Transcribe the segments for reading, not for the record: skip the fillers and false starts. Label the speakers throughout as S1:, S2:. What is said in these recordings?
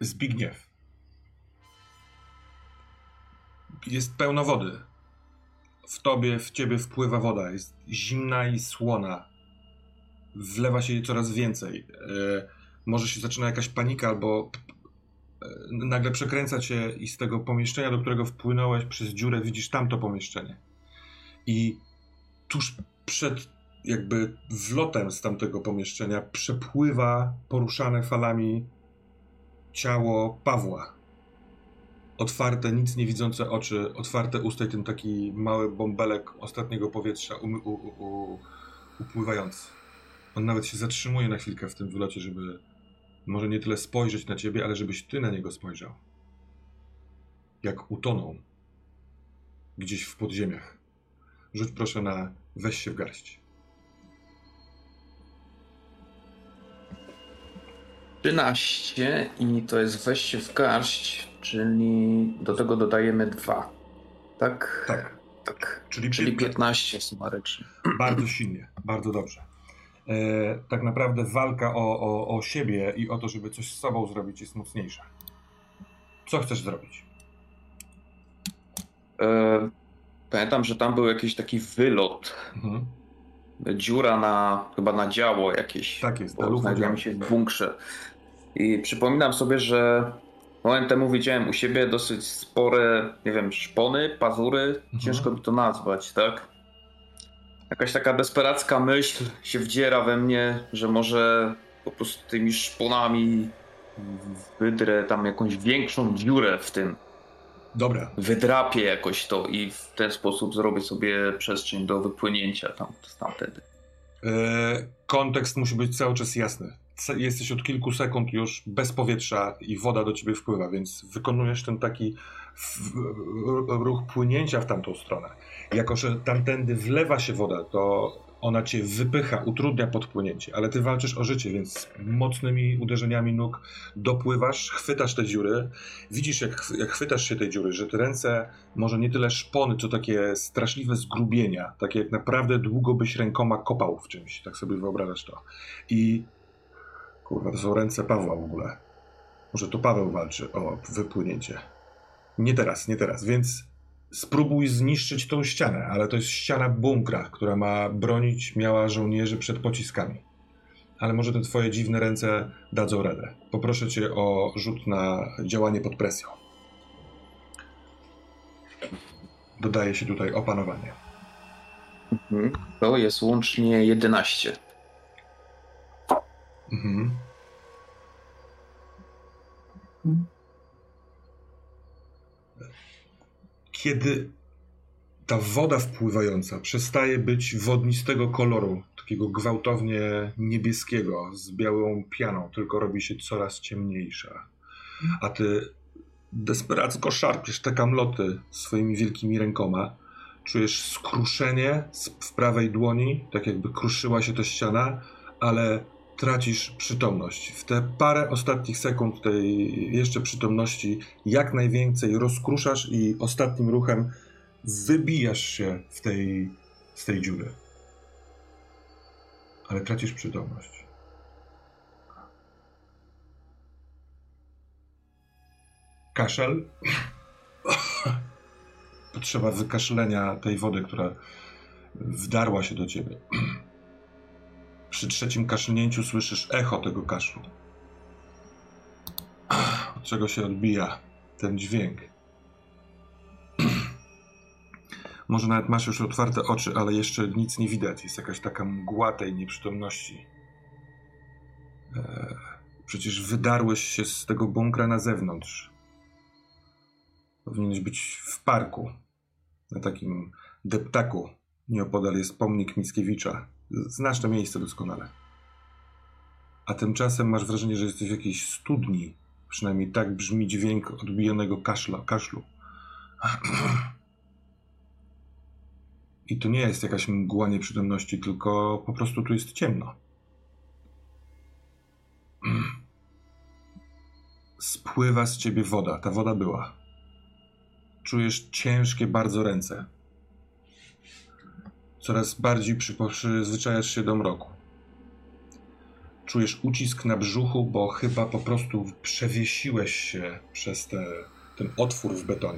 S1: Zbigniew. Jest pełno wody. W ciebie wpływa woda. Jest zimna i słona. Wlewa się jej coraz więcej. Może się zaczyna jakaś panika, albo nagle przekręca cię i z tego pomieszczenia, do którego wpłynąłeś przez dziurę, widzisz tamto pomieszczenie. I tuż przed jakby wlotem z tamtego pomieszczenia przepływa poruszane falami ciało Pawła. Otwarte, nic nie widzące oczy, otwarte usta i ten taki mały bąbelek ostatniego powietrza upływający. On nawet się zatrzymuje na chwilkę w tym wylocie, żeby może nie tyle spojrzeć na ciebie, ale żebyś ty na niego spojrzał. Jak utonął gdzieś w podziemiach. Rzuć proszę na weź się w garść.
S2: 13 i to jest weź się w garść, czyli do tego dodajemy 2. Tak?
S1: Tak.
S2: Czyli 15 sumarycznie.
S1: Bardzo silnie, bardzo dobrze. Tak naprawdę walka o siebie i o to, żeby coś z sobą zrobić, jest mocniejsza. Co chcesz zrobić?
S2: Pamiętam, że tam był jakiś taki wylot. Dziura chyba na działo jakieś.
S1: Tak jest,
S2: bo znajdujemy się w bunkrze. I przypominam sobie, że moment temu widziałem u siebie dosyć spore, nie wiem, szpony, pazury. Ciężko mi to nazwać, tak? Jakaś taka desperacka myśl się wdziera we mnie, że może po prostu tymi szponami wydrę tam jakąś większą dziurę w tym.
S1: Dobra.
S2: Wydrapię jakoś to i w ten sposób zrobię sobie przestrzeń do wypłynięcia tamtędy.
S1: Kontekst musi być cały czas jasny. Jesteś od kilku sekund już bez powietrza i woda do ciebie wpływa, więc wykonujesz ten taki ruch płynięcia w tamtą stronę. Jako że tamtędy wlewa się woda, to ona cię wypycha, utrudnia podpłynięcie, ale ty walczysz o życie, więc mocnymi uderzeniami nóg dopływasz, chwytasz te dziury. Widzisz, jak chwytasz się tej dziury, że te ręce, może nie tyle szpony, co takie straszliwe zgrubienia, takie jak naprawdę długo byś rękoma kopał w czymś, tak sobie wyobrażasz to. I kurwa, to są ręce Pawła w ogóle. Może to Paweł walczy o wypłynięcie. Nie teraz, więc spróbuj zniszczyć tą ścianę, ale to jest ściana bunkra, która miała żołnierzy przed pociskami. Ale może te twoje dziwne ręce dadzą radę. Poproszę cię o rzut na działanie pod presją. Dodaje się tutaj opanowanie.
S2: To jest łącznie 11.
S1: Kiedy ta woda wpływająca przestaje być wodnistego koloru, takiego gwałtownie niebieskiego, z białą pianą, tylko robi się coraz ciemniejsza, a ty desperacko szarpiesz te kamloty swoimi wielkimi rękoma, czujesz skruszenie w prawej dłoni, tak jakby kruszyła się ta ściana, ale tracisz przytomność. W te parę ostatnich sekund tej jeszcze przytomności jak najwięcej rozkruszasz i ostatnim ruchem wybijasz się z tej dziury. Ale tracisz przytomność. Kaszel. Potrzeba wykaszlenia tej wody, która wdarła się do ciebie. Przy trzecim kaszlnięciu słyszysz echo tego kaszlu. Od czego się odbija ten dźwięk. Może nawet masz już otwarte oczy, ale jeszcze nic nie widać. Jest jakaś taka mgła tej nieprzytomności. Przecież wydarłeś się z tego bunkra na zewnątrz. Powinieneś być w parku. Na takim deptaku. Nieopodal jest pomnik Mickiewicza. Znasz to miejsce doskonale. A tymczasem masz wrażenie, że jesteś w jakiejś studni. Przynajmniej tak brzmi dźwięk odbijonego kaszlu. I to nie jest jakaś mgła nieprzytomności, tylko po prostu tu jest ciemno. Spływa z ciebie woda. Ta woda była. Czujesz ciężkie bardzo ręce. Coraz bardziej przyzwyczajasz się do mroku. czujesz ucisk na brzuchu, bo chyba po prostu przewiesiłeś się przez ten otwór w betonie.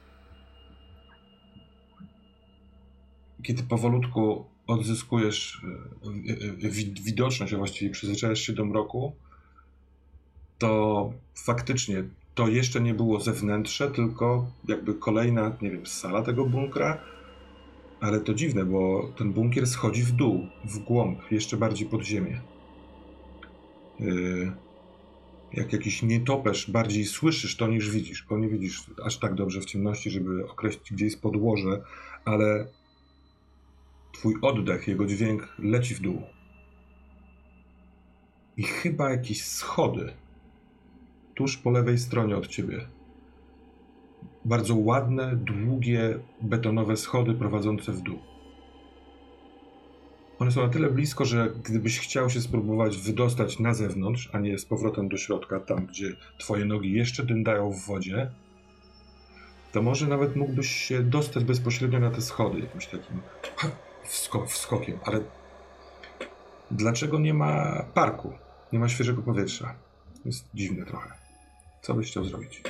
S1: Kiedy powolutku odzyskujesz widoczność, a właściwie przyzwyczajasz się do mroku, to faktycznie to jeszcze nie było zewnętrzne, tylko jakby kolejna, nie wiem, sala tego bunkra, ale to dziwne, bo ten bunkier schodzi w dół, w głąb, jeszcze bardziej pod ziemię. Jak jakiś nietoperz, bardziej słyszysz to niż widzisz, bo nie widzisz aż tak dobrze w ciemności, żeby określić, gdzie jest podłoże, ale twój oddech, jego dźwięk leci w dół. I chyba jakieś schody tuż po lewej stronie od ciebie. Bardzo ładne, długie, betonowe schody prowadzące w dół. One są na tyle blisko, że gdybyś chciał się spróbować wydostać na zewnątrz, a nie z powrotem do środka, tam gdzie twoje nogi jeszcze dyndają w wodzie, to może nawet mógłbyś się dostać bezpośrednio na te schody jakimś takim wskokiem, ale dlaczego nie ma parku? Nie ma świeżego powietrza. Jest dziwne trochę. Co byś chciał zrobić?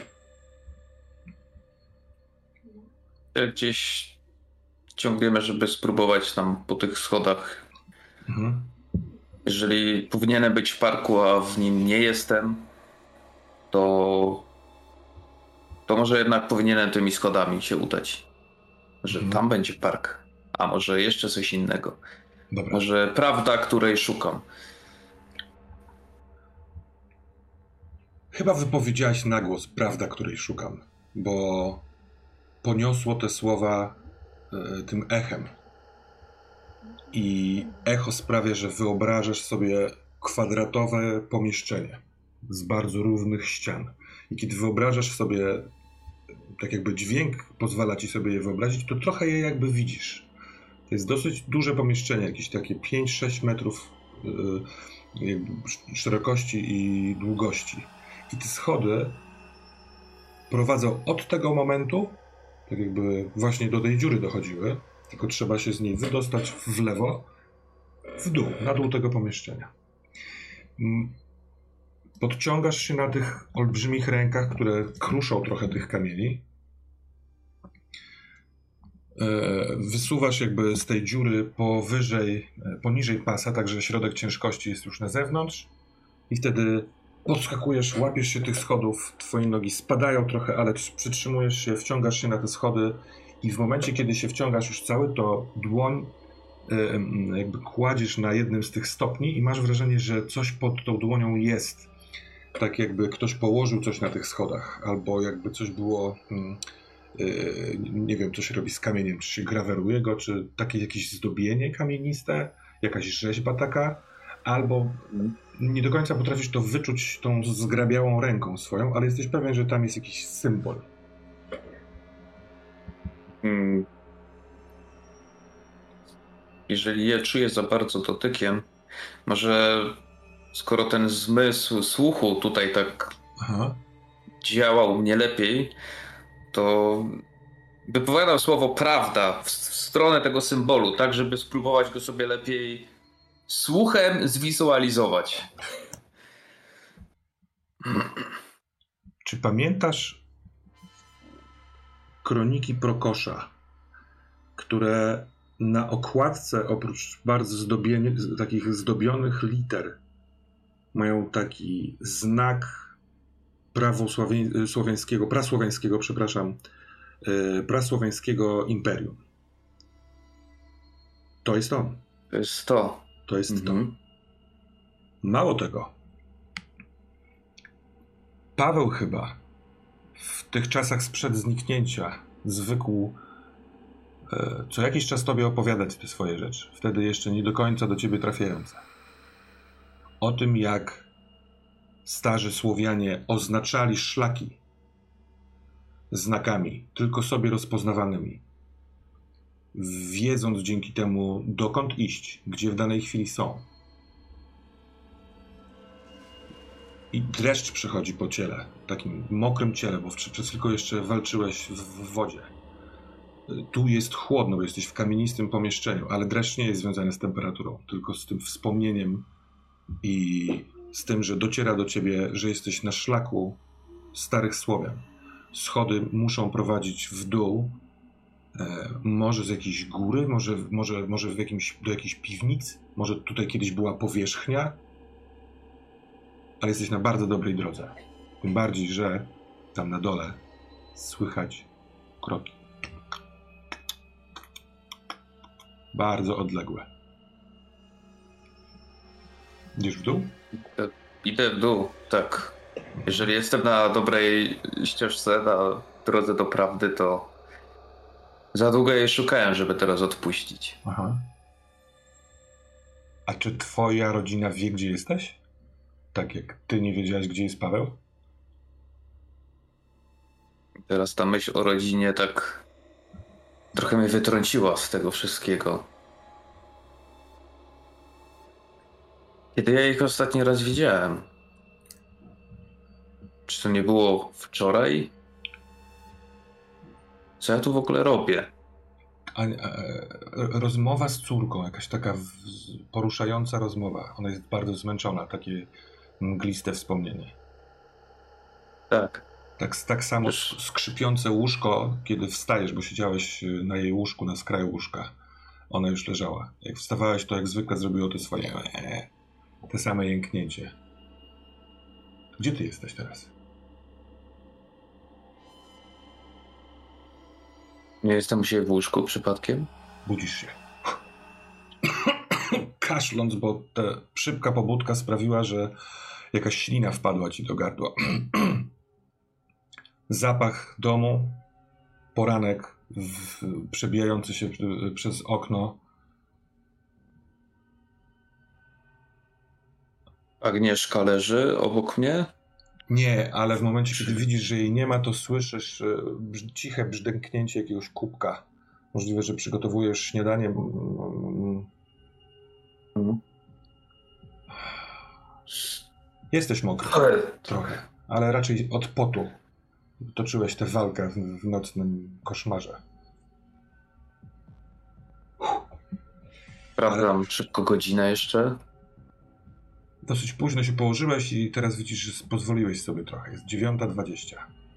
S2: Gdzieś ciągniemy, żeby spróbować tam po tych schodach.
S1: Mhm.
S2: Jeżeli powinienem być w parku, a w nim nie jestem, to może jednak powinienem tymi schodami się udać. Że tam będzie park, a może jeszcze coś innego.
S1: Dobra.
S2: Może prawda, której szukam.
S1: Chyba wypowiedziałaś na głos prawda, której szukam, bo poniosło te słowa tym echem. I echo sprawia, że wyobrażasz sobie kwadratowe pomieszczenie z bardzo równych ścian. I kiedy wyobrażasz sobie, tak jakby dźwięk pozwala ci sobie je wyobrazić, to trochę je jakby widzisz. To jest dosyć duże pomieszczenie, jakieś takie 5-6 metrów szerokości i długości. I te schody prowadzą od tego momentu, tak jakby właśnie do tej dziury dochodziły, tylko trzeba się z niej wydostać w lewo, w dół, na dół tego pomieszczenia. Podciągasz się na tych olbrzymich rękach, które kruszą trochę tych kamieni. Wysuwasz jakby z tej dziury poniżej pasa, także środek ciężkości jest już na zewnątrz i wtedy podskakujesz, łapiesz się tych schodów, twoje nogi spadają trochę, ale przytrzymujesz się, wciągasz się na te schody i w momencie, kiedy się wciągasz już cały, to dłoń jakby kładziesz na jednym z tych stopni i masz wrażenie, że coś pod tą dłonią jest. Tak jakby ktoś położył coś na tych schodach, albo jakby coś było, nie wiem, co się robi z kamieniem, czy się graweruje go, czy takie jakieś zdobienie kamieniste, jakaś rzeźba taka, albo nie do końca potrafisz to wyczuć tą zgrabiałą ręką swoją, ale jesteś pewien, że tam jest jakiś symbol.
S2: Jeżeli je czuję za bardzo dotykiem, może skoro ten zmysł słuchu tutaj tak działał mnie lepiej, to wypowiadam słowo prawda w stronę tego symbolu, tak żeby spróbować go sobie lepiej słuchem zwizualizować.
S1: Czy pamiętasz kroniki Prokosza, które na okładce oprócz bardzo takich zdobionych liter mają taki znak prasłowiańskiego imperium? To jest on.
S2: To jest to.
S1: To jest to. Mało tego. Paweł chyba w tych czasach sprzed zniknięcia zwykł co jakiś czas tobie opowiadać te swoje rzeczy. Wtedy jeszcze nie do końca do ciebie trafiające. O tym, jak starzy Słowianie oznaczali szlaki znakami, tylko sobie rozpoznawanymi, wiedząc dzięki temu, dokąd iść, gdzie w danej chwili są. I dreszcz przechodzi po ciele, takim mokrym ciele, bo przed chwilką jeszcze walczyłeś w wodzie. Tu jest chłodno, bo jesteś w kamienistym pomieszczeniu, ale dreszcz nie jest związany z temperaturą, tylko z tym wspomnieniem I z tym, że dociera do ciebie, że jesteś na szlaku starych Słowian. Schody muszą prowadzić w dół, może z jakiejś góry, może do jakiejś piwnic, może tutaj kiedyś była powierzchnia, ale jesteś na bardzo dobrej drodze. Tym bardziej, że tam na dole słychać kroki. Bardzo odległe. Idziesz w dół?
S2: Idę w dół, tak. Jeżeli jestem na dobrej ścieżce, na drodze do prawdy, to za długo jej szukałem, żeby teraz odpuścić.
S1: Aha. A czy twoja rodzina wie, gdzie jesteś? Tak jak ty nie wiedziałeś, gdzie jest Paweł?
S2: Teraz ta myśl o rodzinie tak trochę mnie wytrąciła z tego wszystkiego. Kiedy ja ich ostatni raz widziałem? Czy to nie było wczoraj? Co ja tu w ogóle robię?
S1: Rozmowa z córką, jakaś taka poruszająca rozmowa. Ona jest bardzo zmęczona, takie mgliste wspomnienie.
S2: Tak.
S1: Tak samo skrzypiące łóżko, kiedy wstajesz, bo siedziałeś na jej łóżku, na skraju łóżka. Ona już leżała. Jak wstawałeś, to jak zwykle zrobiło to swoje te same jęknięcie. Gdzie ty jesteś teraz?
S2: Nie jestem u siebie w łóżku przypadkiem?
S1: Budzisz się. Kaszląc, bo ta szybka pobudka sprawiła, że jakaś ślina wpadła ci do gardła. Zapach domu, poranek przebijający się przez okno.
S2: Agnieszka leży obok mnie?
S1: Nie, ale w momencie, kiedy widzisz, że jej nie ma, to słyszysz ciche brzdęknięcie jakiegoś kubka. Możliwe, że przygotowujesz śniadanie. Jesteś mokry. Trochę, ale raczej od potu. Toczyłeś tę walkę w nocnym koszmarze.
S2: Sprawdzam szybko godzinę jeszcze.
S1: Dosyć późno się położyłeś i teraz widzisz, że pozwoliłeś sobie trochę. Jest 9:20.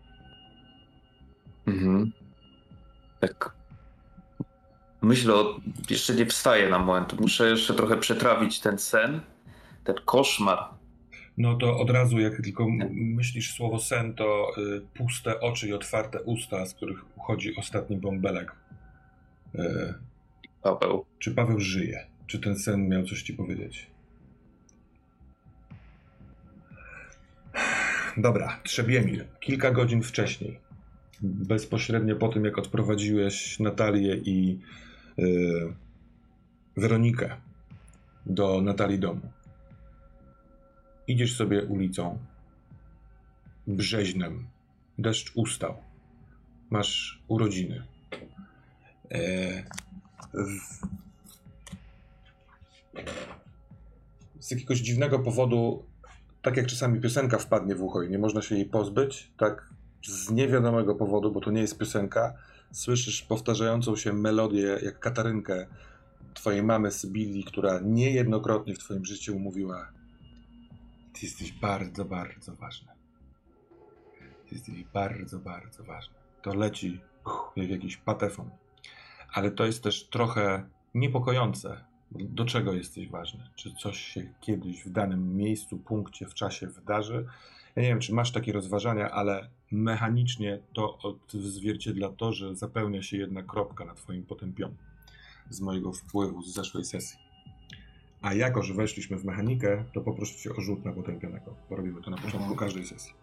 S2: Tak. Myślę, jeszcze nie wstaję na moment. Muszę jeszcze trochę przetrawić ten sen, ten koszmar.
S1: No to od razu, jak tylko myślisz słowo sen, to puste oczy i otwarte usta, z których uchodzi ostatni bąbelek.
S2: Paweł.
S1: Czy Paweł żyje? Czy ten sen miał coś ci powiedzieć? Dobra, Trzebiemir. Kilka godzin wcześniej, bezpośrednio po tym, jak odprowadziłeś Natalię i Weronikę do Natalii domu. Idziesz sobie ulicą Brzeźnem. Deszcz ustał. Masz urodziny. Z jakiegoś dziwnego powodu, tak jak czasami piosenka wpadnie w ucho i nie można się jej pozbyć, tak z niewiadomego powodu, bo to nie jest piosenka, słyszysz powtarzającą się melodię jak Katarynkę twojej mamy Sybilii, która niejednokrotnie w twoim życiu mówiła: ty jesteś bardzo, bardzo ważny. Ty jesteś bardzo, bardzo ważny. To leci jak jakiś patefon. Ale to jest też trochę niepokojące. Do czego jesteś ważny? Czy coś się kiedyś w danym miejscu, punkcie, w czasie wydarzy? Ja nie wiem, czy masz takie rozważania, ale mechanicznie to odzwierciedla to, że zapełnia się jedna kropka na twoim potępionym z mojego wpływu z zeszłej sesji. A jako, że weszliśmy w mechanikę, to poproszę cię o rzut na potępionego. Porobimy to na początku każdej sesji.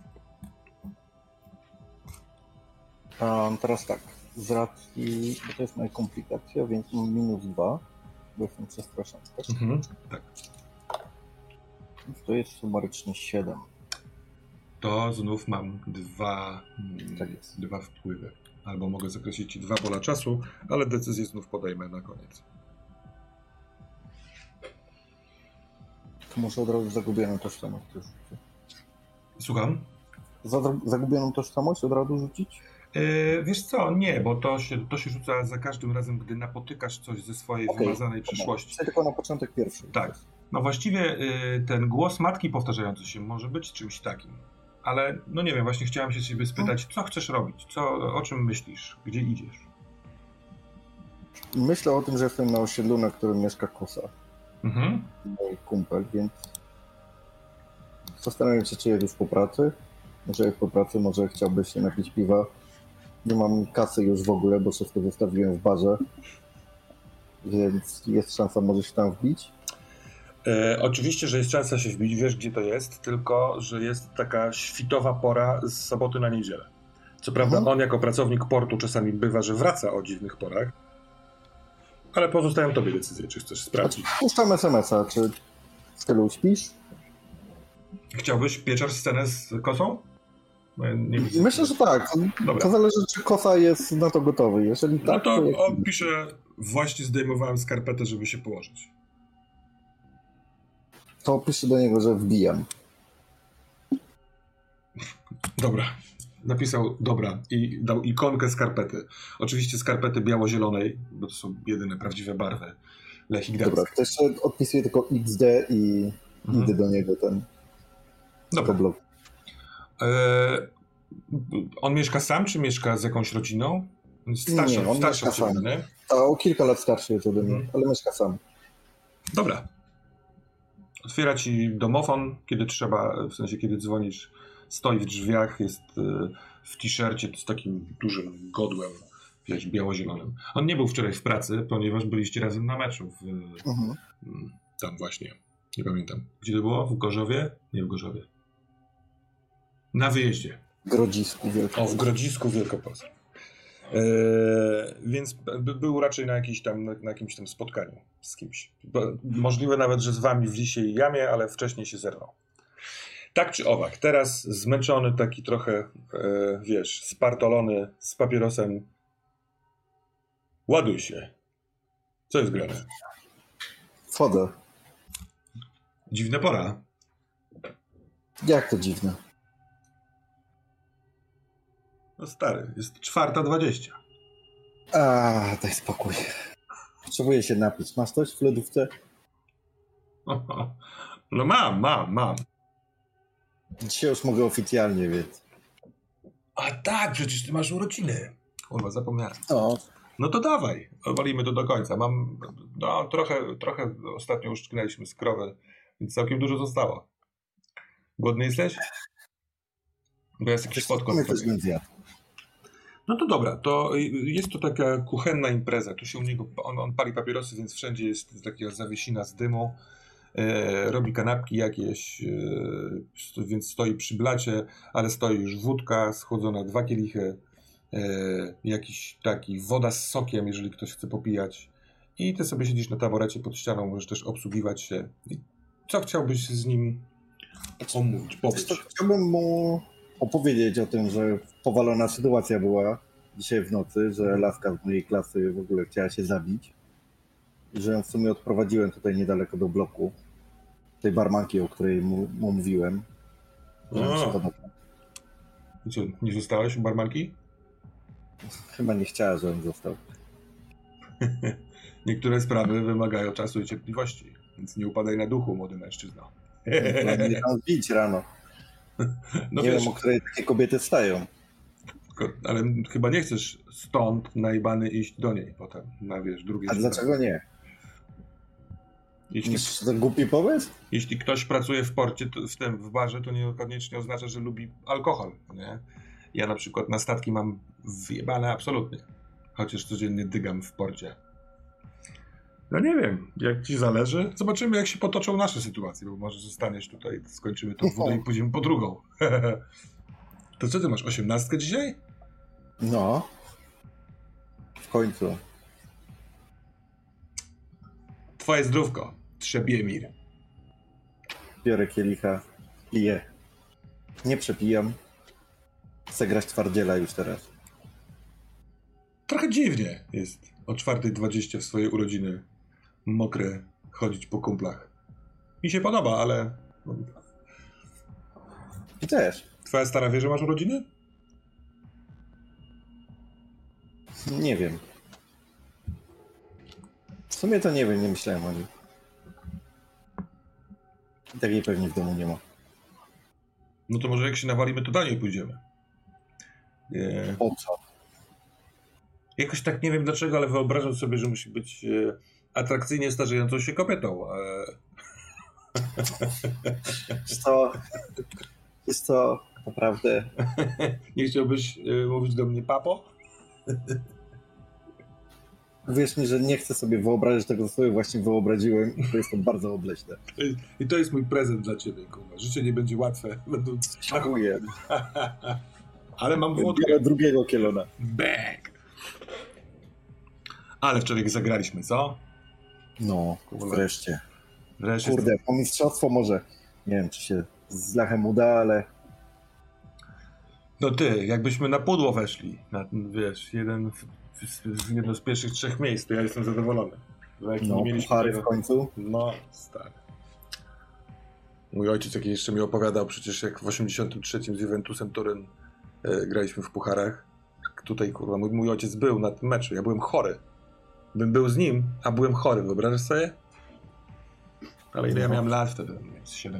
S3: Teraz tak, z racji, bo to jest moja komplikacja, więc mam -2, bo jestem przestraszony. Tak?
S1: Tak.
S3: Więc to jest sumarycznie 7.
S1: To znów mam
S3: Tak jest.
S1: dwa wpływy. Albo mogę zakreślić ci 2 pola czasu, ale decyzję znów podejmę na koniec.
S3: To może od razu zagubioną tożsamość też rzucić.
S1: Słucham?
S3: Zagubioną tożsamość od razu rzucić?
S1: Wiesz co, nie, bo to się rzuca za każdym razem, gdy napotykasz coś ze swojej wymazanej przyszłości.
S3: Tylko na początek pierwszy.
S1: Tak, No właściwie ten głos matki powtarzający się może być czymś takim. Ale no nie wiem, właśnie chciałem się ciebie spytać, co chcesz robić? O czym myślisz? Gdzie idziesz?
S3: Myślę o tym, że jestem na osiedlu, na którym mieszka Kosa. Mój kumpel, więc zastanawiam się, czy jest już po pracy. Może jest po pracy, może chciałby się napić piwa. Nie mam kasy już w ogóle, bo wszystko zostawiłem w barze. Więc jest szansa, może się tam wbić.
S1: Oczywiście, że jest szansa się wbić, wiesz gdzie to jest, tylko że jest taka świtowa pora z soboty na niedzielę. Co prawda on jako pracownik portu czasami bywa, że wraca o dziwnych porach, ale pozostają tobie decyzje, czy chcesz sprawdzić.
S3: Puszczam SMS-a, czy w stylu śpisz?
S1: Chciałbyś pieczar scenę z Kosą? Ja nie widzę.
S3: Myślę, że tak.
S1: Dobra.
S3: To zależy, czy Kosa jest na to gotowy. Jeżeli tak,
S1: no to
S3: jak...
S1: on pisze, właśnie zdejmowałem skarpetę, żeby się położyć.
S3: To piszę do niego, że wbijam.
S1: Dobra. Napisał dobra i dał ikonkę skarpety. Oczywiście skarpety biało-zielonej, bo to są jedyne prawdziwe barwy Lechii Gdańsk.
S3: Dobra, to jeszcze odpisuję tylko XD i idę do niego ten blok.
S1: On mieszka sam, czy mieszka z jakąś rodziną? Starszy,
S3: nie, on mieszka sam.
S1: nie?
S3: O kilka lat starszy jest ode mnie, ale mieszka sam.
S1: Dobra. Otwiera ci domofon, kiedy trzeba, w sensie kiedy dzwonisz, stoi w drzwiach, jest w t-shircie z takim dużym godłem, wiesz, biało-zielonym. On nie był wczoraj w pracy, ponieważ byliście razem na meczu tam właśnie, nie pamiętam. Gdzie to było? W Gorzowie? Nie w Gorzowie. Na wyjeździe.
S3: Grodzisku Wielkopolskim.
S1: W Grodzisku Wielkopolskim. Więc był raczej na jakimś tam spotkaniu z kimś. Możliwe nawet, że z wami w Lisiej Jamie, ale wcześniej się zerwał. Tak czy owak, teraz zmęczony, taki trochę, wiesz, spartolony, z papierosem. Ładuj się. Co jest grane?
S3: Wchodzę.
S1: Dziwna pora.
S3: Jak to dziwne?
S1: No stary, jest 4:20.
S3: Daj spokój. Potrzebuję się napić. Masz coś w lodówce?
S1: No mam.
S3: Dzisiaj już mogę oficjalnie, więc...
S1: A tak, przecież ty masz urodziny. Kurwa, zapomniałem.
S3: O.
S1: No to dawaj, walimy to do końca. Trochę ostatnio uszczknęliśmy z krowy, więc całkiem dużo zostało. Głodny jesteś? Bo jest jakiś podkład. No to dobra, to jest to taka kuchenna impreza. Tu się u niego, on pali papierosy, więc wszędzie jest taka zawiesina z dymu. Robi kanapki jakieś, więc stoi przy blacie, ale stoi już wódka schłodzona, 2 kielichy, jakiś taki woda z sokiem, jeżeli ktoś chce popijać. I ty sobie siedzisz na taborecie pod ścianą, możesz też obsługiwać się. I co chciałbyś z nim omówić?
S3: Chciałbym mu opowiedzieć o tym, że powalona sytuacja była dzisiaj w nocy, że laska z mojej klasy w ogóle chciała się zabić. I że ją w sumie odprowadziłem tutaj niedaleko do bloku. Tej barmanki, o której mu mówiłem.
S1: Co, nie zostałeś u barmanki?
S3: Chyba nie chciała, żebym został.
S1: Niektóre sprawy wymagają czasu i cierpliwości, więc nie upadaj na duchu, młody mężczyzno.
S3: Nie tam zbić rano.
S1: No
S3: nie
S1: wiesz,
S3: wiem, o której takie kobiety wstają.
S1: Ale chyba nie chcesz stąd najbany iść do niej potem, na wiesz, drugie.
S3: A dlaczego nie? To głupi pomysł?
S1: Jeśli ktoś pracuje w porcie, w barze, to niekoniecznie oznacza, że lubi alkohol, nie? Ja na przykład na statki mam wyjebane absolutnie, chociaż codziennie dygam w porcie. No nie wiem, jak ci zależy. Zobaczymy, jak się potoczą nasze sytuacje, bo może zostaniesz tutaj, skończymy tą wódę i pójdziemy po drugą. To co ty masz, 18 dzisiaj?
S3: No. W końcu.
S1: Twoje zdrówko, Trzebiemir.
S3: Biorę kielicha, piję. Nie przepijam. Chcę grać twardziela już teraz.
S1: Trochę dziwnie jest o 4:20 w swoje urodziny mokre chodzić po kumplach. Mi się podoba, ale...
S3: I też.
S1: Twoja stara wie, że masz urodziny?
S3: Nie wiem. W sumie to nie wiem, nie myślałem o nim. Takiej pewnie w domu nie ma.
S1: No to może jak się nawalimy, to dalej pójdziemy.
S3: Po co?
S1: Jakoś tak nie wiem dlaczego, ale wyobrażam sobie, że musi być atrakcyjnie starzejącą się kobietą.
S3: Jest to naprawdę...
S1: Nie chciałbyś mówić do mnie papo?
S3: Uwierz mi, że nie chcę sobie wyobrazić tego, co sobie właśnie wyobraziłem i to jest to bardzo obleśne.
S1: I to jest mój prezent dla ciebie, kurwa. Życie nie będzie łatwe.
S3: Dziękuję.
S1: Ale mam włodkę.
S3: Drugiego kielona.
S1: Bang! Ale wczoraj zagraliśmy, co?
S3: No, wreszcie.
S1: Wreszcie.
S3: Kurde, po mistrzostwo może. Nie wiem, czy się z Lachem uda, ale...
S1: No ty, jakbyśmy na pudło weszli, wiesz, jedno z pierwszych 3 miejsc, to ja jestem zadowolony.
S3: No, puchary w końcu.
S1: No, stary. Mój ojciec jakiś jeszcze mi opowiadał, przecież jak w 83 z Juventusem Turyn graliśmy w pucharach. Tutaj, kurwa, mój ojciec był na tym meczu, ja byłem chory. Bym był z nim, a byłem chory, wyobrażasz sobie? Ale ile ja miałem lat wtedy? 7-8.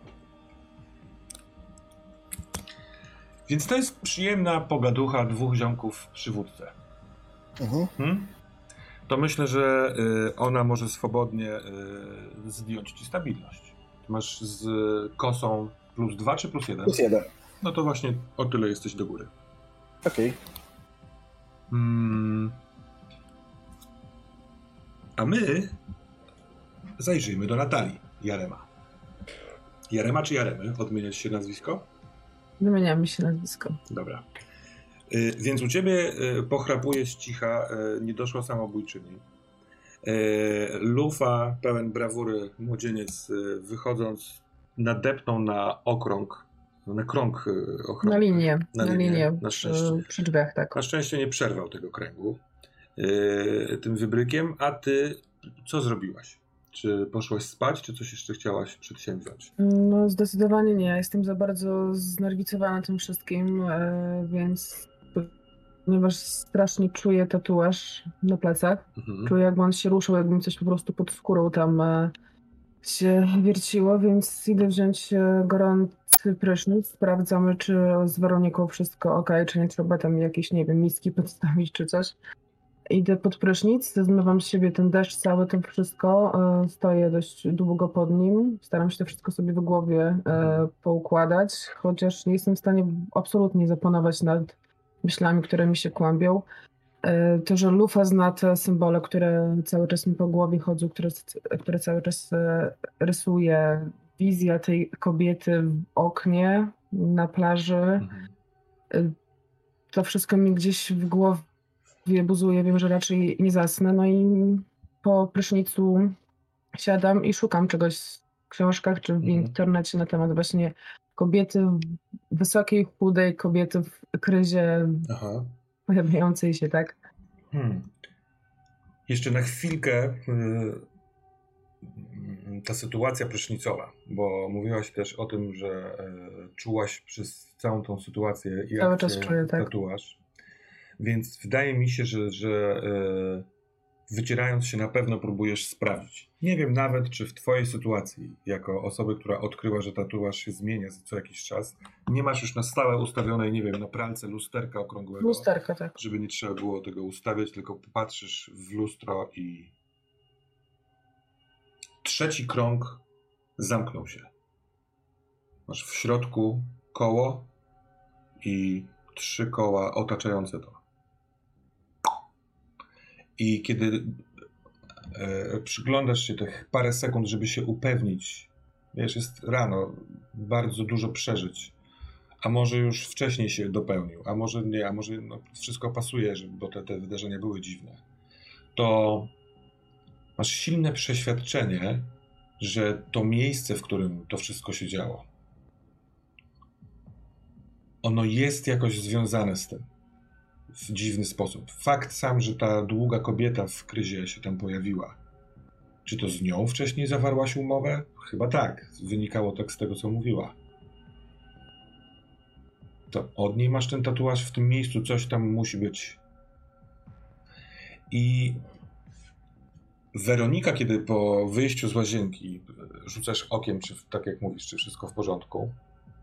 S1: Więc to jest przyjemna pogaducha 2 ziomków przy wódce. To myślę, że ona może swobodnie zdjąć ci stabilność. Ty masz z kosą +2 czy +1?
S3: +1.
S1: No to właśnie o tyle jesteś do góry.
S3: Okej.
S1: A my zajrzyjmy do Natalii Jarema. Jarema czy Jaremy? Odmieniać się nazwisko?
S4: Wymieniamy się nazwisko.
S1: Dobra. Więc u ciebie pochrapuje z cicha niedoszła samobójczyni. Lufa, pełen brawury młodzieniec, wychodząc, nadepnął na okrąg, na krąg ochrony.
S4: Na linię
S1: Na szczęście.
S4: Przy drzwiach, tak.
S1: Na szczęście nie przerwał tego kręgu tym wybrykiem, a ty co zrobiłaś? Czy poszłaś spać, czy coś jeszcze chciałaś przedsięwziąć?
S4: No zdecydowanie nie. Jestem za bardzo znerwicowana tym wszystkim, więc ponieważ strasznie czuję tatuaż na plecach. Czuję, jakby on się ruszał, jakbym coś po prostu pod skórą tam się wierciło, więc idę wziąć gorący prysznic. Sprawdzamy, czy z Weroniką wszystko ok, czy nie trzeba tam jakieś, nie wiem, miski podstawić czy coś. Idę pod prysznic, zmywam z siebie ten deszcz cały, to wszystko. Stoję dość długo pod nim. Staram się to wszystko sobie w głowie poukładać, chociaż nie jestem w stanie absolutnie zapanować nad myślami, które mi się kłębią. To, że Lufa zna te symbole, które cały czas mi po głowie chodzą, które cały czas rysuje. Wizja tej kobiety w oknie, na plaży. To wszystko mi gdzieś w głowie buzuje, wiem, że raczej nie zasnę. No i po prysznicu siadam i szukam czegoś w książkach czy w internecie na temat właśnie kobiety wysokiej, chudej, kobiety w kryzie pojawiającej się, tak?
S1: Jeszcze na chwilkę ta sytuacja prysznicowa, bo mówiłaś też o tym, że czułaś przez całą tą sytuację i
S4: cały czas czuję, tak.
S1: Tatuaż. Więc wydaje mi się, że wycierając się na pewno próbujesz sprawdzić. Nie wiem nawet, czy w twojej sytuacji, jako osoby, która odkryła, że tatuaż się zmienia co jakiś czas, nie masz już na stałe ustawionej, nie wiem, na pralce lusterka okrągłego.
S4: Lusterka, tak.
S1: Żeby nie trzeba było tego ustawiać, tylko patrzysz w lustro i 3. krąg zamknął się. Masz w środku koło i 3 koła otaczające to. I kiedy przyglądasz się tych parę sekund, żeby się upewnić, wiesz, jest rano, bardzo dużo przeżyć, a może już wcześniej się dopełnił, a może nie, a może wszystko pasuje, bo te wydarzenia były dziwne, to masz silne przeświadczenie, że to miejsce, w którym to wszystko się działo, ono jest jakoś związane z tym. W dziwny sposób. Fakt sam, że ta długa kobieta w kryzie się tam pojawiła. Czy to z nią wcześniej zawarłaś umowę? Chyba tak. Wynikało tak z tego, co mówiła. To od niej masz ten tatuaż w tym miejscu, coś tam musi być. I Weronika, kiedy po wyjściu z łazienki rzucasz okiem, czy tak jak mówisz, czy wszystko w porządku,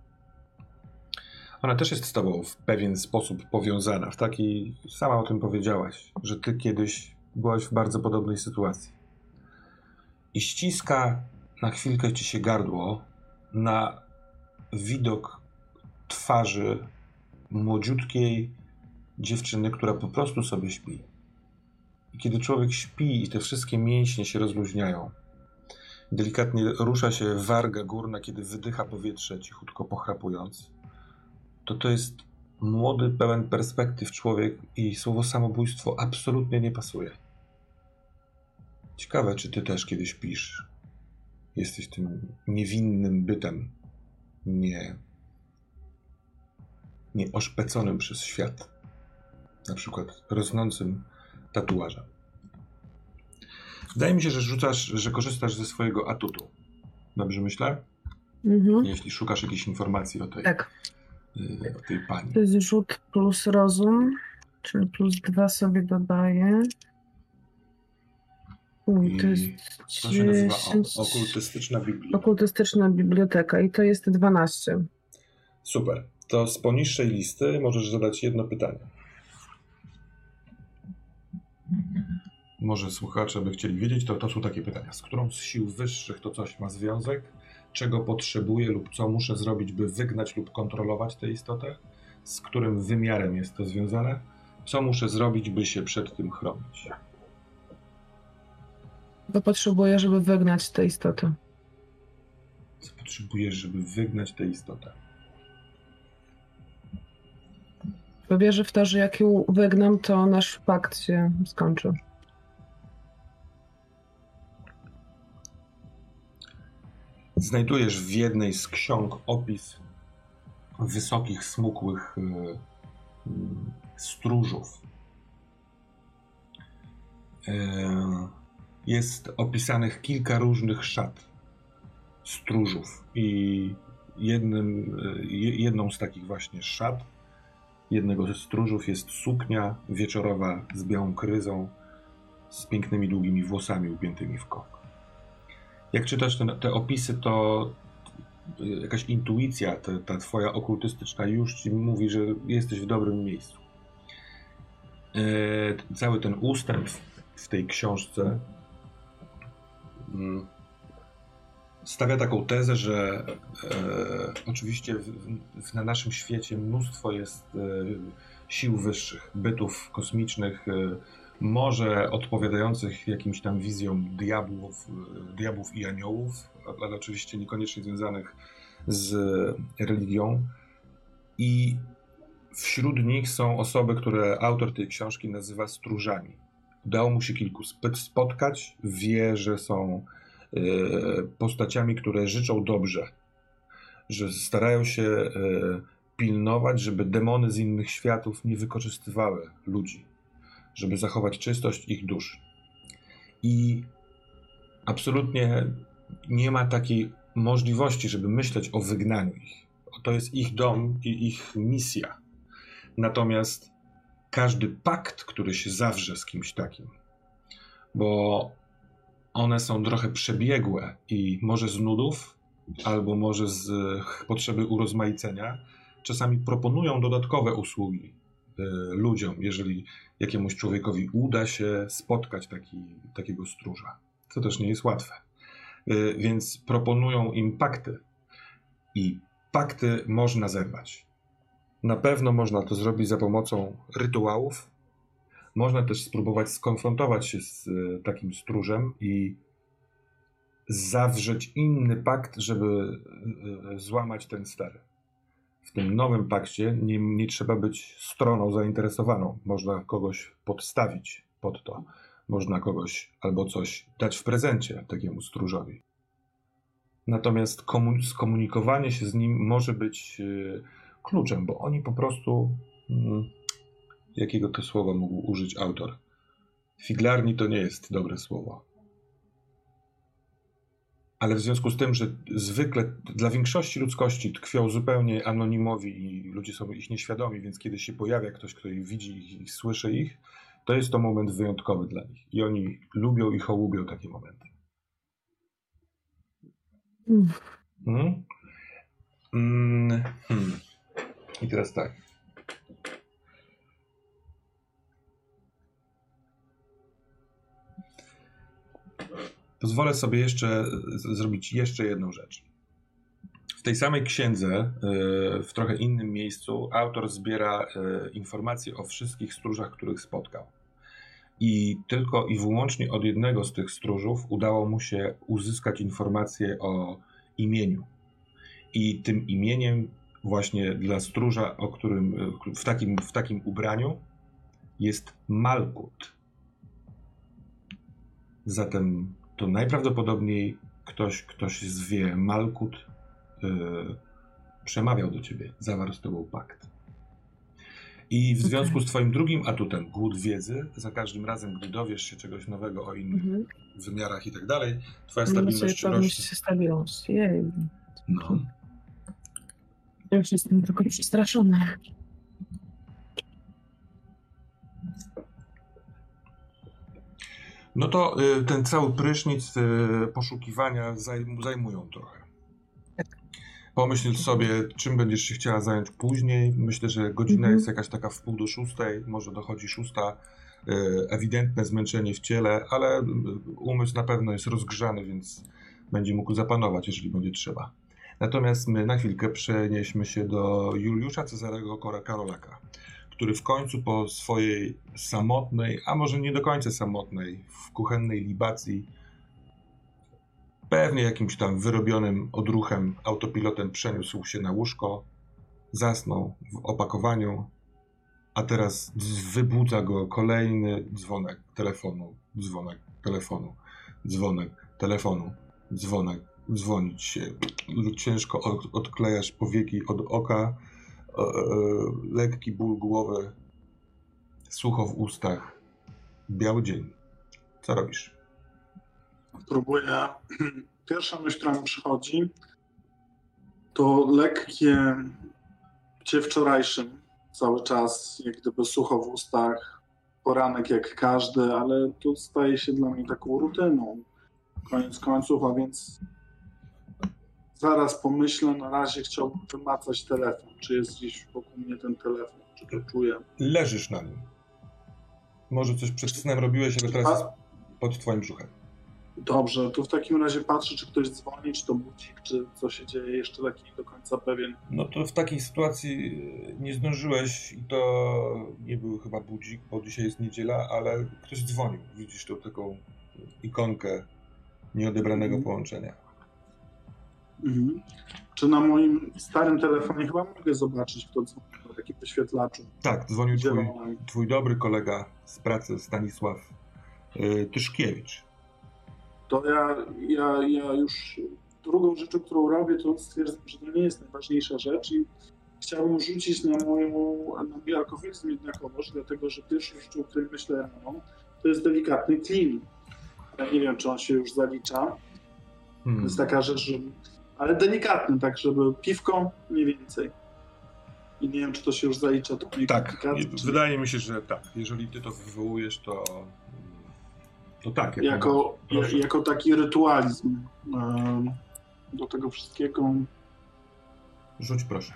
S1: ona też jest z tobą w pewien sposób powiązana, w taki, sama o tym powiedziałaś, że ty kiedyś byłaś w bardzo podobnej sytuacji. I ściska na chwilkę ci się gardło na widok twarzy młodziutkiej dziewczyny, która po prostu sobie śpi. I kiedy człowiek śpi i te wszystkie mięśnie się rozluźniają, delikatnie rusza się warga górna, kiedy wydycha powietrze, cichutko pochrapując, to jest młody, pełen perspektyw człowiek i słowo samobójstwo absolutnie nie pasuje. Ciekawe, czy ty też kiedy śpisz, jesteś tym niewinnym bytem, nie oszpeconym przez świat, na przykład rosnącym tatuażem. Wydaje mi się, że korzystasz ze swojego atutu. Dobrze myślę?
S4: Mhm.
S1: Jeśli szukasz jakiejś informacji o tej,
S4: Tak.
S1: o tej pani.
S4: To jest rzut plus rozum, czyli +2 sobie dodaję. To jest
S1: To się nazywa
S4: 10...
S1: okultystyczna biblioteka.
S4: I to jest 12.
S1: Super. To z poniższej listy możesz zadać jedno pytanie. Może słuchacze by chcieli wiedzieć, to są takie pytania. Z którą z sił wyższych to coś ma związek? Czego potrzebuję lub co muszę zrobić, by wygnać lub kontrolować tę istotę? Z którym wymiarem jest to związane? Co muszę zrobić, by się przed tym chronić?
S4: To potrzebuję, żeby wygnać tę istotę.
S1: Co potrzebujesz, żeby wygnać tę istotę?
S4: Bo wierzę w to, że jak ją wygnam, to nasz pakt się skończy.
S1: Znajdujesz w jednej z ksiąg opis wysokich, smukłych stróżów. Jest opisanych kilka różnych szat stróżów i jedną z takich właśnie szat, jednego ze stróżów jest suknia wieczorowa z białą kryzą, z pięknymi, długimi włosami upiętymi w kok. Jak czytasz te opisy, to jakaś intuicja, ta twoja okultystyczna już ci mówi, że jesteś w dobrym miejscu. Cały ten ustęp w tej książce stawia taką tezę, że oczywiście na naszym świecie mnóstwo jest sił wyższych, bytów kosmicznych, może odpowiadających jakimś tam wizjom diabłów i aniołów, ale oczywiście niekoniecznie związanych z religią. I wśród nich są osoby, które autor tej książki nazywa stróżami. Udało mu się kilku spotkać, wie, że są postaciami, które życzą dobrze, że starają się pilnować, żeby demony z innych światów nie wykorzystywały ludzi, żeby zachować czystość ich dusz. I absolutnie nie ma takiej możliwości, żeby myśleć o wygnaniu ich. To jest ich dom i ich misja. Natomiast każdy pakt, który się zawrze z kimś takim, bo one są trochę przebiegłe i może z nudów, albo może z potrzeby urozmaicenia, czasami proponują dodatkowe usługi ludziom, jeżeli jakiemuś człowiekowi uda się spotkać takiego stróża, co też nie jest łatwe. Więc proponują im pakty i pakty można zerwać. Na pewno można to zrobić za pomocą rytuałów. Można też spróbować skonfrontować się z takim stróżem i zawrzeć inny pakt, żeby złamać ten stary. W tym nowym pakcie nie trzeba być stroną zainteresowaną. Można kogoś podstawić pod to. Można kogoś albo coś dać w prezencie takiemu stróżowi. Natomiast skomunikowanie się z nim może być kluczem, bo oni po prostu... Jakiego to słowa mógł użyć autor? Figlarni to nie jest dobre słowo. Ale w związku z tym, że zwykle dla większości ludzkości tkwią zupełnie anonimowi i ludzie są ich nieświadomi, więc kiedy się pojawia ktoś, kto ich widzi i słyszy ich, to jest to moment wyjątkowy dla nich. I oni lubią i hołubią takie momenty. I teraz tak. Pozwolę sobie jeszcze zrobić jeszcze jedną rzecz. W tej samej księdze, w trochę innym miejscu, autor zbiera informacje o wszystkich stróżach, których spotkał. I tylko i wyłącznie od jednego z tych stróżów udało mu się uzyskać informacje o imieniu. I tym imieniem właśnie dla stróża, o którym w takim ubraniu jest Malkut. Zatem to najprawdopodobniej ktoś zwie Malkut, przemawiał do ciebie, zawarł z tobą pakt. I w związku z twoim drugim atutem, głód wiedzy, za każdym razem, gdy dowiesz się czegoś nowego o innych wymiarach i tak dalej, twoja stabilność rośnie.
S4: Stabilność. Jej.
S1: No.
S4: Ja już jestem tylko przestraszona.
S1: No to ten cały prysznic, poszukiwania zajmują trochę. Pomyśl sobie, czym będziesz się chciała zająć później. Myślę, że godzina jest jakaś taka 5:45, może dochodzi 6. Ewidentne zmęczenie w ciele, ale umysł na pewno jest rozgrzany, więc będzie mógł zapanować, jeżeli będzie trzeba. Natomiast my na chwilkę przenieśmy się do Juliusza Cezarego Karolaka, który w końcu po swojej samotnej, a może nie do końca samotnej, w kuchennej libacji, pewnie jakimś tam wyrobionym odruchem, autopilotem przeniósł się na łóżko, zasnął w opakowaniu, a teraz wybudza go kolejny dzwonek telefonu, dzwonek telefonu, dzwonek telefonu, dzwonek, dzwonić się. Ciężko odklejasz powieki od oka, lekki ból głowy, sucho w ustach, biały dzień. Co robisz?
S5: Próbuję. Pierwsza myśl, która mi przychodzi, to lekkie bycie wczorajszym. Cały czas jak gdyby sucho w ustach, poranek jak każdy, ale to staje się dla mnie taką rutyną. Koniec końców, a więc zaraz pomyślę, na razie chciałbym wymacać telefon. Czy jest gdzieś wokół mnie ten telefon, czy to czuję.
S1: Leżysz na nim. Może coś przed snem robiłeś, ale teraz jest pod twoim brzuchem.
S5: Dobrze, to w takim razie patrzę, czy ktoś dzwoni, czy to budzik, czy co się dzieje, jeszcze taki nie do końca pewien.
S1: No to w takiej sytuacji nie zdążyłeś i to nie był chyba budzik, bo dzisiaj jest niedziela, ale ktoś dzwonił. Widzisz tą taką ikonkę nieodebranego połączenia.
S5: Czy na moim starym telefonie chyba mogę zobaczyć, kto dzwoni na takim wyświetlaczu?
S1: Tak, dzwonił twój dobry kolega z pracy, Stanisław Tyszkiewicz.
S5: To ja już drugą rzeczą, którą robię, to stwierdzam, że to nie jest najważniejsza rzecz i chciałbym rzucić na mój alkoholizm jednakowoż, dlatego że pierwszą rzeczą, o której myślę rano, to jest delikatny clean. Ja nie wiem, czy on się już zalicza. To jest taka rzecz, ale delikatny, tak żeby piwko, nie więcej. I nie wiem, czy to się już zalicza do mojej
S1: kwalifikacji. Tak, wydaje mi się, że tak. Jeżeli ty to wywołujesz, to tak.
S5: Jako taki rytualizm do tego wszystkiego.
S1: Rzuć proszę.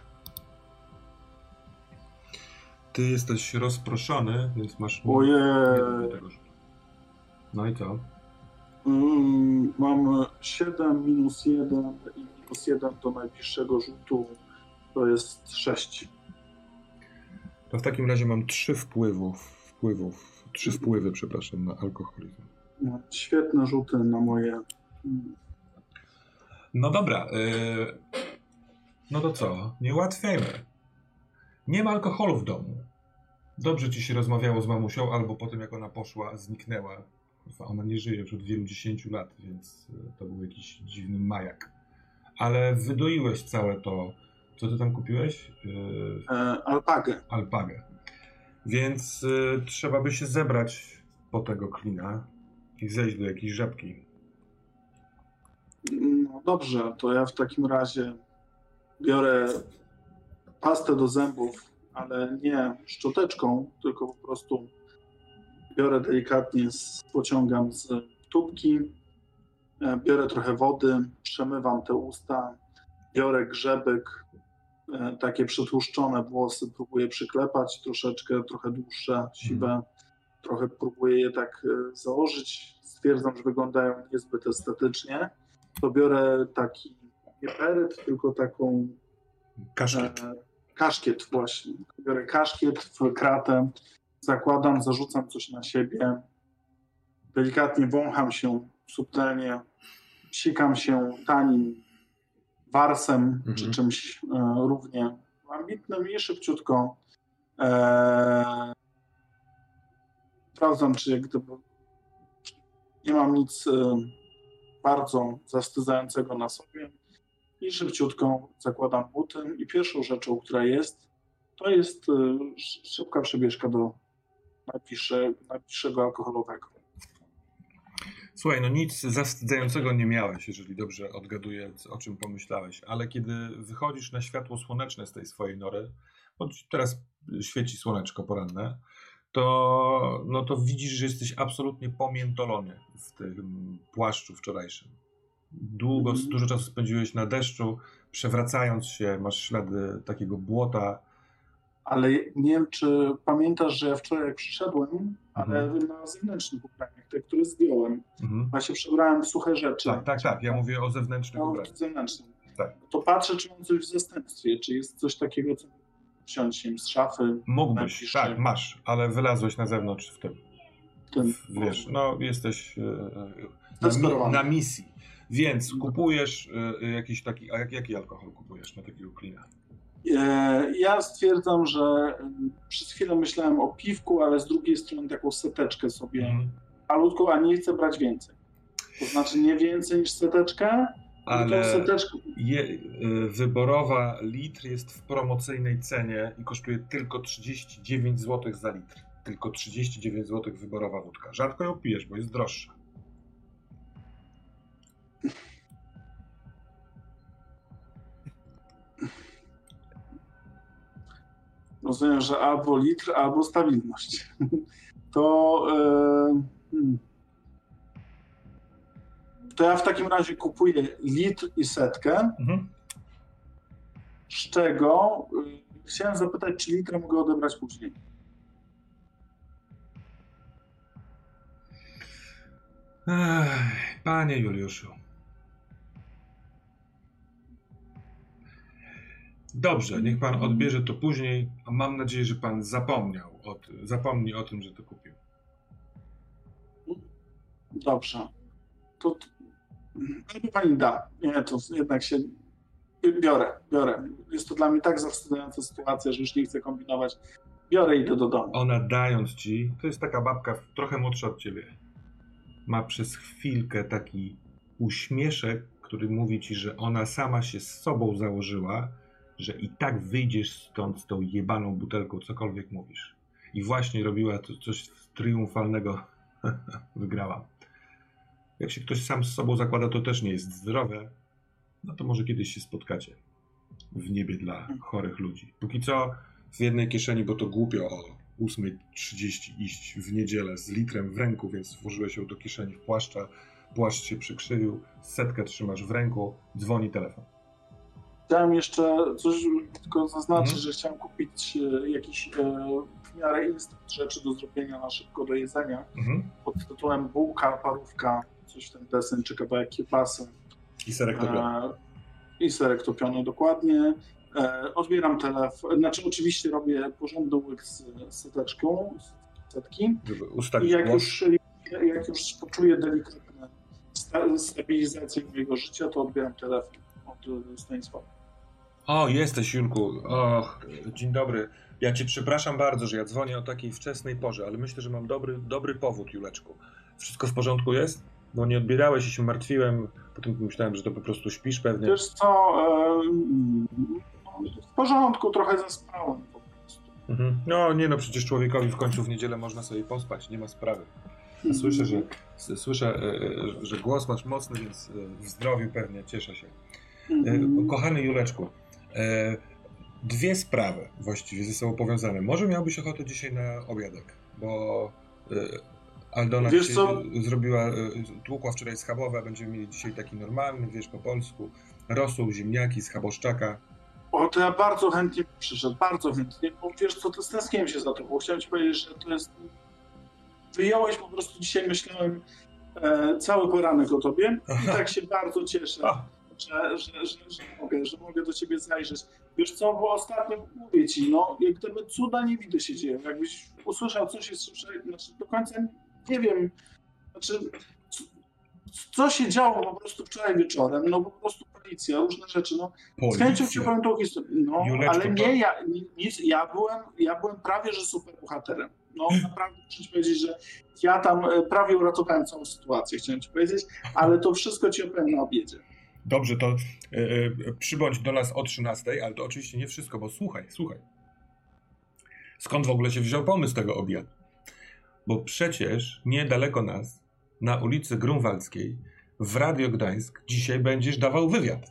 S1: Ty jesteś rozproszony, więc masz...
S5: Ojej.
S1: No i co?
S5: Mam 7, minus 1 i minus 1 do najbliższego rzutu to jest 6.
S1: To w takim razie mam 3 wpływy, przepraszam, na alkoholizm.
S5: No, świetne rzuty na moje...
S1: No dobra, no to co? Nie ułatwiajmy. Nie ma alkoholu w domu. Dobrze ci się rozmawiało z mamusią, albo po tym jak ona poszła, zniknęła. Ona nie żyje już od wielu 10 lat, więc to był jakiś dziwny majak. Ale wydoiłeś całe to... Co ty tam kupiłeś? Alpagę. Więc trzeba by się zebrać po tego klina i zejść do jakiejś żabki.
S5: No dobrze, to ja w takim razie biorę pastę do zębów, ale nie szczoteczką, tylko po prostu biorę delikatnie, pociągam z tubki, biorę trochę wody, przemywam te usta, biorę grzebyk, takie przytłuszczone włosy próbuję przyklepać, trochę dłuższe, siwe, trochę próbuję je tak założyć. Stwierdzam, że wyglądają niezbyt estetycznie. To biorę taki nie peryt, tylko taką kaszkiet właśnie. Biorę kaszkiet w kratę, zakładam, zarzucam coś na siebie, delikatnie wącham się subtelnie, sikam się tanim warsem, czy czymś równie ambitnym i szybciutko sprawdzam, czy jak gdyby nie mam nic bardzo zawstydzającego na sobie i szybciutko zakładam buty i pierwszą rzeczą, która jest, to jest szybka przebieżka do najbliższego alkoholowego.
S1: Słuchaj, no nic zawstydzającego nie miałeś, jeżeli dobrze odgaduję, o czym pomyślałeś, ale kiedy wychodzisz na światło słoneczne z tej swojej nory, bo teraz świeci słoneczko poranne, to widzisz, że jesteś absolutnie pomiętolony w tym płaszczu wczorajszym. Dużo czasu spędziłeś na deszczu, przewracając się, masz ślady takiego błota.
S5: Ale nie wiem, czy pamiętasz, że ja wczoraj jak przyszedłem, ale na zewnętrznych ubraniach, te, które zdjąłem. Właśnie przebrałem w suche rzeczy.
S1: Tak. Ja mówię o zewnętrznych ubraniach.
S5: Zewnętrznych.
S1: Tak.
S5: To patrzę, czy mam coś w zastępstwie, czy jest coś takiego, co wziąć z szafy.
S1: Mógłbyś, tak, masz, ale wylazłeś na zewnątrz w tym. Wiesz, no jesteś na misji. Więc kupujesz jakiś taki, a jaki alkohol kupujesz na takiego klina?
S5: Ja stwierdzam, że przez chwilę myślałem o piwku, ale z drugiej strony taką seteczkę sobie malutką, a nie chcę brać więcej. To znaczy nie więcej niż seteczkę,
S1: ale
S5: seteczkę.
S1: Wyborowa litr jest w promocyjnej cenie i kosztuje tylko 39 zł za litr. Tylko 39 zł wyborowa wódka. Rzadko ją pijesz, bo jest droższa.
S5: Rozumiem, że albo litr, albo stabilność. To ja w takim razie kupuję litr i setkę, z czego chciałem zapytać, czy litrę mogę odebrać później.
S1: Panie Juliuszu. Dobrze, niech pan odbierze to później, a mam nadzieję, że pan zapomni o tym, że to kupił.
S5: Dobrze. To albo pani da. Nie, to jednak się biorę. Jest to dla mnie tak zawstydzająca sytuacja, że już nie chcę kombinować. Biorę i idę do domu.
S1: Ona dając ci, to jest taka babka trochę młodsza od ciebie. Ma przez chwilkę taki uśmieszek, który mówi ci, że ona sama się z sobą założyła, że i tak wyjdziesz stąd z tą jebaną butelką, cokolwiek mówisz. I właśnie robiła to coś triumfalnego. Wygrała. Jak się ktoś sam z sobą zakłada, to też nie jest zdrowe. No to może kiedyś się spotkacie w niebie dla chorych ludzi. Póki co w jednej kieszeni, bo to głupio o 8:30 iść w niedzielę z litrem w ręku, więc włożyłeś ją do kieszeni w płaszcza. Płaszcz się przykrzywił, setkę trzymasz w ręku, dzwoni telefon.
S5: Chciałem jeszcze coś tylko zaznaczyć, że chciałem kupić jakiś w miarę instant rzeczy do zrobienia na szybko do jedzenia. Pod tytułem bułka, parówka, coś w ten deseń, czy kawałek kiełbasy.
S1: I serek topiony.
S5: I serek topiony, dokładnie. Odbieram telefon, znaczy oczywiście robię porządny łyk z seteczką, setki. I jak już poczuję delikatną stabilizację mojego życia, to odbieram telefon od Stanisława.
S1: O, jesteś, Julku. Och, dzień dobry. Ja cię przepraszam bardzo, że ja dzwonię o takiej wczesnej porze, ale myślę, że mam dobry powód, Juleczku. Wszystko w porządku jest? Bo nie odbierałeś i się martwiłem. Potem myślałem, że to po prostu śpisz pewnie.
S5: Wiesz co, w porządku, trochę zaspałem po prostu.
S1: No nie no, przecież człowiekowi w końcu w niedzielę można sobie pospać, nie ma sprawy. Słyszę, że głos masz mocny, więc w zdrowiu pewnie, cieszę się. Kochany Juleczku, dwie sprawy właściwie ze sobą powiązane. Może miałbyś ochotę dzisiaj na obiadek, bo Aldona
S5: Wiesz co?
S1: tłukła wczoraj schabowe, będziemy mieli dzisiaj taki normalny, wiesz, po polsku. Rosół, ziemniaki, schaboszczaka.
S5: O, to ja bardzo chętnie przyszedł, bardzo chętnie, bo wiesz co, to stęskniłem się za to, bo chciałem ci powiedzieć, że to jest... Wyjąłeś po prostu dzisiaj, myślałem, cały poranek o tobie i tak się bardzo cieszę, że mogę do ciebie zajrzeć. Wiesz co, bo ostatnio mówię ci, no, jak gdyby cuda niewidy się dzieją, jakbyś usłyszał coś jeszcze, znaczy do końca nie wiem, znaczy co się działo po prostu wczoraj wieczorem, no po prostu policja, różne rzeczy, no. Z chęcią ci powiem tą historię, no, Juleczko, ale nie, ja byłem prawie, że super bohaterem. No naprawdę muszę ci powiedzieć, że ja tam prawie uratowałem całą sytuację, chciałem ci powiedzieć, ale to wszystko ci opowiem na obiedzie.
S1: Dobrze, to przybądź do nas o 13:00, ale to oczywiście nie wszystko, bo słuchaj. Skąd w ogóle się wziął pomysł tego obiadu? Bo przecież niedaleko nas, na ulicy Grunwaldzkiej, w Radio Gdańsk dzisiaj będziesz dawał wywiad.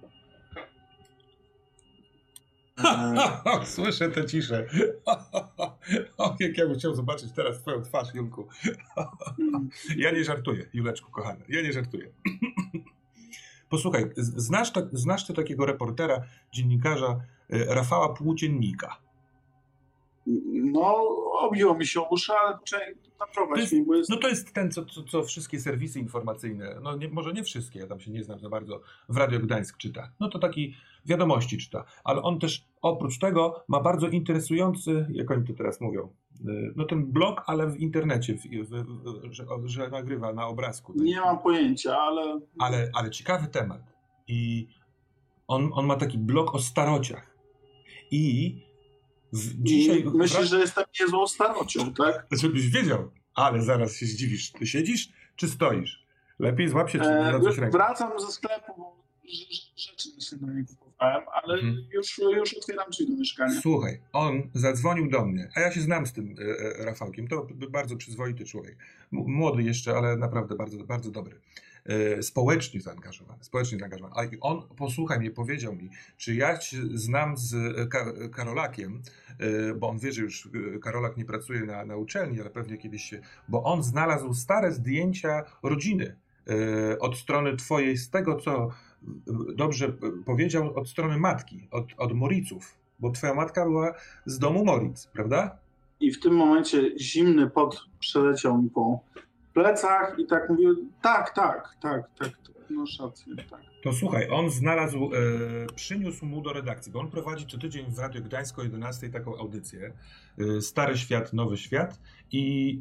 S1: Słyszę tę ciszę. Jak ja bym chciał zobaczyć teraz twoją twarz, Julku. Ja nie żartuję, Juleczku kochana, ja nie żartuję. Posłuchaj, znasz ty takiego reportera, dziennikarza Rafała Płóciennika?
S5: No, obiło mi się uszy, ale naprowadź mi, bo jest...
S1: No to jest ten, co wszystkie serwisy informacyjne, no może nie wszystkie, ja tam się nie znam za bardzo, w Radio Gdańsk czyta. No to taki wiadomości czyta, ale on też oprócz tego ma bardzo interesujący, jak oni to teraz mówią, no ten blog, ale w internecie, że nagrywa na obrazku.
S5: Nie mam pojęcia,
S1: Ale ciekawy temat. I on ma taki blog o starociach. I dzisiaj...
S5: Myślisz, że jestem niezłą starocią, tak?
S1: Żebyś wiedział, ale zaraz się zdziwisz. Ty siedzisz, czy stoisz? Lepiej złap się, czy na coś rękę.
S5: Wracam ze sklepu, bo rzeczy myślę do niej kupowałem, ale już otwieram drzwi do mieszkania.
S1: Słuchaj, on zadzwonił do mnie, a ja się znam z tym Rafałkiem, to bardzo przyzwoity człowiek. Młody jeszcze, ale naprawdę bardzo, bardzo dobry. Społecznie zaangażowany. Ale on, posłuchaj mnie, powiedział mi, czy ja się znam z Karolakiem, bo on wie, że już Karolak nie pracuje na uczelni, ale pewnie kiedyś się... Bo on znalazł stare zdjęcia rodziny od strony twojej, z tego co dobrze powiedział, od strony matki, od Moriców, bo twoja matka była z domu Moric, prawda?
S5: I w tym momencie zimny pot przeleciał mi po plecach i tak mówię, tak, no szację, tak.
S1: To słuchaj, on znalazł, przyniósł mu do redakcji, bo on prowadzi co tydzień w Radiu Gdańsk o 11:00 taką audycję, Stary Świat, Nowy Świat i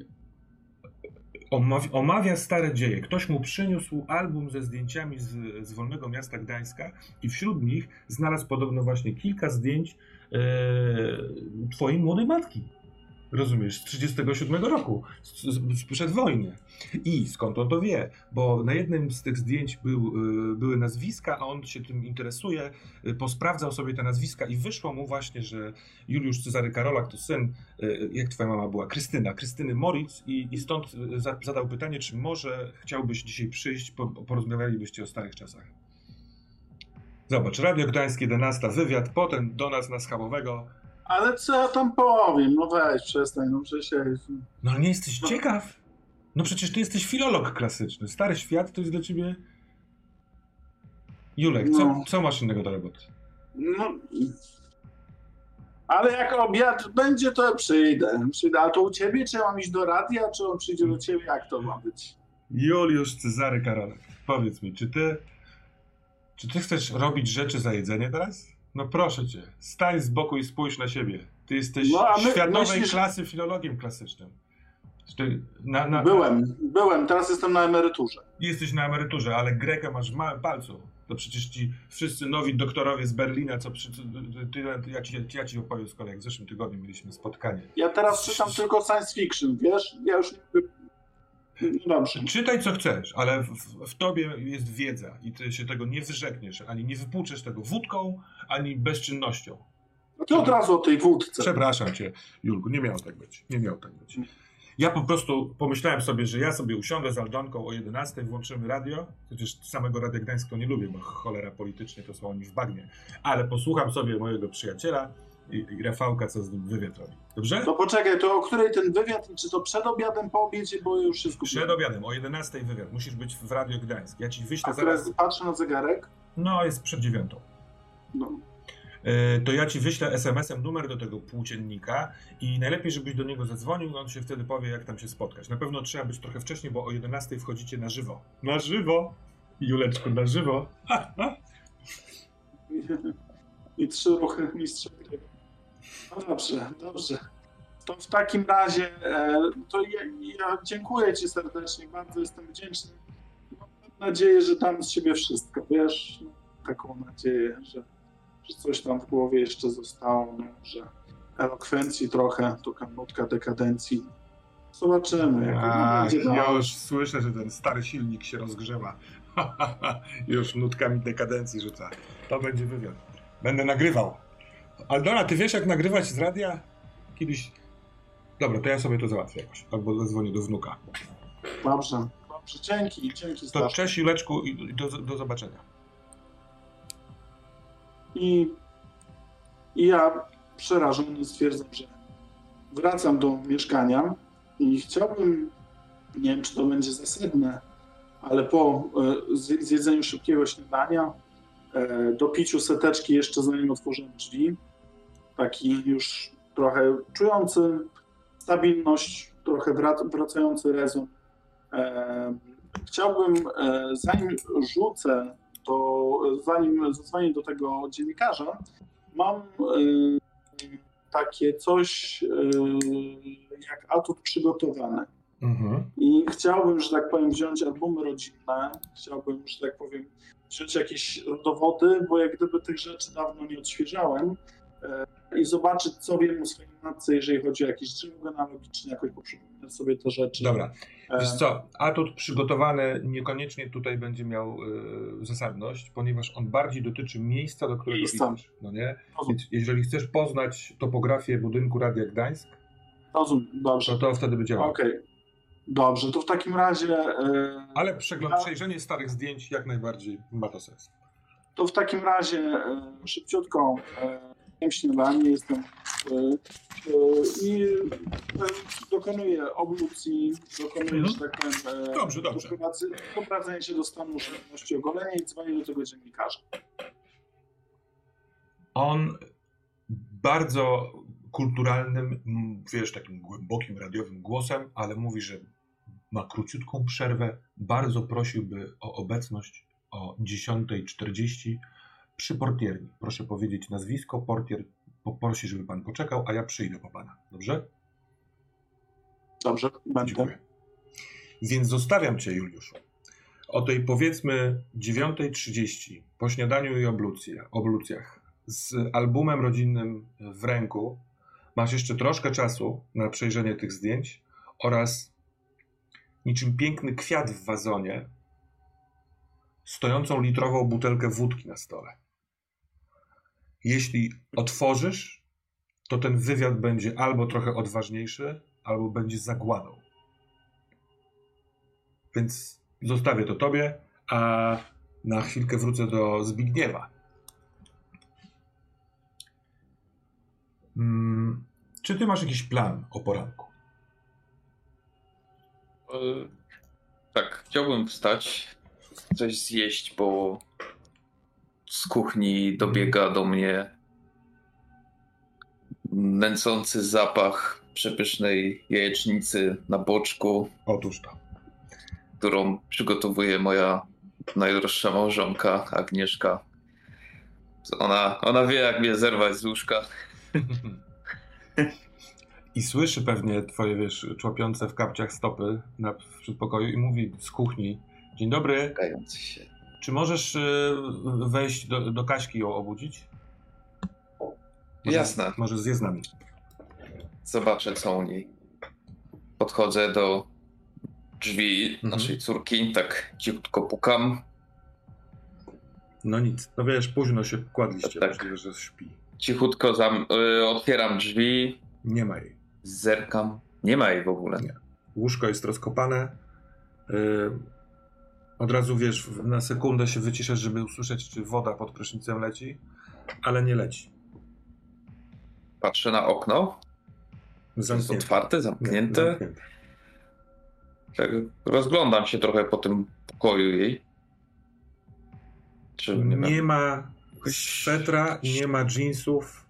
S1: omawia stare dzieje. Ktoś mu przyniósł album ze zdjęciami z Wolnego Miasta Gdańska i wśród nich znalazł podobno właśnie kilka zdjęć twojej młodej matki. Rozumiesz? Z 1937 roku, sprzed wojny. I skąd on to wie? Bo na jednym z tych zdjęć były nazwiska, a on się tym interesuje, posprawdzał sobie te nazwiska i wyszło mu właśnie, że Juliusz Cezary Karolak to syn, jak twoja mama była, Krystyny Moric i stąd zadał pytanie, czy może chciałbyś dzisiaj przyjść, porozmawialibyście o starych czasach. Zobacz, Radio Gdańsk 11:00, wywiad, potem do nas na Schabowego.
S5: Ale co ja tam powiem? No weź, przestań, no przecież ja...
S1: No ale nie jesteś ciekaw? No przecież ty jesteś filolog klasyczny. Stary Świat to jest dla ciebie... Julek, co masz innego do roboty?
S5: No... Ale jak obiad będzie, to przyjdę. A to u ciebie, czy ja mam iść do radia, czy on przyjdzie do ciebie? Jak to ma być?
S1: Juliusz Cezary Karolak, powiedz mi, czy ty chcesz robić rzeczy za jedzenie teraz? No proszę cię, stań z boku i spójrz na siebie. Ty jesteś światowej klasy filologiem klasycznym.
S5: Byłem, teraz jestem na emeryturze.
S1: Jesteś na emeryturze, ale Grekę masz w małym palcu. To przecież ci wszyscy nowi doktorowie z Berlina, ja ci opowiem z kolei, w zeszłym tygodniu mieliśmy spotkanie.
S5: Ja teraz czytam tylko science fiction, wiesz? Ja już nie... No dobrze.
S1: Czytaj co chcesz, ale w tobie jest wiedza i ty się tego nie wyrzekniesz, ani nie wypłuczesz tego wódką, ani bezczynnością.
S5: No to od razu o tej wódce.
S1: Przepraszam cię, Julku, nie miało tak być. Ja po prostu pomyślałem sobie, że ja sobie usiądę z Aldonką o 11:00, włączymy radio, chociaż samego Radia Gdańsk to nie lubię, bo cholera politycznie to są oni w bagnie, ale posłucham sobie mojego przyjaciela, i Rafałka, co z nim wywiad robi. Dobrze?
S5: To poczekaj, to o której ten wywiad? Czy to przed obiadem, po obiedzie, bo już się skupiłem.
S1: Przed obiadem, o 11:00 wywiad. Musisz być w Radio Gdańsk. Ja ci wyślę
S5: A
S1: zaraz...
S5: teraz patrzę na zegarek.
S1: No, jest przed 9:00.
S5: No.
S1: To ja ci wyślę SMS-em numer do tego płóciennika i najlepiej, żebyś do niego zadzwonił, on się wtedy powie, jak tam się spotkać. Na pewno trzeba być trochę wcześniej, bo o 11:00 wchodzicie na żywo. Na żywo! Juleczku, na żywo!
S5: I 3 ruchy mistrza gry. No dobrze. To w takim razie to ja dziękuję ci serdecznie, bardzo jestem wdzięczny. Mam nadzieję, że dam z siebie wszystko, wiesz? Taką nadzieję, że coś tam w głowie jeszcze zostało, no, że elokwencji trochę, taka nutka dekadencji. Zobaczymy, jak to będzie.
S1: Ja już słyszę, że ten stary silnik się rozgrzewa. Już nutkami dekadencji rzuca. To będzie wywiad. Będę nagrywał. Aldona, ty wiesz, jak nagrywać z radia? Kiedyś... Dobra, to ja sobie to załatwię jakoś. Albo zadzwonię do wnuka.
S5: Dobrze. Dzięki.
S1: To cześć, Juleczku, i do zobaczenia.
S5: I ja przerażony stwierdzam, że wracam do mieszkania i chciałbym, nie wiem, czy to będzie zasadne, ale po zjedzeniu szybkiego śniadania, dopiciu seteczki jeszcze zanim otworzę drzwi, taki już trochę czujący stabilność, trochę wracający rezon. Chciałbym, zanim zadzwonię do tego dziennikarza, mam takie coś jak atut przygotowany. I chciałbym, że tak powiem, wziąć albumy rodzinne, chciałbym, że tak powiem, wziąć jakieś dowody, bo jak gdyby tych rzeczy dawno nie odświeżałem i zobaczyć, co wiem o swojej matce, jeżeli chodzi o jakieś drzewo genealogiczne, jakoś poprzypominać sobie te rzeczy.
S1: Dobra, wiesz co, atut przygotowany niekoniecznie tutaj będzie miał zasadność, ponieważ on bardziej dotyczy miejsca, do którego idziesz, no nie? Więc jeżeli chcesz poznać topografię budynku Radia Gdańsk,
S5: dobrze.
S1: To wtedy będzie działało.
S5: Okej. Dobrze, to w takim razie...
S1: Ale przejrzenie starych zdjęć jak najbardziej ma to sens.
S5: To w takim razie szybciutko jem śniadanie, jestem i dokonuję oblucji, że tak powiem,
S1: Dobrze.
S5: doprowadzenie się do stanu żywności, ogolenia i dzwonię do tego dziennikarza.
S1: On bardzo kulturalnym, wiesz, takim głębokim, radiowym głosem, ale mówi, że ma króciutką przerwę. Bardzo prosiłby o obecność o 10:40 przy portierni. Proszę powiedzieć nazwisko, portier poprosi, żeby pan poczekał, a ja przyjdę po pana. Dobrze?
S5: Dobrze, będę.
S1: Dziękuję. Więc zostawiam cię, Juliuszu. O tej, powiedzmy, 9:30 po śniadaniu i oblucjach z albumem rodzinnym w ręku masz jeszcze troszkę czasu na przejrzenie tych zdjęć oraz niczym piękny kwiat w wazonie stojącą litrową butelkę wódki na stole. Jeśli otworzysz, to ten wywiad będzie albo trochę odważniejszy, albo będzie zagładą. Więc zostawię to tobie, a na chwilkę wrócę do Zbigniewa. Czy ty masz jakiś plan o poranku?
S2: Tak, chciałbym wstać, coś zjeść, bo z kuchni dobiega do mnie nęcący zapach przepysznej jajecznicy na boczku.
S1: Otóż to.
S2: Którą przygotowuje moja najdroższa małżonka, Agnieszka. Ona wie, jak mnie zerwać z łóżka.
S1: I słyszy pewnie twoje, wiesz, człapiące w kapciach stopy w przedpokoju i mówi z kuchni: dzień dobry,
S2: się.
S1: Czy możesz wejść do Kaśki i ją obudzić?
S2: Jasne.
S1: Może zje z nami.
S2: Zobaczę, co u niej. Podchodzę do drzwi naszej córki, tak cichutko pukam.
S1: No nic, no wiesz, późno się kładliście,
S2: tak.
S1: Możliwe, że śpi.
S2: Cichutko otwieram drzwi.
S1: Nie ma jej.
S2: Zerkam. Nie ma jej w ogóle.
S1: Nie. Łóżko jest rozkopane. Od razu, wiesz, na sekundę się wyciszasz, żeby usłyszeć, czy woda pod prysznicem leci, ale nie leci.
S2: Patrzę na okno. Jest otwarte, zamknięte. Tak, rozglądam się trochę po tym pokoju jej. Czy
S1: nie ma swetra, nie ma jeansów.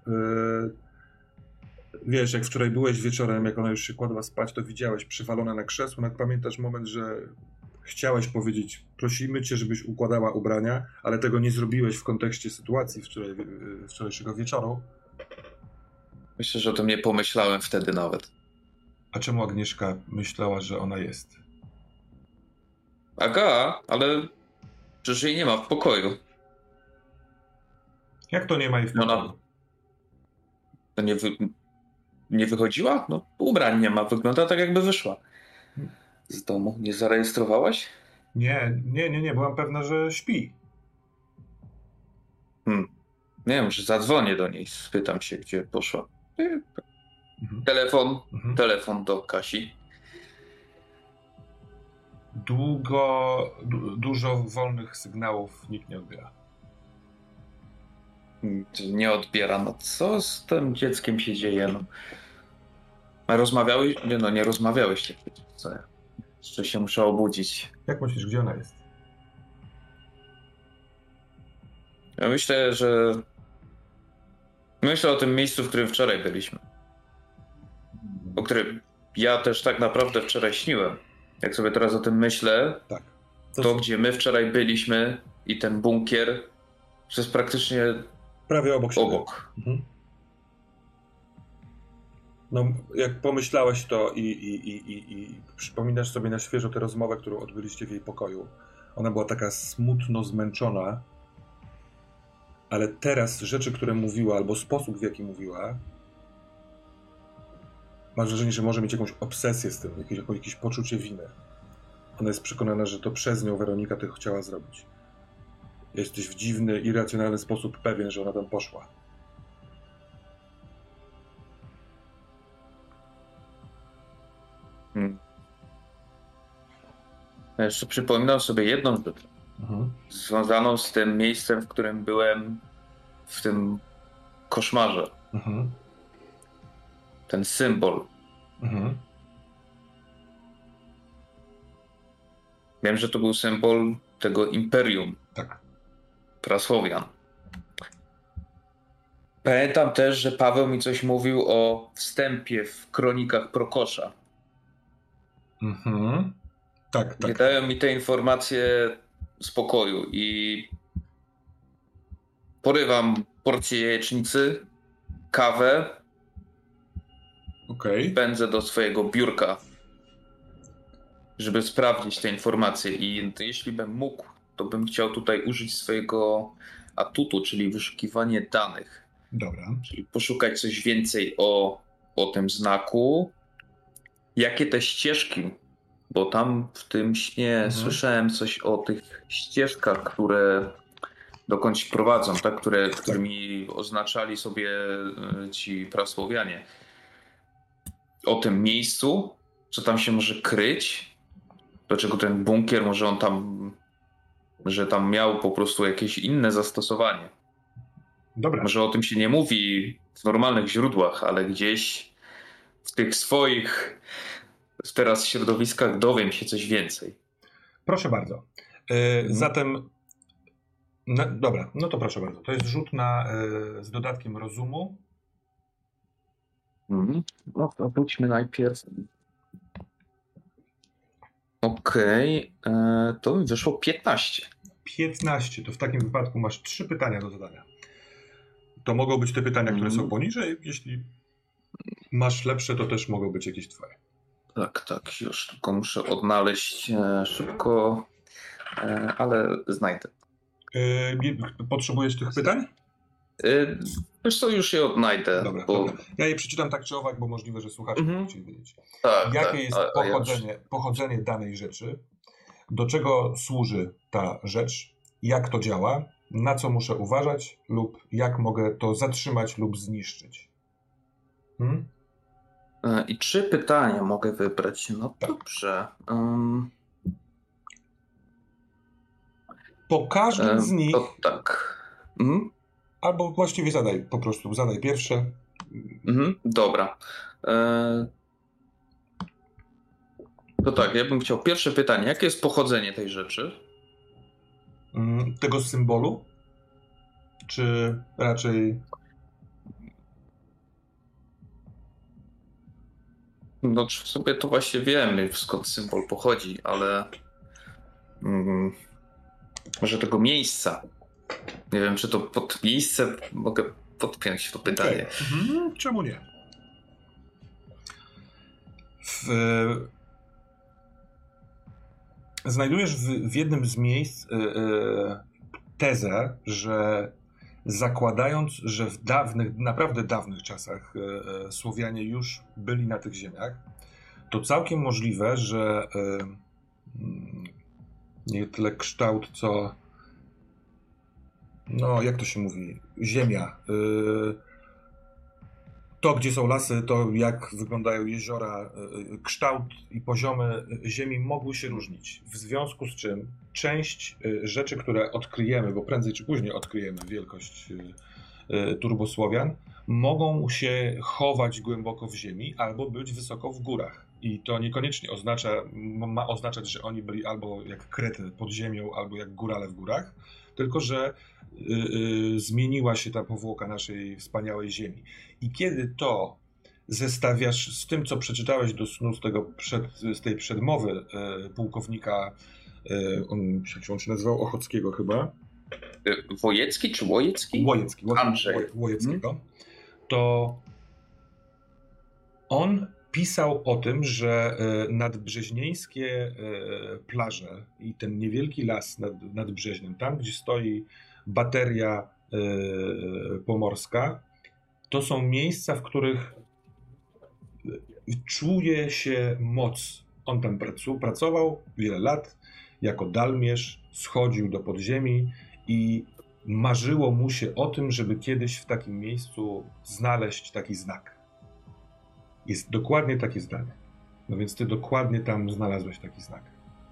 S1: Wiesz, jak wczoraj byłeś wieczorem, jak ona już się kładła spać, to widziałeś przywalone na krzesło. Pamiętasz moment, że chciałeś powiedzieć, prosimy cię, żebyś układała ubrania, ale tego nie zrobiłeś w kontekście sytuacji wczorajszego wieczoru.
S2: Myślę, że o tym nie pomyślałem wtedy nawet.
S1: A czemu Agnieszka myślała, że ona jest?
S2: Aga, ale przecież jej nie ma w pokoju.
S1: Jak to nie ma jej w pokoju?
S2: Ona... To nie wychodziła? No, ubrań nie ma. Wygląda tak, jakby wyszła z domu. Nie zarejestrowałaś?
S1: Nie. Byłam pewna, że śpi.
S2: Nie wiem, że zadzwonię do niej. Spytam się, gdzie poszła. Telefon do Kasi.
S1: Dużo wolnych sygnałów nikt nie odbiera.
S2: Nie odbiera. No co z tym dzieckiem się dzieje? No. A rozmawiałeś? Nie rozmawiałeś. Co ja? Jeszcze się muszę obudzić.
S1: Jak myślisz, gdzie ona jest?
S2: Ja myślę o tym miejscu, w którym wczoraj byliśmy. O którym ja też tak naprawdę wczoraj śniłem. Jak sobie teraz o tym myślę,
S1: tak.
S2: To gdzie my wczoraj byliśmy i ten bunkier, to jest praktycznie
S1: prawie obok siebie.
S2: Mhm.
S1: No, jak pomyślałeś to i przypominasz sobie na świeżo tę rozmowę, którą odbyliście w jej pokoju. Ona była taka smutno zmęczona, ale teraz rzeczy, które mówiła, albo sposób, w jaki mówiła, masz wrażenie, że może mieć jakąś obsesję z tym, jakieś poczucie winy. Ona jest przekonana, że to przez nią Weronika to chciała zrobić. Jesteś w dziwny, irracjonalny sposób pewien, że ona tam poszła.
S2: Ja jeszcze przypominam sobie jedną rzecz. Związaną z tym miejscem, w którym byłem w tym koszmarze. Ten symbol. Wiem, że to był symbol tego imperium.
S1: Tak.
S2: Prasłowian. Pamiętam też, że Paweł mi coś mówił o wstępie w kronikach Prokosza.
S1: Tak.
S2: Nie dają mi te informacje spokoju i porywam porcję jajecznicy, kawę. Pędzę do swojego biurka, żeby sprawdzić te informacje i jeśli bym mógł, to bym chciał tutaj użyć swojego atutu, czyli wyszukiwanie danych.
S1: Dobra.
S2: Czyli poszukać coś więcej o tym znaku. Jakie te ścieżki, bo tam w tym śnie słyszałem coś o tych ścieżkach, które dokądś prowadzą, tak? Którymi oznaczali sobie ci prasłowianie. O tym miejscu, co tam się może kryć, dlaczego ten bunkier, może on tam, że tam miał po prostu jakieś inne zastosowanie.
S1: Dobra.
S2: Może o tym się nie mówi w normalnych źródłach, ale gdzieś w tych swoich teraz środowiskach dowiem się coś więcej.
S1: Proszę bardzo. Zatem, dobra, no to proszę bardzo. To jest rzut z dodatkiem rozumu.
S2: No to wróćmy najpierw. Okej, to mi wyszło 15.
S1: 15, to w takim wypadku masz 3 pytania do zadania. To mogą być te pytania, które są poniżej. Jeśli masz lepsze, to też mogą być jakieś twoje.
S2: Tak, już tylko muszę odnaleźć szybko, ale znajdę.
S1: Potrzebujesz tych pytań?
S2: Wiesz co, już je odnajdę.
S1: Dobra. Ja je przeczytam tak czy owak, bo możliwe, że słuchacze będą chcieli wiedzieć. Jakie jest pochodzenie danej rzeczy, do czego służy ta rzecz, jak to działa, na co muszę uważać lub jak mogę to zatrzymać lub zniszczyć.
S2: I 3 pytania mogę wybrać. No tak. Dobrze.
S1: Po każdym z nich...
S2: To tak.
S1: Albo właściwie zadaj pierwsze.
S2: Dobra. To tak, ja bym chciał pierwsze pytanie. Jakie jest pochodzenie tej rzeczy?
S1: Tego symbolu? Czy raczej...
S2: No w sobie to właśnie wiemy, skąd symbol pochodzi, ale może tego miejsca. Nie wiem, czy to pod miejsce mogę podpiąć to pytanie.
S1: Okay. Czemu nie? Znajdujesz w jednym z miejsc tezę, że zakładając, że w dawnych, naprawdę dawnych czasach Słowianie już byli na tych ziemiach, to całkiem możliwe, że nie tyle kształt, co no, jak to się mówi, ziemia. To, gdzie są lasy, to jak wyglądają jeziora, kształt i poziomy ziemi mogły się różnić. W związku z czym część rzeczy, które odkryjemy, bo prędzej czy później odkryjemy wielkość turbosłowian, mogą się chować głęboko w ziemi albo być wysoko w górach. I to niekoniecznie ma oznaczać, że oni byli albo jak Krety pod ziemią, albo jak górale w górach, tylko że zmieniła się ta powłoka naszej wspaniałej ziemi. I kiedy to zestawiasz z tym, co przeczytałeś do snu z tej przedmowy pułkownika, on się nazywał Ochockiego chyba.
S2: Wojecki czy Łojecki? Andrzej.
S1: Łojeckiego. To on pisał o tym, że nadbrzeźnieńskie plaże i ten niewielki las nad Brzeźnem, tam gdzie stoi bateria pomorska, to są miejsca, w których czuje się moc. On tam pracował wiele lat jako dalmierz, schodził do podziemi i marzyło mu się o tym, żeby kiedyś w takim miejscu znaleźć taki znak. Jest dokładnie takie zdanie. No więc ty dokładnie tam znalazłeś taki znak.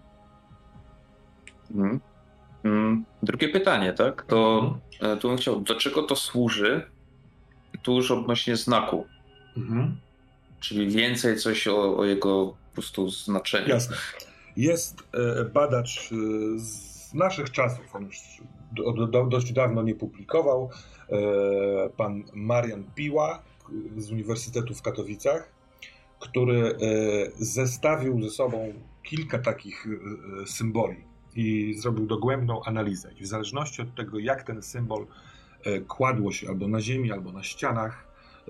S2: Drugie pytanie, tak? To tu bym chciał, do czego to służy? Tu już odnośnie znaku. Czyli więcej coś o jego po prostu znaczeniu.
S1: Jasne. Jest badacz z naszych czasów, on już dość dawno nie publikował, pan Marian Piła z Uniwersytetu w Katowicach, który zestawił ze sobą kilka takich symboli i zrobił dogłębną analizę. I w zależności od tego, jak ten symbol kładło się albo na ziemi, albo na ścianach,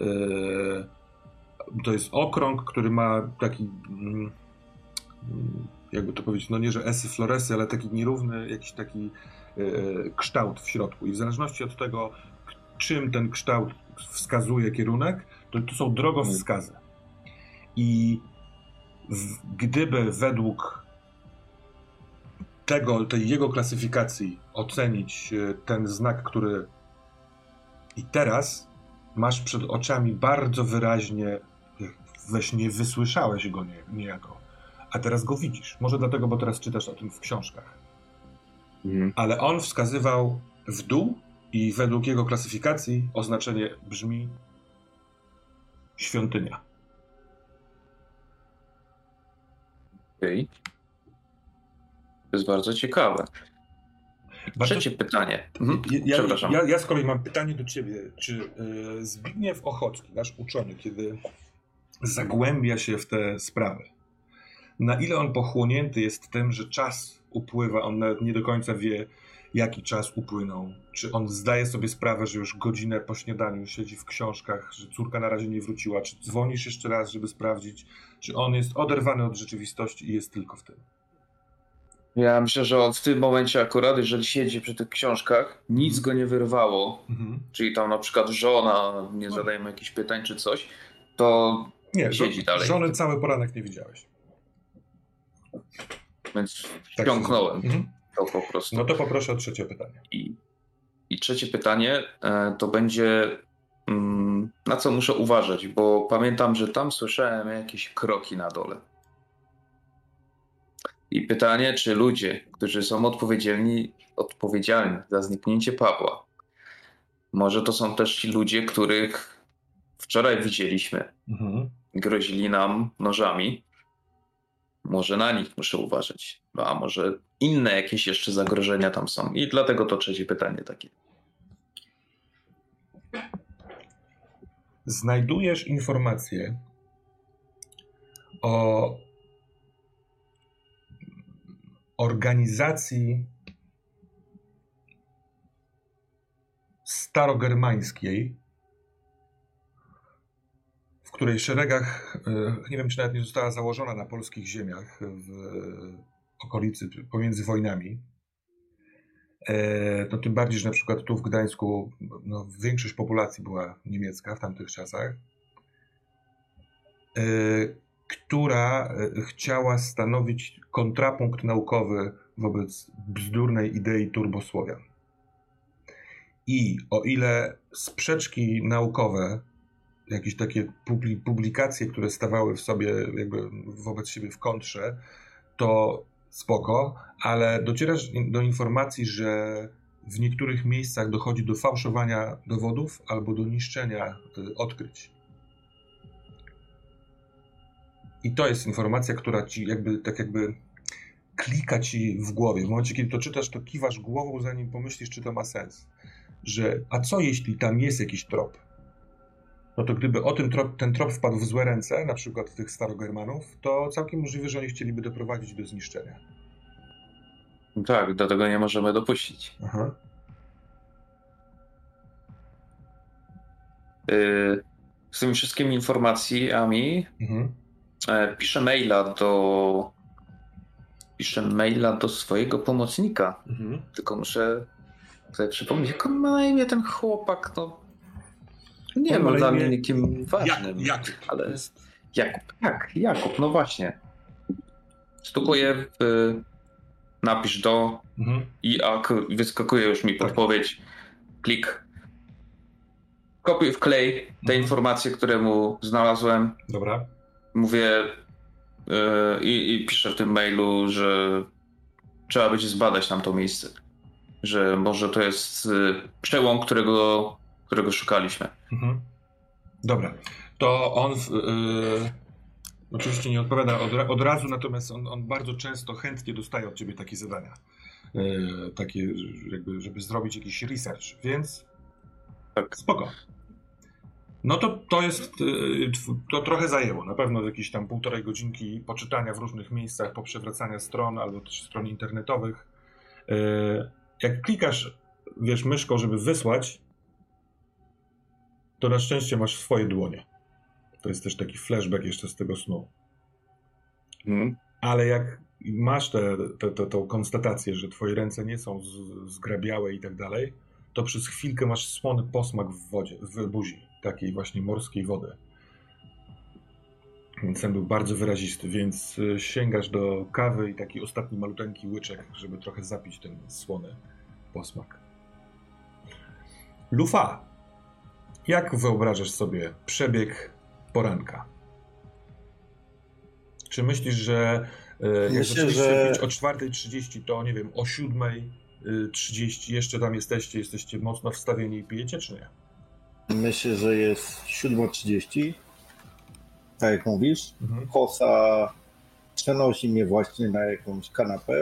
S1: to jest okrąg, który ma taki, jakby to powiedzieć, no nie, że esy, floresy, ale taki nierówny, jakiś taki kształt w środku. I w zależności od tego, czym ten kształt wskazuje kierunek, to są drogowskazy. I gdyby według tej jego klasyfikacji ocenić ten znak, który i teraz masz przed oczami bardzo wyraźnie, we śnie wysłyszałeś go niejako, a teraz go widzisz. Może dlatego, bo teraz czytasz o tym w książkach. Ale on wskazywał w dół i według jego klasyfikacji oznaczenie brzmi świątynia.
S2: Okej. To jest bardzo ciekawe. Trzecie pytanie. Przepraszam.
S1: Ja z kolei mam pytanie do ciebie. Czy Zbigniew Ochocki, nasz uczony, kiedy zagłębia się w te sprawy, na ile on pochłonięty jest tym, że czas upływa, on nawet nie do końca wie, jaki czas upłynął. Czy on zdaje sobie sprawę, że już godzinę po śniadaniu siedzi w książkach, że córka na razie nie wróciła? Czy dzwonisz jeszcze raz, żeby sprawdzić, czy on jest oderwany od rzeczywistości i jest tylko w tym?
S2: Ja myślę, że on w tym momencie akurat, jeżeli siedzi przy tych książkach, nic go nie wyrwało, czyli tam na przykład żona nie zadaje mu jakichś pytań czy coś, to nie, siedzi dalej.
S1: Żony cały poranek nie widziałeś.
S2: Więc wciągnąłem to po prostu.
S1: No to poproszę o trzecie pytanie.
S2: I trzecie pytanie to będzie, na co muszę uważać, bo pamiętam, że tam słyszałem jakieś kroki na dole. I pytanie, czy ludzie, którzy są odpowiedzialni za zniknięcie Pawła, może to są też ci ludzie, których wczoraj widzieliśmy, grozili nam nożami. Może na nich muszę uważać. A może inne jakieś jeszcze zagrożenia tam są. I dlatego to trzecie pytanie takie.
S1: Znajdujesz informacje o organizacji starogermańskiej, w której szeregach, nie wiem, czy nawet nie została założona na polskich ziemiach w okolicy, pomiędzy wojnami. No tym bardziej, że na przykład tu w Gdańsku większość populacji była niemiecka w tamtych czasach, która chciała stanowić kontrapunkt naukowy wobec bzdurnej idei turbosłowian. I o ile sprzeczki naukowe, jakieś takie publikacje, które stawały w sobie jakby wobec siebie w kontrze, to spoko, ale docierasz do informacji, że w niektórych miejscach dochodzi do fałszowania dowodów albo do niszczenia odkryć. I to jest informacja, która ci jakby klika ci w głowie. W momencie, kiedy to czytasz, to kiwasz głową, zanim pomyślisz, czy to ma sens. Że, a co jeśli tam jest jakiś trop? No to gdyby ten trop wpadł w złe ręce, na przykład tych starogermanów, to całkiem możliwe, że oni chcieliby doprowadzić do zniszczenia.
S2: Tak, do tego nie możemy dopuścić.
S1: Aha.
S2: Z tymi wszystkimi informacjami piszę maila do swojego pomocnika. Tylko muszę sobie przypomnieć, jak on ma na imię ten chłopak, no nie ma dla mnie nikim ważnym.
S1: Jakub.
S2: Ale Jakub, tak, Jakub, no właśnie. Stukuję napisz do i wyskakuje już mi podpowiedź. Klik. Kopiuj, wklej te informacje, które mu znalazłem.
S1: Dobra.
S2: Mówię i piszę w tym mailu, że trzeba będzie zbadać tam to miejsce. Że może to jest przełom, którego szukaliśmy.
S1: Dobra. To on oczywiście nie odpowiada od razu, natomiast on bardzo często chętnie dostaje od ciebie takie zadania. Takie jakby, żeby zrobić jakiś research, więc
S2: tak.
S1: Spoko. No to jest, to trochę zajęło, na pewno jakieś tam 1,5 godzinki poczytania w różnych miejscach, poprzewracania stron albo też stron internetowych. Jak klikasz, wiesz, myszką, żeby wysłać, to na szczęście masz swoje dłonie. To jest też taki flashback jeszcze z tego snu. Ale jak masz tą konstatację, że twoje ręce nie są zgrabiałe i tak dalej, to przez chwilkę masz słony posmak w wodzie, w buzi, takiej właśnie morskiej wody. Więc ten był bardzo wyrazisty, więc sięgasz do kawy i taki ostatni maluteńki łyczek, żeby trochę zapić ten słony posmak. Lufa, jak wyobrażasz sobie przebieg poranka? Czy myślisz, że jak zaczęliście pić o 4:30, to nie wiem, o 7:30 jeszcze tam jesteście mocno wstawieni i pijecie, czy nie?
S3: Myślę, że jest 7:30, tak jak mówisz. Kosa przenosi mnie właśnie na jakąś kanapę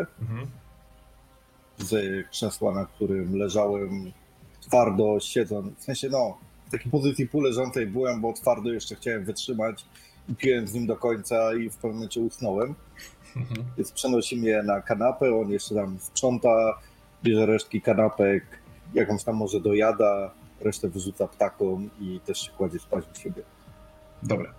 S3: z krzesła, na którym leżałem twardo siedząc. W sensie, w takiej pozycji półleżącej byłem, bo twardo jeszcze chciałem wytrzymać i piłem z nim do końca i w pewnym momencie usnąłem. Więc przenosi mnie na kanapę, on jeszcze tam sprząta, bierze resztki kanapek, jakąś tam może dojada, resztę wyrzuca ptakom i też się kładzie spać u siebie.
S1: Dobra.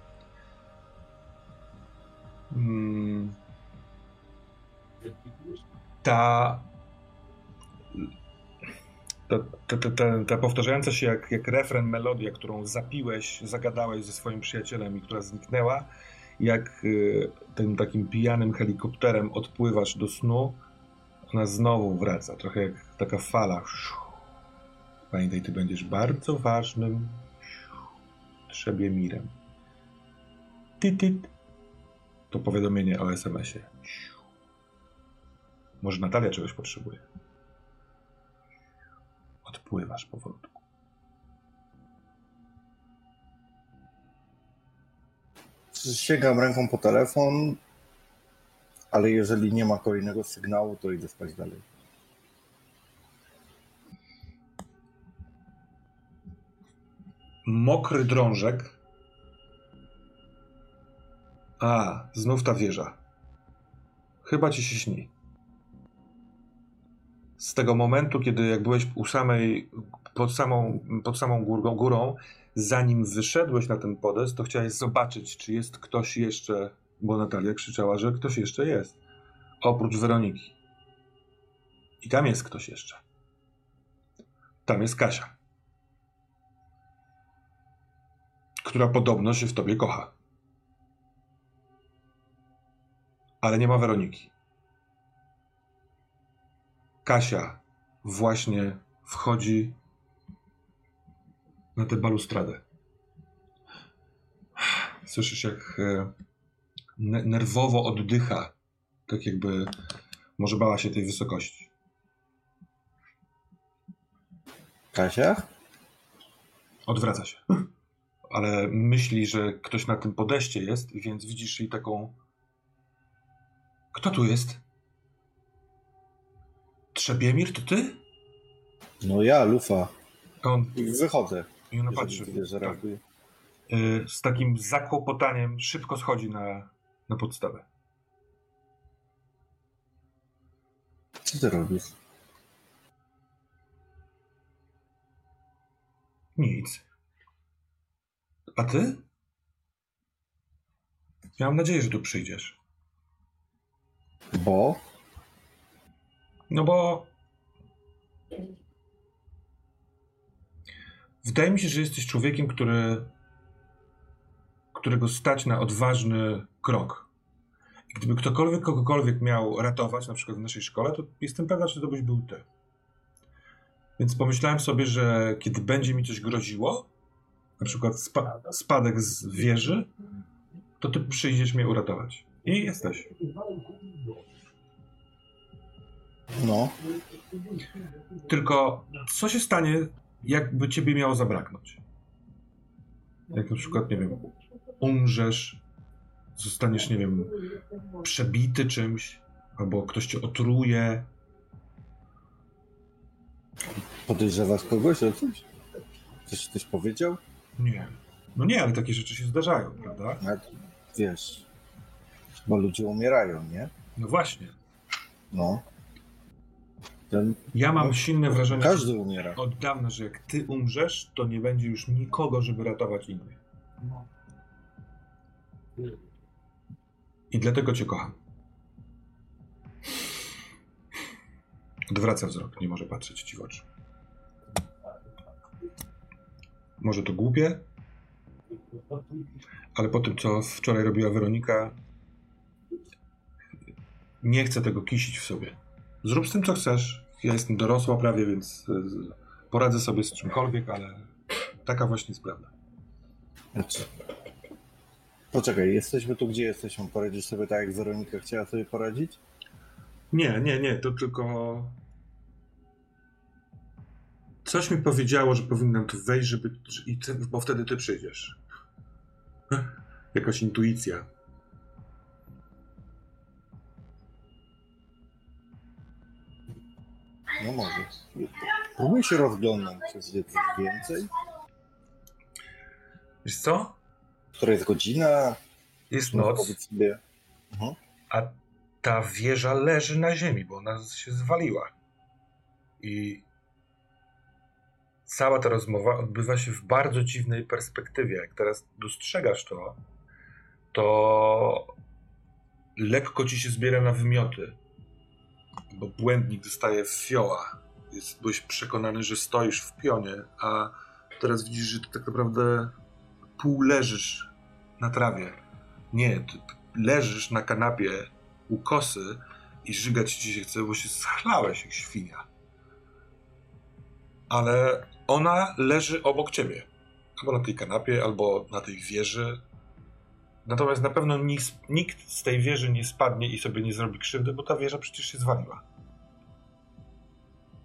S1: Ta powtarzająca się jak refren melodia, którą zapiłeś, zagadałeś ze swoim przyjacielem i która zniknęła, jak tym takim pijanym helikopterem odpływasz do snu, ona znowu wraca, trochę jak taka fala. Pamiętaj, ty będziesz bardzo ważnym trzebiemirem. Tyt. To powiadomienie o SMS-ie. Może Natalia czegoś potrzebuje. Odpływasz powolutku.
S3: Sięgam ręką po telefon, ale jeżeli nie ma kolejnego sygnału, to idę spać dalej.
S1: Mokry drążek. A, znów ta wieża. Chyba ci się śni. Z tego momentu, kiedy jak byłeś pod samą górą, zanim wyszedłeś na ten podest, to chciałeś zobaczyć, czy jest ktoś jeszcze, bo Natalia krzyczała, że ktoś jeszcze jest. Oprócz Weroniki. I tam jest ktoś jeszcze. Tam jest Kasia. Która podobno się w tobie kocha. Ale nie ma Weroniki. Kasia właśnie wchodzi na tę balustradę. Słyszysz, jak nerwowo oddycha, tak jakby może bała się tej wysokości.
S3: Kasia?
S1: Odwraca się. Ale myśli, że ktoś na tym podejście jest, więc widzisz jej taką... Kto tu jest? Trzebiemir, to ty?
S3: No ja, Lufa.
S1: On...
S3: Wychodzę.
S1: I ona patrzy.
S3: Widzę, że reaguje.
S1: Z takim zakłopotaniem szybko schodzi na podstawę.
S3: Co ty robisz?
S1: Nic. A ty? Miałem nadzieję, że tu przyjdziesz.
S3: Bo?
S1: No bo... Wydaje mi się, że jesteś człowiekiem, którego stać na odważny krok. I gdyby ktokolwiek kogokolwiek miał ratować, na przykład w naszej szkole, to jestem pewna, że to byś był ty. Więc pomyślałem sobie, że kiedy będzie mi coś groziło, na przykład spadek z wieży, to ty przyjdziesz mnie uratować. I jesteś.
S3: No.
S1: Tylko co się stanie, jakby ciebie miało zabraknąć? Jak na przykład, nie wiem, umrzesz, zostaniesz, nie wiem, przebity czymś, albo ktoś cię otruje.
S3: Podejrzewasz kogoś o coś? Ktoś powiedział?
S1: Nie. No nie, ale takie rzeczy się zdarzają, prawda?
S3: Nawet, wiesz, bo ludzie umierają, nie?
S1: No właśnie.
S3: No.
S1: Ja mam silne wrażenie
S3: Każdy umiera.
S1: od dawna, że jak ty umrzesz, to nie będzie już nikogo, żeby ratować innych. I dlatego cię kocham. Odwraca wzrok, nie może patrzeć ci w oczy. Może to głupie, ale po tym, co wczoraj robiła Weronika, nie chcę tego kisić w sobie. Zrób z tym, co chcesz. Ja jestem dorosła prawie, więc poradzę sobie z czymkolwiek, ale taka właśnie jest prawda.
S3: Znaczy, poczekaj, jesteśmy tu, gdzie jesteśmy. Poradzisz sobie tak, jak Weronika chciała sobie poradzić?
S1: Nie, to tylko... Coś mi powiedziało, że powinnam tu wejść, bo wtedy ty przyjdziesz. Jakaś intuicja.
S3: No może. Próbuj się rozglądać, czy jest coś więcej.
S1: Wiesz co?
S3: Która jest godzina?
S1: Jest
S3: Może
S1: noc,
S3: powiedz sobie.
S1: a ta wieża leży na ziemi, bo ona się zwaliła. I cała ta rozmowa odbywa się w bardzo dziwnej perspektywie. Jak teraz dostrzegasz to lekko ci się zbiera na wymioty, bo błędnik dostaje fioła. Byłeś przekonany, że stoisz w pionie, a teraz widzisz, że ty tak naprawdę pół leżysz na trawie. Nie, ty leżysz na kanapie u kosy i żygać ci się chce, bo się schlałeś jak świnia. Ale ona leży obok ciebie. Albo na tej kanapie, albo na tej wieży. Natomiast na pewno nikt z tej wieży nie spadnie i sobie nie zrobi krzywdy, bo ta wieża przecież się zwaliła.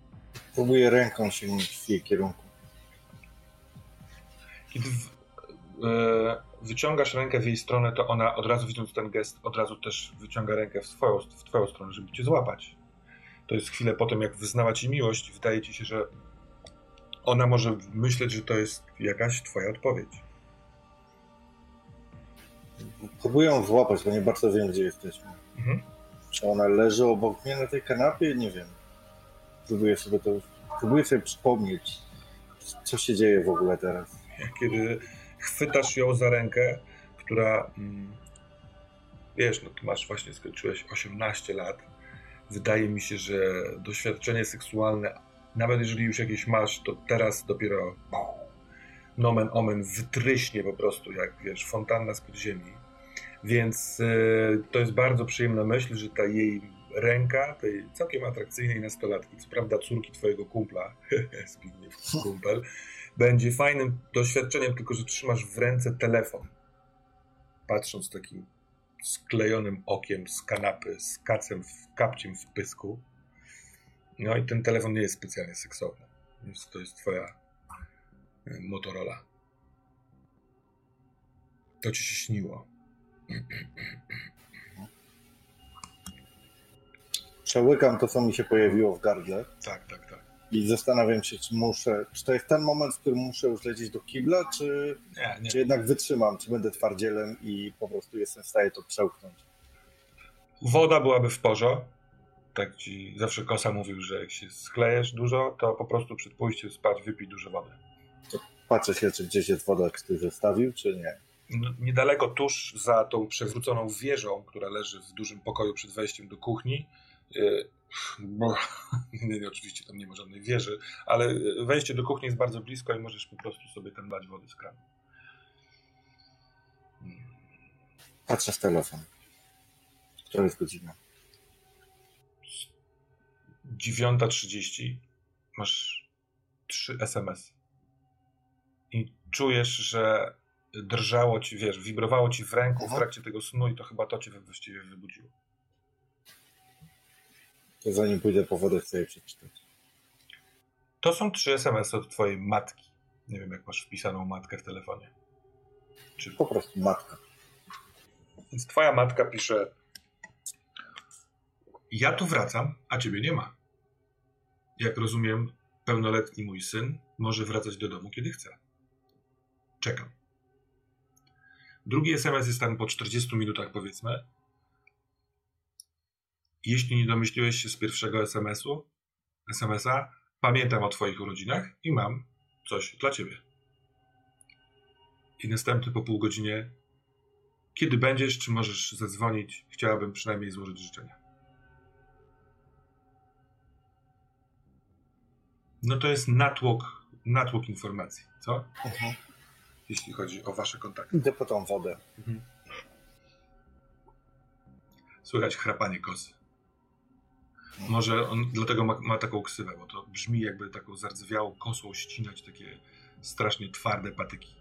S3: Próbuję ręką sięgnąć w jej kierunku.
S1: Kiedy wyciągasz rękę w jej stronę, to ona od razu, widząc ten gest, od razu też wyciąga rękę w twoją stronę, żeby cię złapać. To jest chwilę po tym, jak wyznała ci miłość i wydaje ci się, że ona może myśleć, że to jest jakaś twoja odpowiedź.
S3: Próbuję ją złapać, bo nie bardzo wiem, gdzie jesteśmy. Czy ona leży obok mnie na tej kanapie? Nie wiem. Próbuję sobie przypomnieć, co się dzieje w ogóle teraz.
S1: Kiedy chwytasz ją za rękę, która, wiesz, no ty właśnie skończyłeś 18 lat. Wydaje mi się, że doświadczenie seksualne, nawet jeżeli już jakieś masz, to teraz dopiero nomen omen wytryśnie po prostu, jak wiesz, fontanna z podziemi. Więc to jest bardzo przyjemna myśl, że ta jej ręka, tej całkiem atrakcyjnej nastolatki, co prawda córki twojego kumpla, Zbigniew kumpel, będzie fajnym doświadczeniem, tylko że trzymasz w ręce telefon, patrząc takim sklejonym okiem z kanapy, z kapciem w pysku. No i ten telefon nie jest specjalnie seksowny, więc to jest twoja Motorola. To ci się śniło.
S3: Przełykam to, co mi się pojawiło w gardle.
S1: Tak.
S3: I zastanawiam się, czy to jest ten moment, w którym muszę już lecieć do kibla,
S1: Nie.
S3: czy jednak wytrzymam, czy będę twardzielem i po prostu jestem w stanie to przełknąć.
S1: Woda byłaby w porze. Tak ci zawsze Kosa mówił, że jak się schlejesz dużo, to po prostu przed pójściem spać wypij dużo wody.
S3: Patrzę się, czy gdzieś jest woda, ktoś zostawił, czy nie.
S1: Niedaleko, tuż za tą przewróconą wieżą, która leży w dużym pokoju przed wejściem do kuchni. Nie, oczywiście tam nie ma żadnej wieży, ale wejście do kuchni jest bardzo blisko i możesz po prostu sobie tam dać wody z kranu.
S3: Patrzę w telefon. Która jest godzina?
S1: 9:30. Masz 3 SMS. I czujesz, że drżało ci, wiesz, wibrowało ci w ręku w trakcie tego snu i to chyba to cię właściwie wybudziło.
S3: To zanim pójdę po wodę, chcę je przeczytać.
S1: To są 3 SMS od twojej matki. Nie wiem, jak masz wpisaną matkę w telefonie. Czy...
S3: Po prostu matka.
S1: Więc twoja matka pisze: ja tu wracam, a ciebie nie ma. Jak rozumiem, pełnoletni mój syn może wracać do domu, kiedy chce. Czekam. Drugi SMS jest tam po 40 minutach, powiedzmy. Jeśli nie domyśliłeś się z pierwszego SMS-a, pamiętam o twoich urodzinach i mam coś dla ciebie. I następny po pół godzinie: kiedy będziesz, czy możesz zadzwonić? Chciałabym przynajmniej złożyć życzenia. No to jest natłok informacji, co? Jeśli chodzi o wasze kontakty.
S3: Idę po tą wodę.
S1: Słychać chrapanie Kosy. Może on dlatego ma taką ksywę, bo to brzmi, jakby taką zardzewiałą kosą ścinać takie strasznie twarde patyki.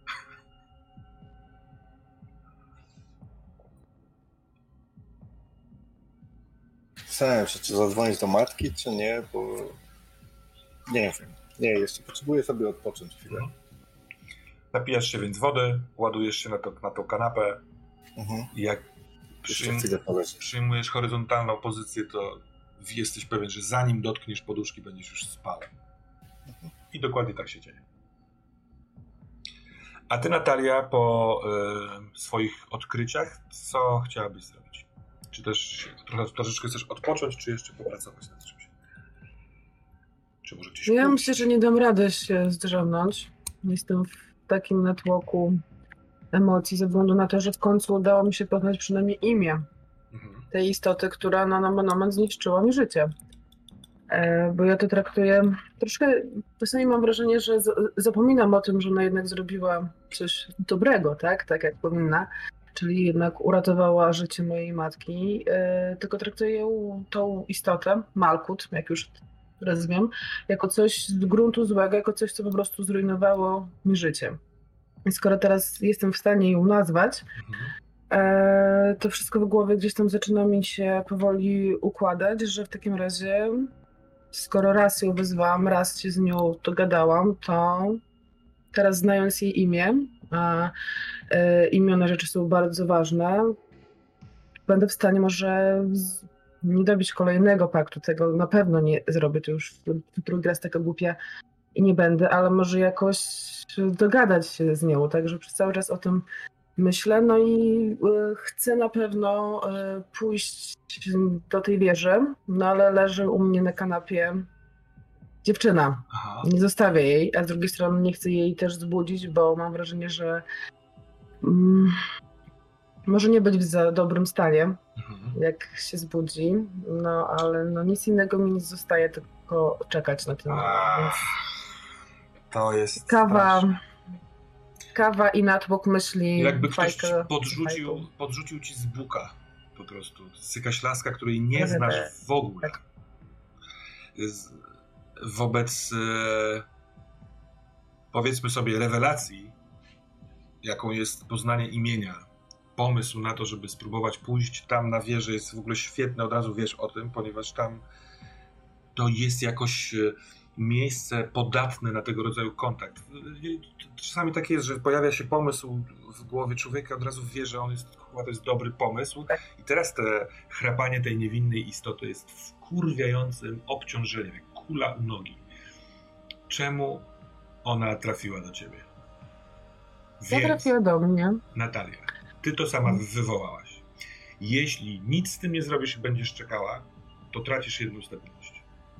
S3: Zastanawiam się, czy zadzwonić do matki, czy nie, bo nie wiem. Nie, jeszcze potrzebuję sobie odpocząć chwilę.
S1: Napijasz się więc wody, ładujesz się na tą kanapę i jak przyjmujesz horyzontalną pozycję, to jesteś pewien, że zanim dotkniesz poduszki, będziesz już spał. I dokładnie tak się dzieje. A ty, Natalia, po swoich odkryciach, co chciałabyś zrobić? Czy też troszeczkę chcesz odpocząć, czy jeszcze popracować nad czymś? Czy może gdzieś
S4: Ja myślę, że nie dam rady się zdrzemnąć. Jestem w takim natłoku emocji ze względu na to, że w końcu udało mi się poznać przynajmniej imię tej istoty, która na moment zniszczyła mi życie. Bo ja to traktuję troszkę, czasami mam wrażenie, że zapominam o tym, że ona jednak zrobiła coś dobrego, tak jak powinna, czyli jednak uratowała życie mojej matki, tylko traktuję tą istotę, Malkut, jak już teraz wiem, jako coś z gruntu złego, jako coś, co po prostu zrujnowało mi życie. I skoro teraz jestem w stanie ją nazwać, to wszystko w głowie gdzieś tam zaczyna mi się powoli układać, że w takim razie, skoro raz ją wyzwałam, raz się z nią dogadałam, to teraz znając jej imię, a imiona rzeczy są bardzo ważne, będę w stanie może nie dobić kolejnego paktu, tego na pewno nie zrobię, to już drugi raz taka głupia i nie będę, ale może jakoś dogadać się z nią, także przez cały czas o tym myślę, no i chcę na pewno pójść do tej wieży, no ale leży u mnie na kanapie dziewczyna.
S1: Aha.
S4: Nie zostawię jej, a z drugiej strony nie chcę jej też zbudzić, bo mam wrażenie, że może nie być w za dobrym stanie, jak się zbudzi, no ale no nic innego mi nie zostaje, tylko czekać na ten moment. Więc
S1: to jest
S4: kawa i natłok myśli.
S1: Jakby ktoś podrzucił ci z buka po prostu. Z jakaś laska, której nie znasz w ogóle.
S4: Tak.
S1: Wobec powiedzmy sobie rewelacji, jaką jest poznanie imienia, pomysł na to, żeby spróbować pójść tam na wieżę jest w ogóle świetny, od razu wiesz o tym, ponieważ tam to jest jakoś miejsce podatne na tego rodzaju kontakt. Czasami tak jest, że pojawia się pomysł w głowie człowieka, od razu wie, że to jest dobry pomysł. I teraz te chrapanie tej niewinnej istoty jest wkurwiającym obciążeniem, jak kula u nogi. Czemu ona trafiła do ciebie?
S4: Więc, trafiła do mnie.
S1: Natalia, ty to sama wywołałaś. Jeśli nic z tym nie zrobisz i będziesz czekała, to tracisz jedną stabiliność.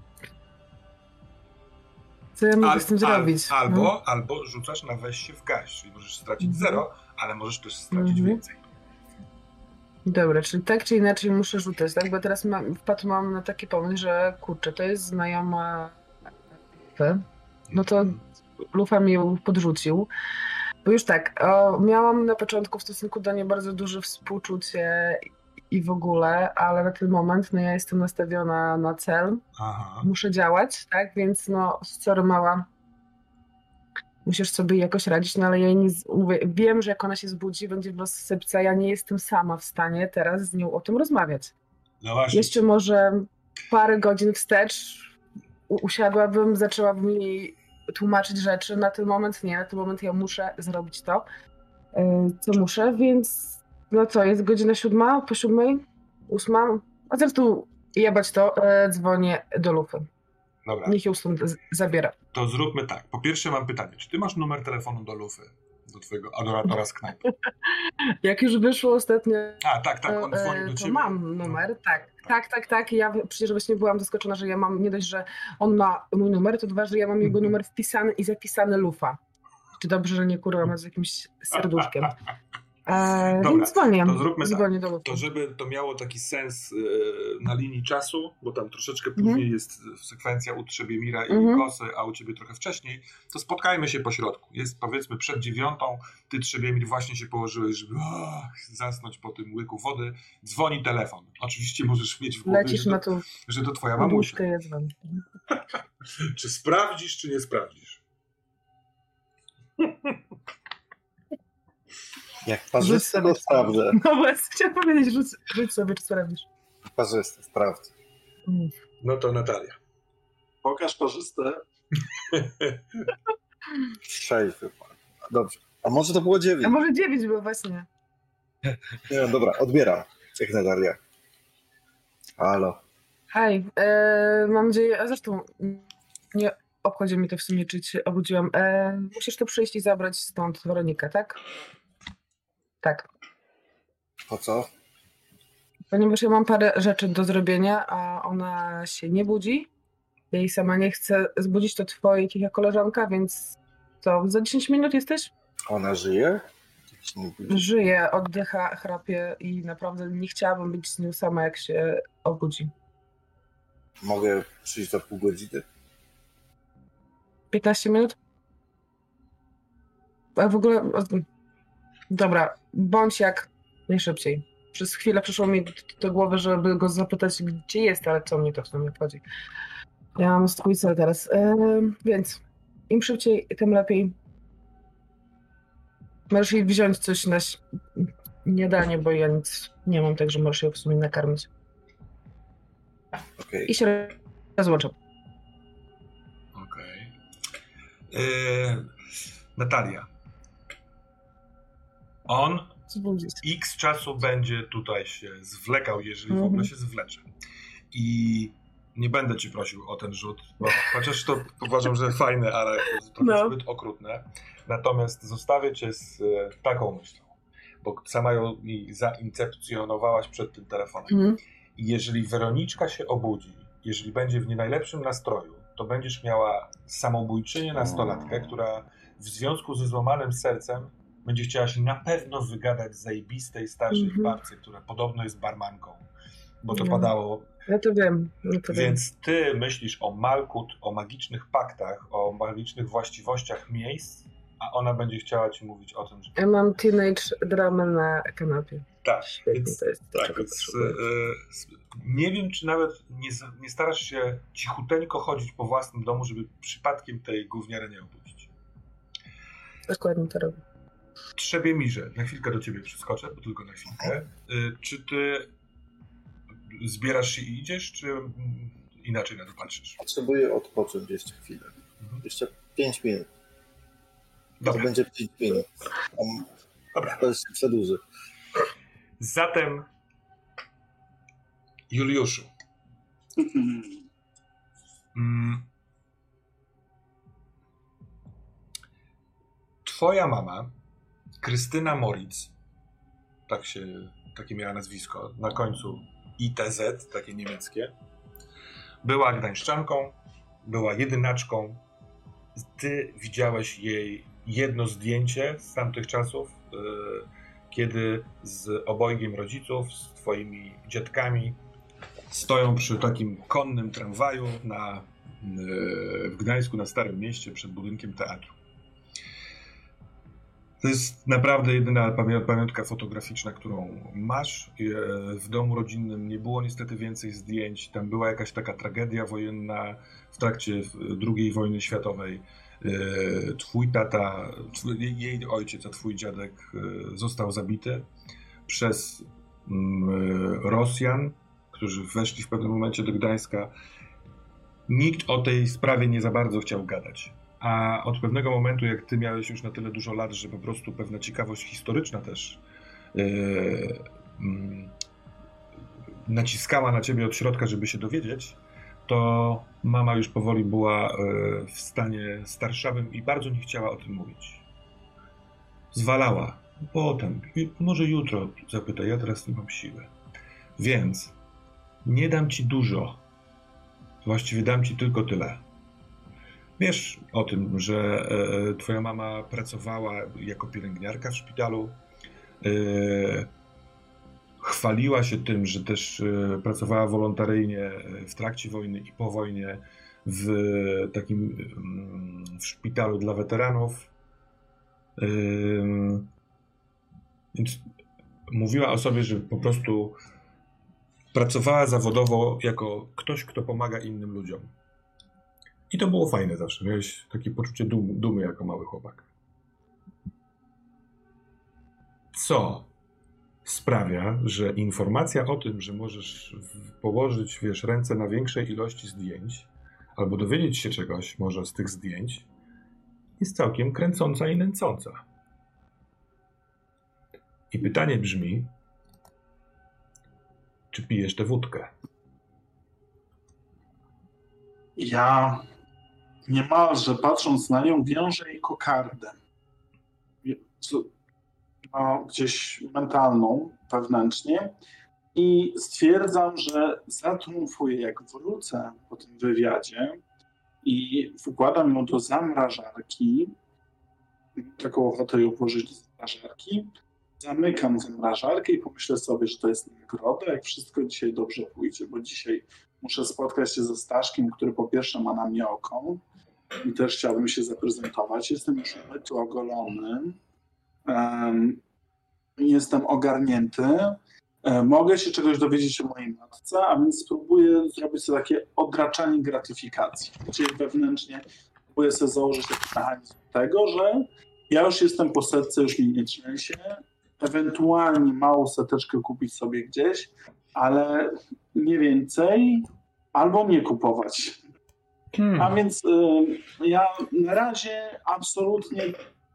S4: Co ja mogę z tym zrobić?
S1: Albo rzucasz na weź się w gaś, czyli możesz stracić 0, ale możesz też stracić więcej.
S4: Dobra, czyli tak czy inaczej muszę rzucać, tak? Bo teraz mam na taki pomysł, że kurczę, to jest znajoma Lufy. No to Lufa mi ją podrzucił. Bo już tak, miałam na początku w stosunku do niej bardzo duże współczucie i w ogóle, ale na ten moment ja jestem nastawiona na cel.
S1: Aha.
S4: Muszę działać, tak? Więc sorry mała, musisz sobie jakoś radzić, no ale ja nie mówię, wiem, że jak ona się zbudzi, będzie w rozsypce, ja nie jestem sama w stanie teraz z nią o tym rozmawiać.
S1: No właśnie.
S4: Jeszcze może parę godzin wstecz usiadłabym, zaczęłabym jej tłumaczyć rzeczy, na ten moment nie, na ten moment ja muszę zrobić to, co muszę, więc no co, jest godzina 7, po 7, 8, a zresztą jebać to, dzwonię do Lufy.
S1: Dobra.
S4: Niech ją stąd zabiera.
S1: To zróbmy tak. Po pierwsze mam pytanie, czy ty masz numer telefonu do Lufy? Do twojego adoratora z knajpy?
S4: Jak już wyszło ostatnio...
S1: Tak, on dzwonił do ciebie.
S4: Mam numer, tak. Ja przecież właśnie byłam zaskoczona, że ja mam, nie dość, że on ma mój numer, to dwa, że ja mam jego numer wpisany i zapisany Lufa. Czy dobrze, że nie kurwa z jakimś serduszkiem.
S1: Dobra,
S4: więc dzwonię.
S1: To zróbmy
S4: dzwonię
S1: tak.
S4: do Lufy.
S1: To żeby to miało taki sens na linii czasu, bo tam troszeczkę później jest sekwencja u Trzebiemira i Kosy, a u ciebie trochę wcześniej, to spotkajmy się po środku. Jest powiedzmy przed 9, ty Trzebiemir właśnie się położyłeś, żeby zasnąć po tym łyku wody. Dzwoni telefon. Oczywiście możesz mieć w głowie, że to twoja mamusia.
S4: Ja dzwonię.
S1: Czy sprawdzisz, czy nie sprawdzisz?
S3: Jak parzyste, to sprawdzę.
S4: No właśnie, chciałam powiedzieć, rzuć sobie, czy sprawdzisz.
S3: Parzyste, sprawdzę.
S1: No to Natalia.
S5: Pokaż parzyste.
S3: 6 wypadł. Dobrze. A może to było 9?
S4: A może 9 było właśnie.
S3: Nie, no dobra, odbieram. Jak Natalia. Halo.
S4: Hej, mam nadzieję, a zresztą nie obchodzi mi to w sumie, czy cię obudziłam. Musisz tu przyjść i zabrać stąd Weronikę, tak? Tak.
S3: Po co?
S4: Ponieważ ja mam parę rzeczy do zrobienia, a ona się nie budzi. Ja jej sama nie chcę zbudzić, to twoja cicha koleżanka, więc co, za 10 minut jesteś?
S3: Ona żyje?
S4: Żyje, oddycha, chrapie i naprawdę nie chciałabym być z nią sama, jak się obudzi.
S3: Mogę przyjść za pół godziny?
S4: 15 minut? A w ogóle... Dobra, bądź jak najszybciej. Przez chwilę przyszło mi do głowy, żeby go zapytać, gdzie jest, ale co mnie to w sumie wchodzi. Ja mam swój cel teraz, więc im szybciej, tym lepiej. Możesz jej wziąć coś na śniadanie, bo ja nic nie mam, także możesz ją w sumie nakarmić.
S3: Okay.
S4: I się rozłączam.
S1: Okej. Natalia. On
S4: Zbudzić.
S1: x czasu będzie tutaj się zwlekał, jeżeli w ogóle się zwlecze. I nie będę ci prosił o ten rzut, bo chociaż to uważam, że fajne, ale to trochę zbyt okrutne. Natomiast zostawię cię z taką myślą, bo sama ją mi zaincepcjonowałaś przed tym telefonem. I jeżeli Weroniczka się obudzi, jeżeli będzie w nie najlepszym nastroju, to będziesz miała samobójczynię nastolatkę, która w związku ze złamanym sercem będzie chciała się na pewno wygadać z zajebistej starszej babcy, która podobno jest barmanką, bo to padało.
S4: Ja to wiem.
S1: Więc ty myślisz o Malkut, o magicznych paktach, o magicznych właściwościach miejsc, a ona będzie chciała ci mówić o tym, że...
S4: Ja mam teenage dramę na kanapie.
S1: Tak,
S4: Świetnie,
S1: więc,
S4: to jest to,
S1: tak,
S4: czego
S1: więc nie wiem, czy nawet nie starasz się cichuteńko chodzić po własnym domu, żeby przypadkiem tej gówniary nie obudzić.
S4: Dokładnie to robię.
S1: Trzebie mi, że na chwilkę do ciebie przeskoczę, bo tylko na chwilkę. Czy ty zbierasz się i idziesz, czy inaczej na to patrzysz?
S3: Potrzebuję odpocząć jeszcze chwilę. Jeszcze 5 minut.
S1: Dobra.
S3: To będzie 5 minut.
S1: Dobra.
S3: To jest przedłuży.
S1: Zatem Juliuszu. Twoja mama, Krystyna Moritz, takie miała nazwisko, na końcu ITZ, takie niemieckie, była gdańszczanką, była jedynaczką. Ty widziałeś jej jedno zdjęcie z tamtych czasów, kiedy z obojgiem rodziców, z twoimi dziadkami stoją przy takim konnym tramwaju w Gdańsku, na Starym Mieście, przed budynkiem teatru. To jest naprawdę jedyna pamiątka fotograficzna, którą masz. W domu rodzinnym nie było niestety więcej zdjęć. Tam była jakaś taka tragedia wojenna w trakcie II wojny światowej. Twój tata, jej ojciec, a twój dziadek został zabity przez Rosjan, którzy weszli w pewnym momencie do Gdańska. Nikt o tej sprawie nie za bardzo chciał gadać. A od pewnego momentu, jak ty miałeś już na tyle dużo lat, że po prostu pewna ciekawość historyczna też naciskała na ciebie od środka, żeby się dowiedzieć, to mama już powoli była w stanie starszawym i bardzo nie chciała o tym mówić. Zwalała. Potem, może jutro zapytaj, ja teraz nie mam siły. Więc nie dam ci dużo. Właściwie dam ci tylko tyle. Wiesz o tym, że twoja mama pracowała jako pielęgniarka w szpitalu. Chwaliła się tym, że też pracowała wolontaryjnie w trakcie wojny i po wojnie w takim w szpitalu dla weteranów. Więc mówiła o sobie, że po prostu pracowała zawodowo jako ktoś, kto pomaga innym ludziom. I to było fajne zawsze. Miałeś takie poczucie dumy jako mały chłopak. Co sprawia, że informacja o tym, że możesz położyć, ręce na większej ilości zdjęć albo dowiedzieć się czegoś może z tych zdjęć, jest całkiem kręcąca i nęcąca. I pytanie brzmi, czy pijesz tę wódkę?
S5: Ja niemalże patrząc na nią wiążę jej kokardę. Gdzieś mentalną, wewnętrznie i stwierdzam, że zatriumfuję, jak wrócę po tym wywiadzie i wkładam ją do zamrażarki, taką ochotę ją włożyć do zamrażarki, zamykam zamrażarkę i pomyślę sobie, że to jest nagroda, jak wszystko dzisiaj dobrze pójdzie, bo dzisiaj muszę spotkać się ze Staszkiem, który po pierwsze ma na mnie oko i też chciałbym się zaprezentować. Jestem już umyty, ogolony. Jestem ogarnięty. Mogę się czegoś dowiedzieć o mojej matce, a więc spróbuję zrobić sobie takie odraczanie gratyfikacji. Czyli wewnętrznie próbuję sobie założyć taki mechanizm tego, że ja już jestem po setce, już mi nie trzęsie. Ewentualnie małą seteczkę kupić sobie gdzieś, ale nie więcej, albo nie kupować. A więc ja na razie absolutnie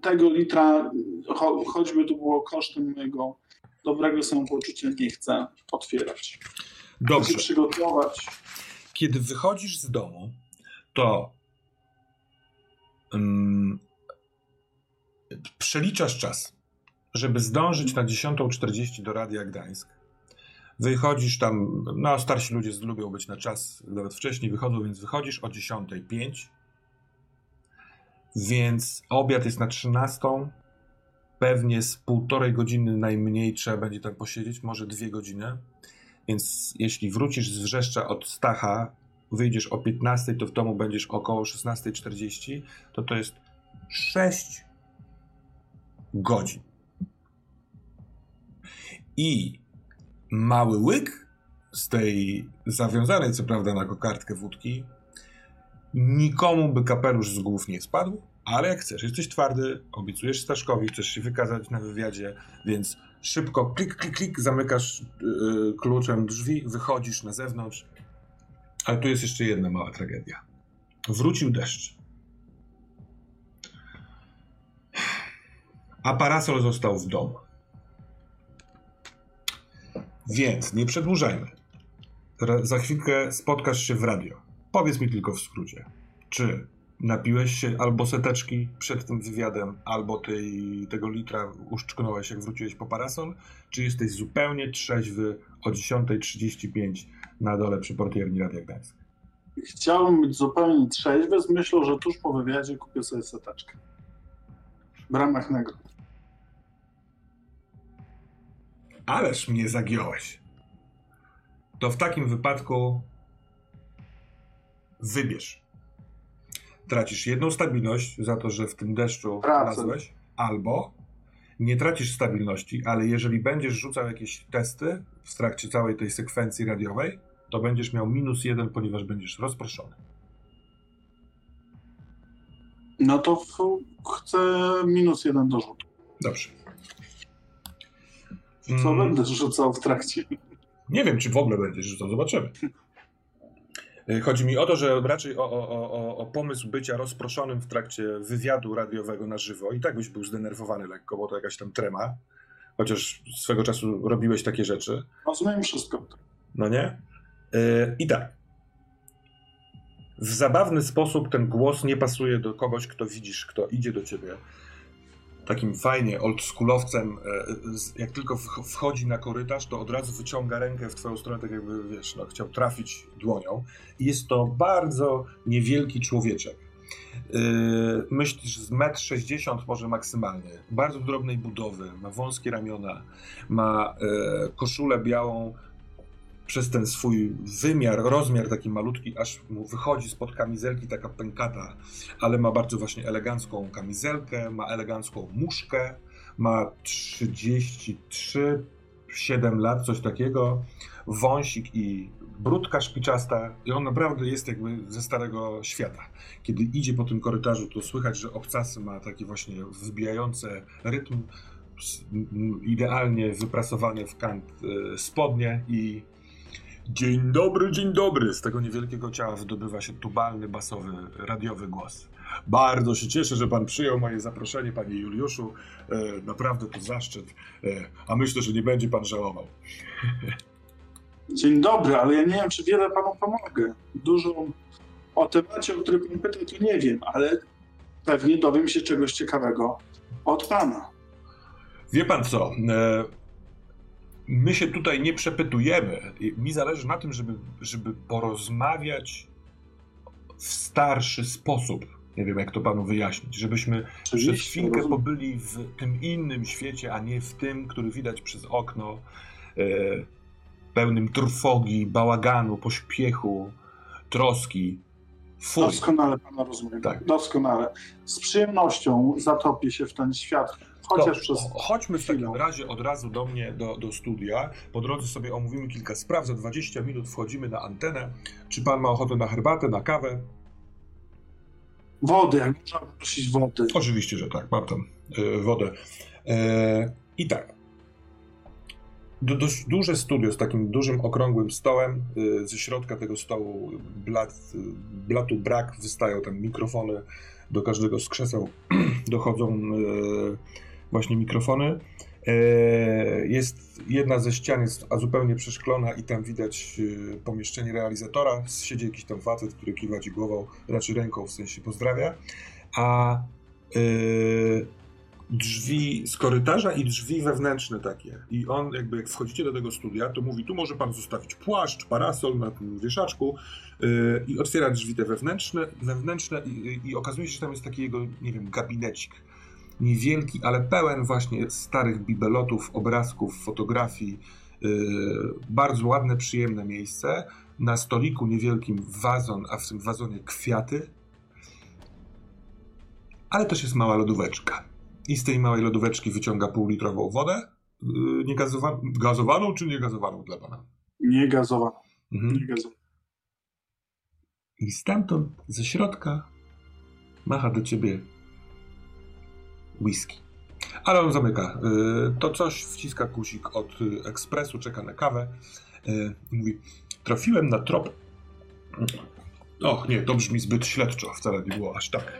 S5: tego litra, choćby to było kosztem mojego dobrego samopoczucia, nie chcę otwierać.
S1: Dobrze.
S5: Chcę się przygotować.
S1: Kiedy wychodzisz z domu, to przeliczasz czas, żeby zdążyć na 10:40 do Radia Gdańsk. Wychodzisz tam, no starsi ludzie lubią być na czas, nawet wcześniej wychodzą, więc wychodzisz o 10:05. Więc obiad jest na 13:00. Pewnie z 1,5 godziny najmniej trzeba będzie tam posiedzieć, może 2 godziny. Więc jeśli wrócisz z Wrzeszcza od Stacha, wyjdziesz o 15:00, to w domu będziesz około 16:40, to jest 6 godzin. I mały łyk z tej zawiązanej, co prawda, na kokardkę wódki, nikomu by kapelusz z głów nie spadł, ale jak chcesz, jesteś twardy, obiecujesz Staszkowi, chcesz się wykazać na wywiadzie, więc szybko klik, klik, klik, zamykasz kluczem drzwi, wychodzisz na zewnątrz. Ale tu jest jeszcze jedna mała tragedia. Wrócił deszcz. A parasol został w domu. Więc nie przedłużajmy. Za chwilkę spotkasz się w radio. Powiedz mi tylko w skrócie, czy napiłeś się albo seteczki przed tym wywiadem, albo tego litra uszczknąłeś, jak wróciłeś po parasol, czy jesteś zupełnie trzeźwy o 10:35 na dole przy portierni Radia Gdańsk?
S5: Chciałbym być zupełnie trzeźwy z myślą, że tuż po wywiadzie kupię sobie seteczkę. W ramach nagród.
S1: Ależ mnie zagiąłeś. To w takim wypadku wybierz. Tracisz jedną stabilność za to, że w tym deszczu lazłeś, albo nie tracisz stabilności, ale jeżeli będziesz rzucał jakieś testy w trakcie całej tej sekwencji radiowej, to będziesz miał -1, ponieważ będziesz rozproszony.
S5: No to chcę -1 do rzutu.
S1: Dobrze.
S5: Co będę rzucał w trakcie?
S1: Nie wiem, czy w ogóle będziesz rzucał, zobaczymy. Chodzi mi o to, że raczej o pomysł bycia rozproszonym w trakcie wywiadu radiowego na żywo. I tak byś był zdenerwowany lekko, bo to jakaś tam trema. Chociaż swego czasu robiłeś takie rzeczy.
S5: Rozumiem wszystko.
S1: No nie? I tak. W zabawny sposób ten głos nie pasuje do kogoś, kto widzisz, kto idzie do ciebie. Takim fajnie oldschoolowcem, jak tylko wchodzi na korytarz, to od razu wyciąga rękę w twoją stronę, tak jakby, wiesz, no, chciał trafić dłonią. I jest to bardzo niewielki człowieczek. Myślisz, z 1,60 m może maksymalnie. Bardzo drobnej budowy, ma wąskie ramiona, ma koszulę białą, przez ten swój rozmiar taki malutki, aż mu wychodzi spod kamizelki taka pękata, ale ma bardzo właśnie elegancką kamizelkę, ma elegancką muszkę, ma 33, 7 lat, coś takiego, wąsik i brudka szpiczasta i on naprawdę jest jakby ze starego świata. Kiedy idzie po tym korytarzu, to słychać, że obcasy ma takie właśnie wybijające rytm, idealnie wyprasowane w kant spodnie i dzień dobry, z tego niewielkiego ciała wydobywa się tubalny, basowy, radiowy głos. Bardzo się cieszę, że pan przyjął moje zaproszenie, panie Juliuszu. Naprawdę to zaszczyt, a myślę, że nie będzie pan żałował.
S5: Dzień dobry, ale ja nie wiem, czy wiele panu pomogę. Dużo o temacie, o którym pan pyta, to nie wiem, ale pewnie dowiem się czegoś ciekawego od pana.
S1: Wie pan co? My się tutaj nie przepytujemy. Mi zależy na tym, żeby porozmawiać w starszy sposób. Nie wiem, jak to panu wyjaśnić. Żebyśmy przez chwilkę pobyli w tym innym świecie, a nie w tym, który widać przez okno, pełnym trwogi, bałaganu, pośpiechu, troski. Fuj.
S5: Doskonale pana rozumiem.
S1: Tak.
S5: Doskonale. Z przyjemnością zatopię się w ten świat.
S1: Chodźmy w takim razie od razu do mnie, do studia. Po drodze sobie omówimy kilka spraw. Za 20 minut wchodzimy na antenę. Czy pan ma ochotę na herbatę, na kawę?
S5: Wody, jak można prosić wody.
S1: Oczywiście, że tak. Mam tam wodę. I tak. Dość duże studio z takim dużym, okrągłym stołem. Ze środka tego stołu blatu brak. Wystają tam mikrofony Do każdego z krzeseł dochodzą właśnie mikrofony. Jest jedna ze ścian jest zupełnie przeszklona i tam widać pomieszczenie realizatora. Siedzi jakiś tam facet, który kiwa ci głową, raczej ręką, w sensie pozdrawia. A drzwi z korytarza i drzwi wewnętrzne takie. I on jakby jak wchodzicie do tego studia, to mówi, tu może pan zostawić płaszcz, parasol na tym wieszaczku i otwiera drzwi te wewnętrzne i okazuje się, że tam jest taki jego, nie wiem, gabinecik. Niewielki, ale pełen właśnie starych bibelotów, obrazków, fotografii. Bardzo ładne, przyjemne miejsce. Na stoliku niewielkim wazon, a w tym wazonie kwiaty. Ale też jest mała lodóweczka. I z tej małej lodóweczki wyciąga półlitrową wodę. Gazowaną czy niegazowaną dla pana?
S5: Niegazowaną. Niegazowaną.
S1: I stamtąd, ze środka, macha do ciebie whisky. Ale on zamyka. To coś wciska guzik od ekspresu, czeka na kawę. I mówi, trafiłem na trop... Och nie, to brzmi zbyt śledczo. Wcale nie było aż tak.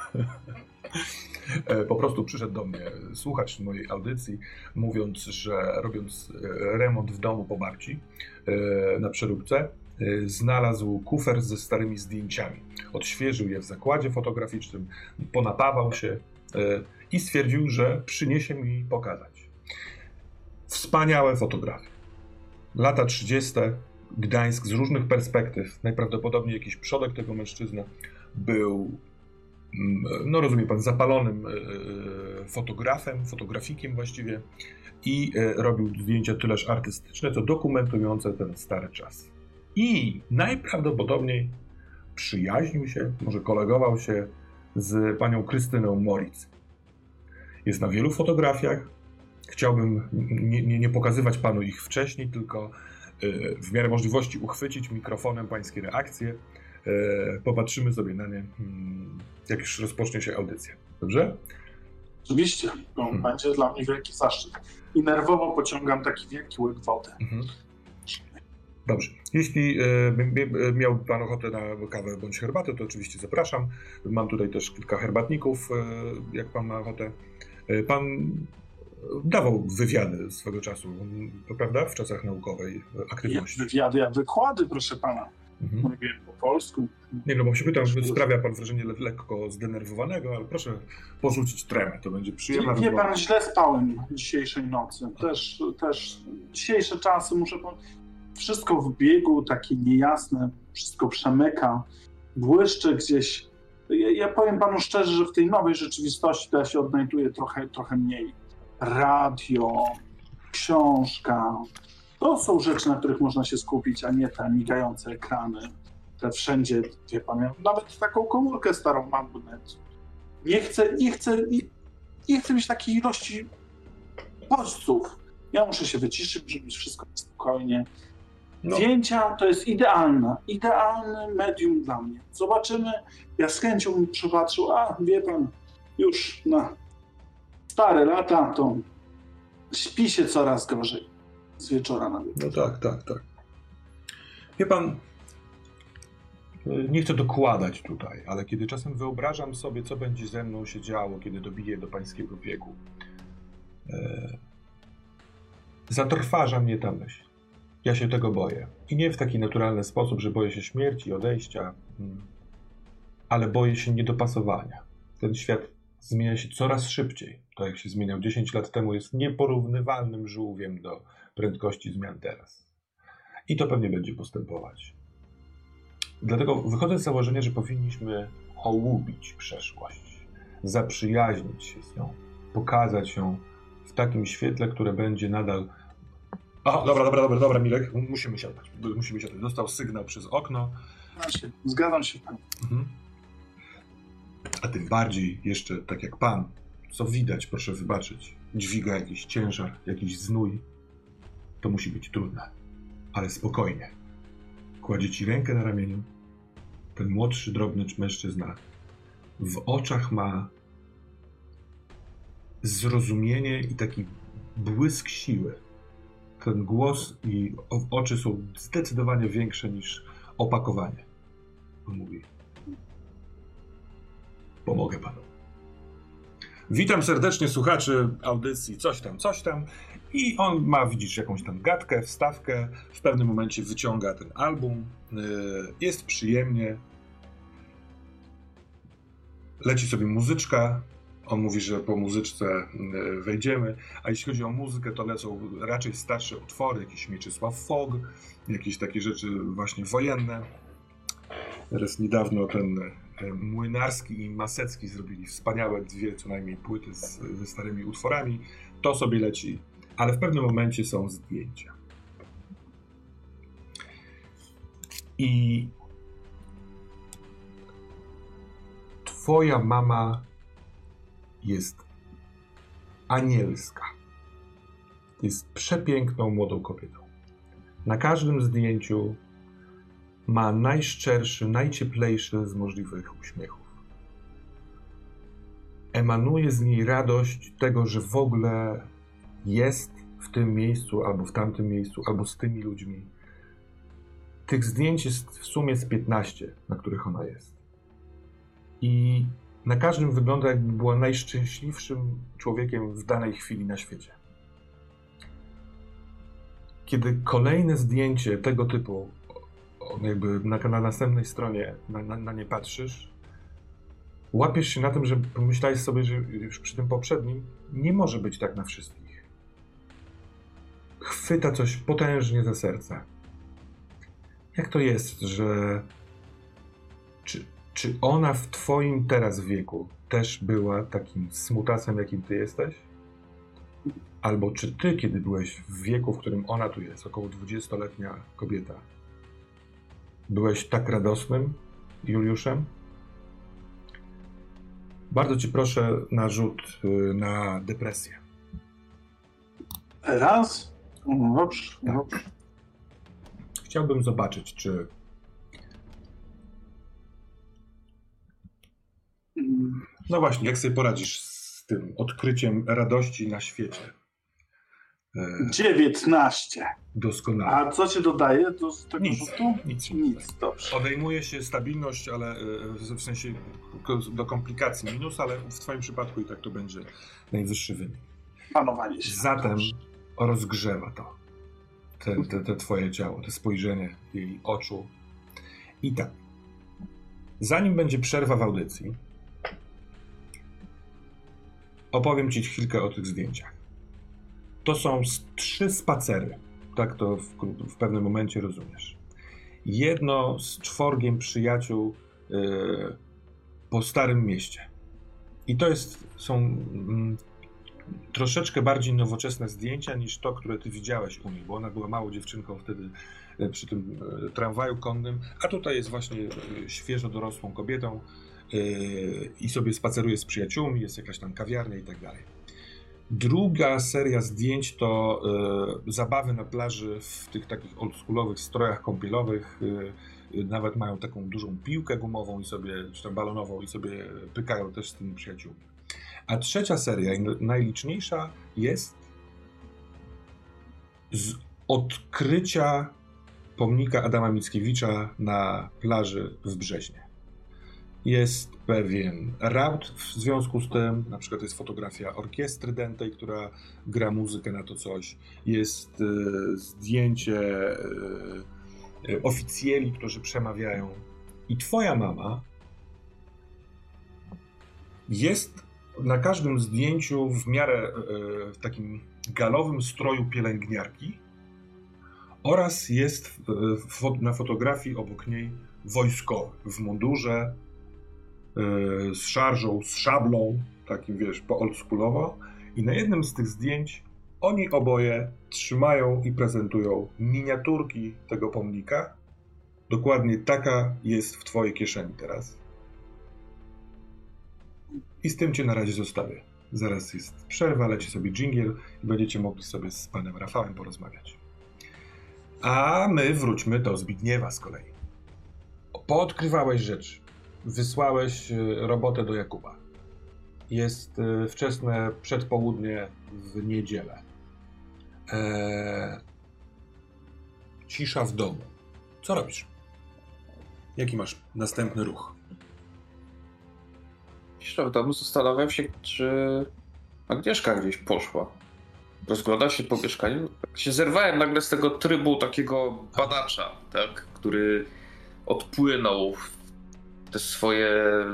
S1: Po prostu przyszedł do mnie słuchać mojej audycji, mówiąc, że robiąc remont w domu po babci na przeróbce, znalazł kufer ze starymi zdjęciami. Odświeżył je w zakładzie fotograficznym, ponapawał się i stwierdził, że przyniesie mi pokazać. Wspaniałe fotografie. Lata 30. Gdańsk z różnych perspektyw. Najprawdopodobniej jakiś przodek tego mężczyzny był, no rozumie pan, zapalonym fotografikiem właściwie i robił zdjęcia tyleż artystyczne, co dokumentujące ten stary czas. I najprawdopodobniej przyjaźnił się, może kolegował się z panią Krystyną Moritz. Jest na wielu fotografiach. Chciałbym nie pokazywać panu ich wcześniej, tylko w miarę możliwości uchwycić mikrofonem pańskie reakcje. Popatrzymy sobie na nie, jak już rozpocznie się audycja. Dobrze?
S5: Oczywiście. To będzie dla mnie wielki zaszczyt. I nerwowo pociągam taki wielki łyk wody.
S1: Dobrze. Jeśli miałby pan ochotę na kawę bądź herbatę, to oczywiście zapraszam. Mam tutaj też kilka herbatników, jak pan ma ochotę. Pan dawał wywiady swego czasu, prawda? W czasach naukowej aktywności.
S5: Wywiady, jak wykłady, proszę pana. Mówię po polsku.
S1: Nie, no bo się pytam, sprawia pan wrażenie lekko zdenerwowanego, ale proszę porzucić tremę, to będzie przyjemna rozmowa.
S5: Wie pan, źle spałem dzisiejszej nocy. Też dzisiejsze czasy wszystko w biegu, takie niejasne, wszystko przemyka, błyszczy gdzieś. Ja powiem panu szczerze, że w tej nowej rzeczywistości to ja się odnajduję trochę mniej. Radio, książka, to są rzeczy, na których można się skupić, a nie te migające ekrany, te wszędzie, wie pan, ja nawet taką komórkę starą mam, nie chcę mieć takiej ilości bodźców. Ja muszę się wyciszyć, żeby mieć wszystko spokojnie. Zdjęcia to jest idealne medium dla mnie. Zobaczymy, ja z chęcią bym przypatrzył, wie pan, już na stare lata to śpi się coraz gorzej z wieczora na wieczór.
S1: No tak. Wie pan, nie chcę dokładać tutaj, ale kiedy czasem wyobrażam sobie, co będzie ze mną się działo, kiedy dobiję do pańskiego wieku, zatrważa mnie ta myśl. Ja się tego boję. I nie w taki naturalny sposób, że boję się śmierci, odejścia, ale boję się niedopasowania. Ten świat zmienia się coraz szybciej. To, jak się zmieniał 10 lat temu, jest nieporównywalnym żółwiem do prędkości zmian teraz. I to pewnie będzie postępować. Dlatego wychodzę z założenia, że powinniśmy hołubić przeszłość, zaprzyjaźnić się z nią, pokazać ją w takim świetle, które będzie nadal... Dobra, Milek, musimy siadać. Dostał sygnał przez okno.
S5: Zgadzam się.
S1: A tym bardziej jeszcze, tak jak pan, co widać, proszę wybaczyć, dźwiga jakiś ciężar, jakiś znój. To musi być trudne, ale spokojnie. Kładzie ci rękę na ramieniu. Ten młodszy, drobny mężczyzna w oczach ma zrozumienie i taki błysk siły. Ten głos i oczy są zdecydowanie większe niż opakowanie. On mówi: Pomogę panu. Witam serdecznie słuchaczy audycji coś tam. I on ma, widzisz, jakąś tam gadkę, wstawkę. W pewnym momencie wyciąga ten album. Jest przyjemnie. Leci sobie muzyczka. On mówi, że po muzyczce wejdziemy. A jeśli chodzi o muzykę, to lecą raczej starsze utwory. Jakiś Mieczysław Fogg. Jakieś takie rzeczy właśnie wojenne. Teraz niedawno ten Młynarski i Masecki zrobili wspaniałe 2 co najmniej płyty ze starymi utworami. To sobie leci. Ale w pewnym momencie są zdjęcia. I twoja mama jest anielska. Jest przepiękną młodą kobietą. Na każdym zdjęciu ma najszczerszy, najcieplejszy z możliwych uśmiechów. Emanuje z niej radość tego, że w ogóle jest w tym miejscu, albo w tamtym miejscu, albo z tymi ludźmi. Tych zdjęć jest w sumie z 15, na których ona jest. I na każdym wygląda, jakby była najszczęśliwszym człowiekiem w danej chwili na świecie. Kiedy kolejne zdjęcie tego typu, jakby na następnej stronie na nie patrzysz, łapiesz się na tym, że pomyślałeś sobie, że już przy tym poprzednim nie może być tak na wszystkich. Chwyta coś potężnie za serce. Jak to jest, że... Czy ona w twoim teraz wieku też była takim smutasem, jakim ty jesteś? Albo czy ty, kiedy byłeś w wieku, w którym ona tu jest, około 20-letnia kobieta, byłeś tak radosnym Juliuszem? Bardzo cię proszę na rzut na depresję.
S5: Raz? No dobrze,
S1: Tak.
S5: dobrze.
S1: Chciałbym zobaczyć, czy... No właśnie, jak sobie poradzisz z tym odkryciem radości na świecie?
S5: 19.
S1: Doskonale.
S5: A co ci dodaje do tego
S1: Nic.
S5: rzutu?
S1: Nic.
S5: Dobrze.
S1: Odejmuje się stabilność, ale w sensie do komplikacji minus, ale w twoim przypadku i tak to będzie najwyższy wynik.
S5: Panowanie się.
S1: Zatem rozgrzewa to. Te twoje ciało, te spojrzenie jej oczu. I tak. Zanim będzie przerwa w audycji, opowiem ci chwilkę o tych zdjęciach. To są 3 spacery. Tak to w pewnym momencie rozumiesz. Jedno z 4 przyjaciół po Starym Mieście. I to są troszeczkę bardziej nowoczesne zdjęcia niż to, które ty widziałeś u niej, bo ona była małą dziewczynką wtedy przy tym tramwaju konnym, a tutaj jest właśnie świeżo dorosłą kobietą i sobie spaceruje z przyjaciółmi, jest jakaś tam kawiarnia i tak dalej. Druga seria zdjęć to zabawy na plaży w tych takich oldschoolowych strojach kąpielowych. Nawet mają taką dużą piłkę gumową i sobie, czy tam balonową i sobie pykają też z tymi przyjaciółmi. A trzecia seria, najliczniejsza, jest z odkrycia pomnika Adama Mickiewicza na plaży w Brzeźnie. Jest pewien raut w związku z tym, na przykład jest fotografia orkiestry dętej, która gra muzykę na to coś. Jest zdjęcie oficjeli, którzy przemawiają. I twoja mama jest na każdym zdjęciu w miarę w takim galowym stroju pielęgniarki oraz jest na fotografii obok niej wojskowy w mundurze, z szarżą, z szablą, takim wiesz, po oldschoolowo. I na jednym z tych zdjęć oni oboje trzymają i prezentują miniaturki tego pomnika. Dokładnie taka jest w twojej kieszeni teraz. I z tym cię na razie zostawię. Zaraz jest przerwa, leci sobie dżingiel i będziecie mogli sobie z panem Rafałem porozmawiać. A my wróćmy do Zbigniewa z kolei. Poodkrywałeś rzeczy. Wysłałeś robotę do Jakuba. Jest wczesne przedpołudnie w niedzielę. Cisza w domu. Co robisz? Jaki masz następny ruch?
S2: w domu zastanawiam się, czy Agnieszka gdzieś poszła. Rozglądał się po mieszkaniu. Tak się zerwałem nagle z tego trybu takiego badacza, tak, który odpłynął w te swoje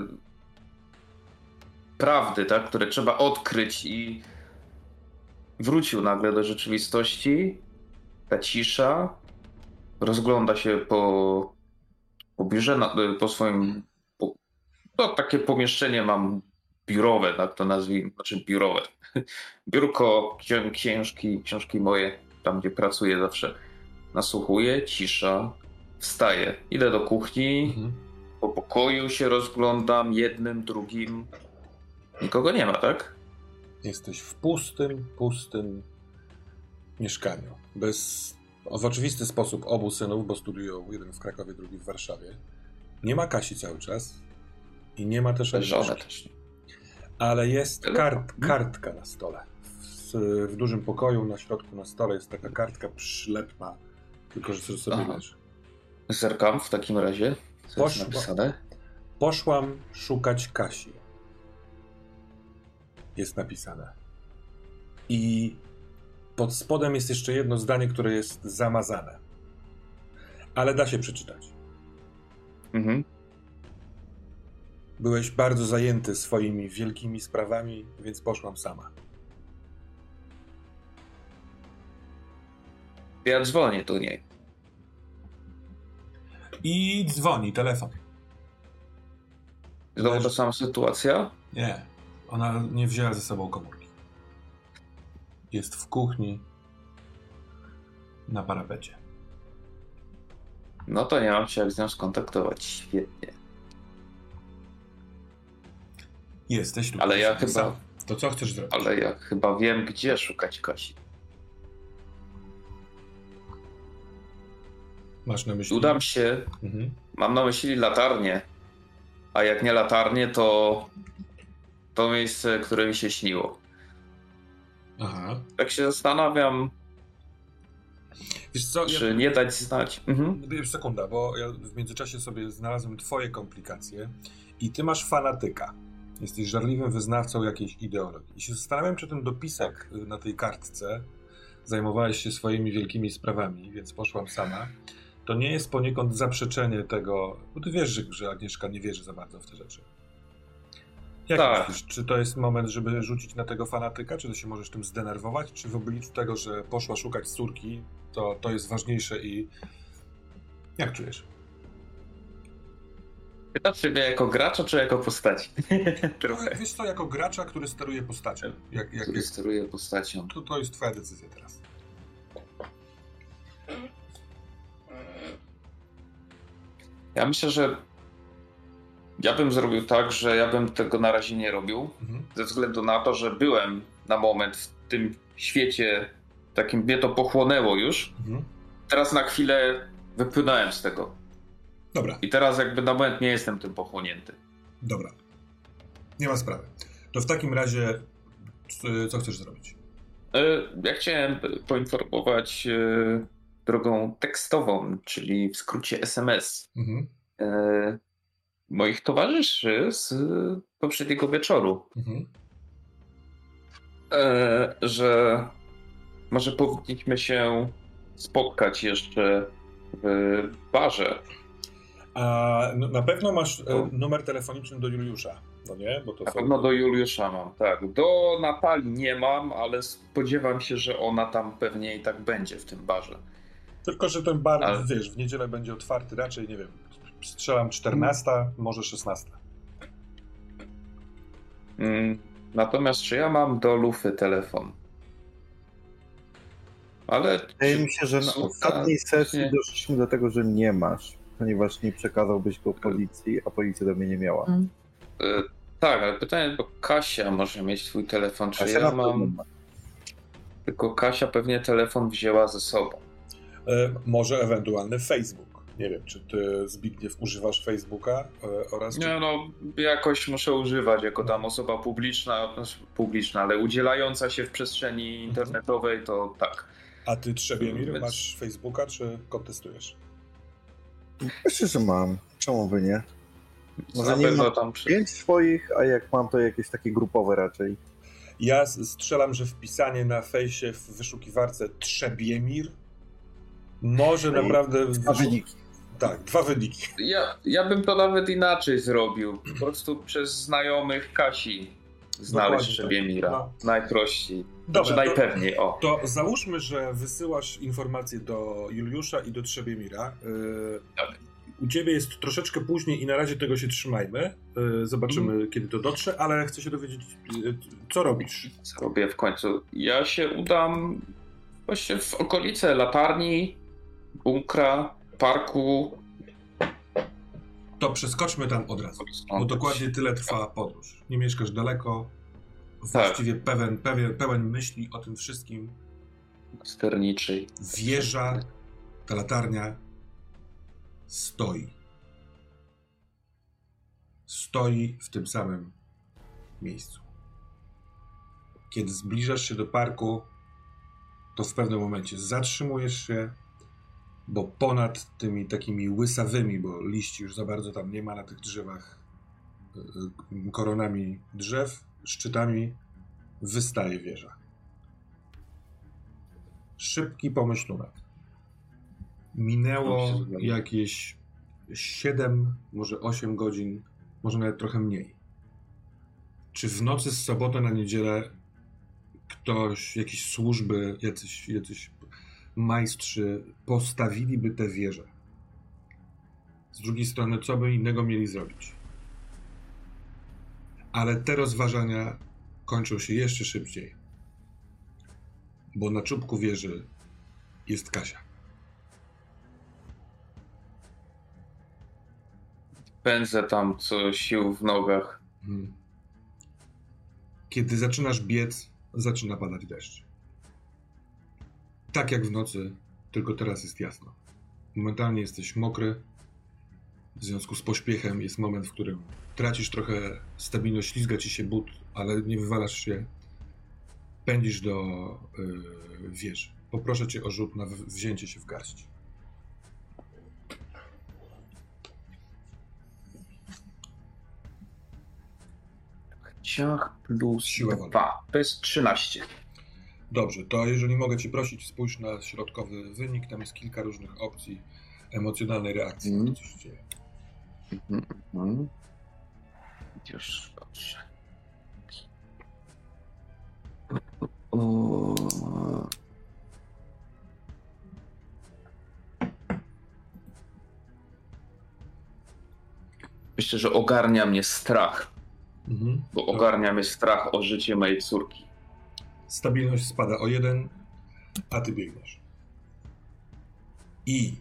S2: prawdy, tak, które trzeba odkryć, i wrócił nagle do rzeczywistości. Ta cisza. Rozgląda się po biurze, po swoim... To takie pomieszczenie mam biurowe, tak to nazwijmy, znaczy biurowe. Biurko, książki moje, tam gdzie pracuję zawsze. Nasłuchuję, cisza, wstaję. Idę do kuchni, po pokoju się rozglądam, jednym, drugim. Nikogo nie ma, tak?
S1: Jesteś w pustym mieszkaniu. W oczywisty sposób obu synów, bo studiują, jeden w Krakowie, drugi w Warszawie. Nie ma Kasi cały czas i nie ma też Agnieszki. Ale jest kartka na stole. W dużym pokoju na środku na stole jest taka kartka przylepna, tylko że sobie leży.
S2: Zerkam w takim razie. Co jest napisane?
S1: Poszłam szukać Kasi. Jest napisane. I pod spodem jest jeszcze jedno zdanie, które jest zamazane. Ale da się przeczytać. Byłeś bardzo zajęty swoimi wielkimi sprawami, więc poszłam sama.
S2: Ja dzwonię do niej.
S1: I dzwoni telefon.
S2: Znowu ta sama sytuacja?
S1: Nie. Ona nie wzięła ze sobą komórki. Jest w kuchni na parapecie.
S2: No to nie mam się jak z nią skontaktować. Świetnie.
S1: Jesteś tu.
S2: Ale ja chyba...
S1: Sam. To co chcesz zrobić?
S2: Ale ja chyba wiem, gdzie szukać Kasi.
S1: Masz na myśli?
S2: Udam się. Mam na myśli latarnię. A jak nie latarnię, to miejsce, które mi się śniło.
S1: Aha.
S2: Tak się zastanawiam,
S1: wiesz co,
S2: czy nie dać znać.
S1: Wiesz, sekunda, bo ja w międzyczasie sobie znalazłem twoje komplikacje i ty masz fanatyka. Jesteś żarliwym wyznawcą jakiejś ideologii. I się zastanawiam, czy ten dopisek na tej kartce, zajmowałeś się swoimi wielkimi sprawami, więc poszłam sama, to nie jest poniekąd zaprzeczenie tego, bo ty wiesz, że Agnieszka nie wierzy za bardzo w te rzeczy. Jak myślisz, czy to jest moment, żeby rzucić na tego fanatyka, czy ty się możesz tym zdenerwować, czy w obliczu tego, że poszła szukać córki, to jest ważniejsze i... Jak czujesz?
S2: Pytasz się mnie jako gracza, czy jako postaci? Trochę.
S1: Wiesz co, jako gracza, który steruje postacią.
S2: Który steruje postacią.
S1: To jest twoja decyzja teraz.
S2: Ja myślę, że ja bym zrobił tak, że ja bym tego na razie nie robił, ze względu na to, że byłem na moment w tym świecie, takim mnie to pochłonęło już. Teraz na chwilę wypłynąłem z tego.
S1: Dobra.
S2: I teraz jakby na moment nie jestem tym pochłonięty.
S1: Dobra. Nie ma sprawy. To w takim razie co chcesz zrobić?
S2: Ja chciałem poinformować drogą tekstową, czyli w skrócie SMS. Moich towarzyszy z poprzedniego wieczoru, że może powinniśmy się spotkać jeszcze w barze.
S1: A na pewno masz numer telefoniczny do Juliusza, no nie? Bo to
S2: na pewno do Juliusza mam, tak. Do Natalii nie mam, ale spodziewam się, że ona tam pewnie i tak będzie w tym barze.
S1: Tylko że ten bar, wiesz, w niedzielę będzie otwarty raczej, nie wiem, strzelam 14, może 16.
S2: Natomiast czy ja mam do Lufy telefon? Ale
S3: wydaje mi się, że na ostatniej sesji doszliśmy do tego, że nie masz, ponieważ nie przekazałbyś go policji, a policja do mnie nie miała.
S2: Tak, ale pytanie, bo Kasia może mieć twój telefon, czy Kasia ja mam... Tylko Kasia pewnie telefon wzięła ze sobą.
S1: Może ewentualny Facebook. Nie wiem, czy ty, Zbigniew, używasz Facebooka oraz...
S2: Nie, no jakoś muszę używać jako tam osoba publiczna, ale udzielająca się w przestrzeni internetowej, to tak.
S1: A ty, Trzebiemir, masz Facebooka, czy kontestujesz?
S3: Myślę, że mam. Czemu by nie? Może nie mam 5 swoich, a jak mam, to jakieś takie grupowe raczej.
S1: Ja strzelam, że wpisanie na fejsie w wyszukiwarce Trzebiemir może naprawdę...
S3: 2 wyniki.
S1: Tak, 2 wyniki.
S2: Ja bym to nawet inaczej zrobił. Po prostu przez znajomych Kasi znaleźć Trzebiemira.
S1: No.
S2: Najprościej.
S1: Dobra,
S2: najpewniej,
S1: To załóżmy, że wysyłasz informacje do Juliusza i do Trzebiemira.
S2: Tak.
S1: U ciebie jest troszeczkę później i na razie tego się trzymajmy. Zobaczymy, kiedy to dotrze, ale chcę się dowiedzieć, co robisz.
S2: Co robię w końcu? Ja się udam właśnie w okolice latarni, bunkra, parku.
S1: To przeskoczmy tam od razu, bo dokładnie tyle trwa podróż. Nie mieszkasz daleko, właściwie pełen myśli o tym wszystkim.
S2: Sterniczej.
S1: Wieża, ta latarnia stoi. Stoi w tym samym miejscu. Kiedy zbliżasz się do parku, to w pewnym momencie zatrzymujesz się, bo ponad tymi takimi łysawymi, bo liści już za bardzo tam nie ma na tych drzewach, koronami drzew, szczytami, wystaje wieża. Szybki pomyślunek. Minęło jakieś 7, może 8 godzin, może nawet trochę mniej. Czy w nocy z soboty na niedzielę ktoś, jakieś służby, jacyś majstrzy postawiliby tę wieżę? Z drugiej strony, co by innego mieli zrobić? Ale te rozważania kończą się jeszcze szybciej, bo na czubku wieży jest Kasia.
S2: Pędzę tam co sił w nogach.
S1: Kiedy zaczynasz biec, zaczyna padać deszcz. Tak jak w nocy, tylko teraz jest jasno. Momentalnie jesteś mokry. W związku z pośpiechem jest moment, w którym tracisz trochę stabilność, ślizga ci się but, ale nie wywalasz się. Pędzisz do wieży. Poproszę cię o rzut na wzięcie się w garść.
S2: Ciach plus
S1: Siła
S2: 2. To jest 13.
S1: Dobrze, to jeżeli mogę cię prosić, spójrz na środkowy wynik. Tam jest kilka różnych opcji emocjonalnej reakcji na to, co się dzieje.
S2: Już dobrze. Myślę, że ogarnia mnie strach. Bo ogarnia mnie strach o życie mojej córki.
S1: Stabilność spada o 1, a ty biegniesz. I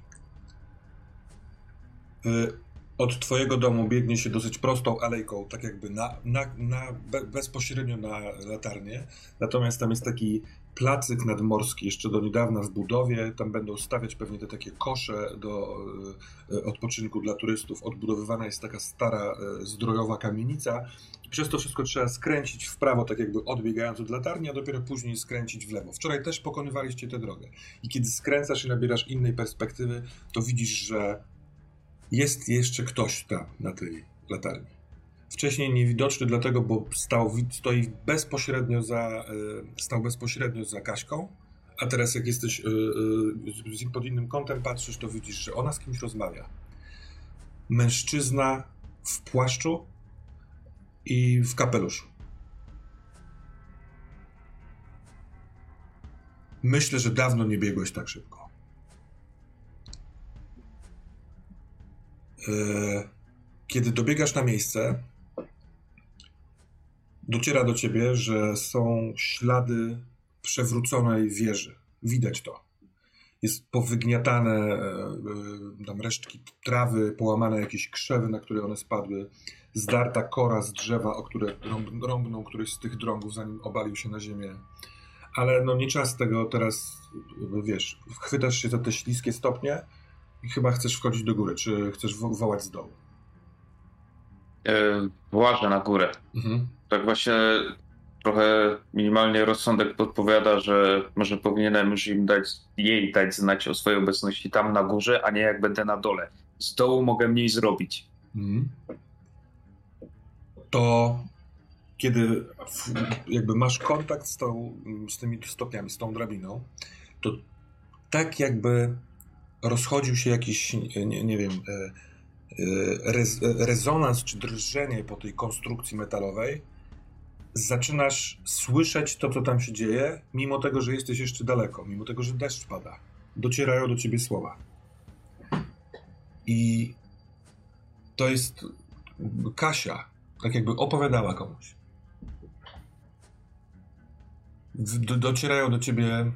S1: od twojego domu biegnie się dosyć prostą alejką, tak jakby bezpośrednio na latarnię. Natomiast tam jest taki placyk nadmorski, jeszcze do niedawna w budowie. Tam będą stawiać pewnie te takie kosze do odpoczynku dla turystów. Odbudowywana jest taka stara, zdrojowa kamienica. Przez to wszystko trzeba skręcić w prawo, tak jakby odbiegając od latarni, a dopiero później skręcić w lewo. Wczoraj też pokonywaliście tę drogę. I kiedy skręcasz i nabierasz innej perspektywy, to widzisz, że jest jeszcze ktoś tam na tej latarni. Wcześniej niewidoczny dlatego, bo stał bezpośrednio za Kaśką, a teraz jak jesteś pod innym kątem patrzysz, to widzisz, że ona z kimś rozmawia. Mężczyzna w płaszczu i w kapeluszu. Myślę, że dawno nie biegłeś tak szybko. Kiedy dobiegasz na miejsce, dociera do ciebie, że są ślady przewróconej wieży. Widać to. Jest powygniatane tam resztki trawy, połamane jakieś krzewy, na które one spadły, zdarta kora z drzewa, o które rąbnął któryś z tych drągów, zanim obalił się na ziemię. Ale no nie czas tego teraz, wiesz, chwytasz się za te śliskie stopnie i chyba chcesz wchodzić do góry. Czy chcesz wołać z dołu?
S2: Włażę na górę. Tak właśnie trochę minimalnie rozsądek podpowiada, że może powinienem już jej dać znać o swojej obecności tam na górze, a nie jak będę na dole. Z dołu mogę mniej zrobić.
S1: to kiedy jakby masz kontakt z tymi stopniami, z tą drabiną, to tak jakby rozchodził się jakiś, nie wiem, rezonans czy drżenie po tej konstrukcji metalowej. Zaczynasz słyszeć to, co tam się dzieje, mimo tego, że jesteś jeszcze daleko, mimo tego, że deszcz pada. Docierają do ciebie słowa. I to jest Kasia, tak jakby opowiadała komuś. Docierają do ciebie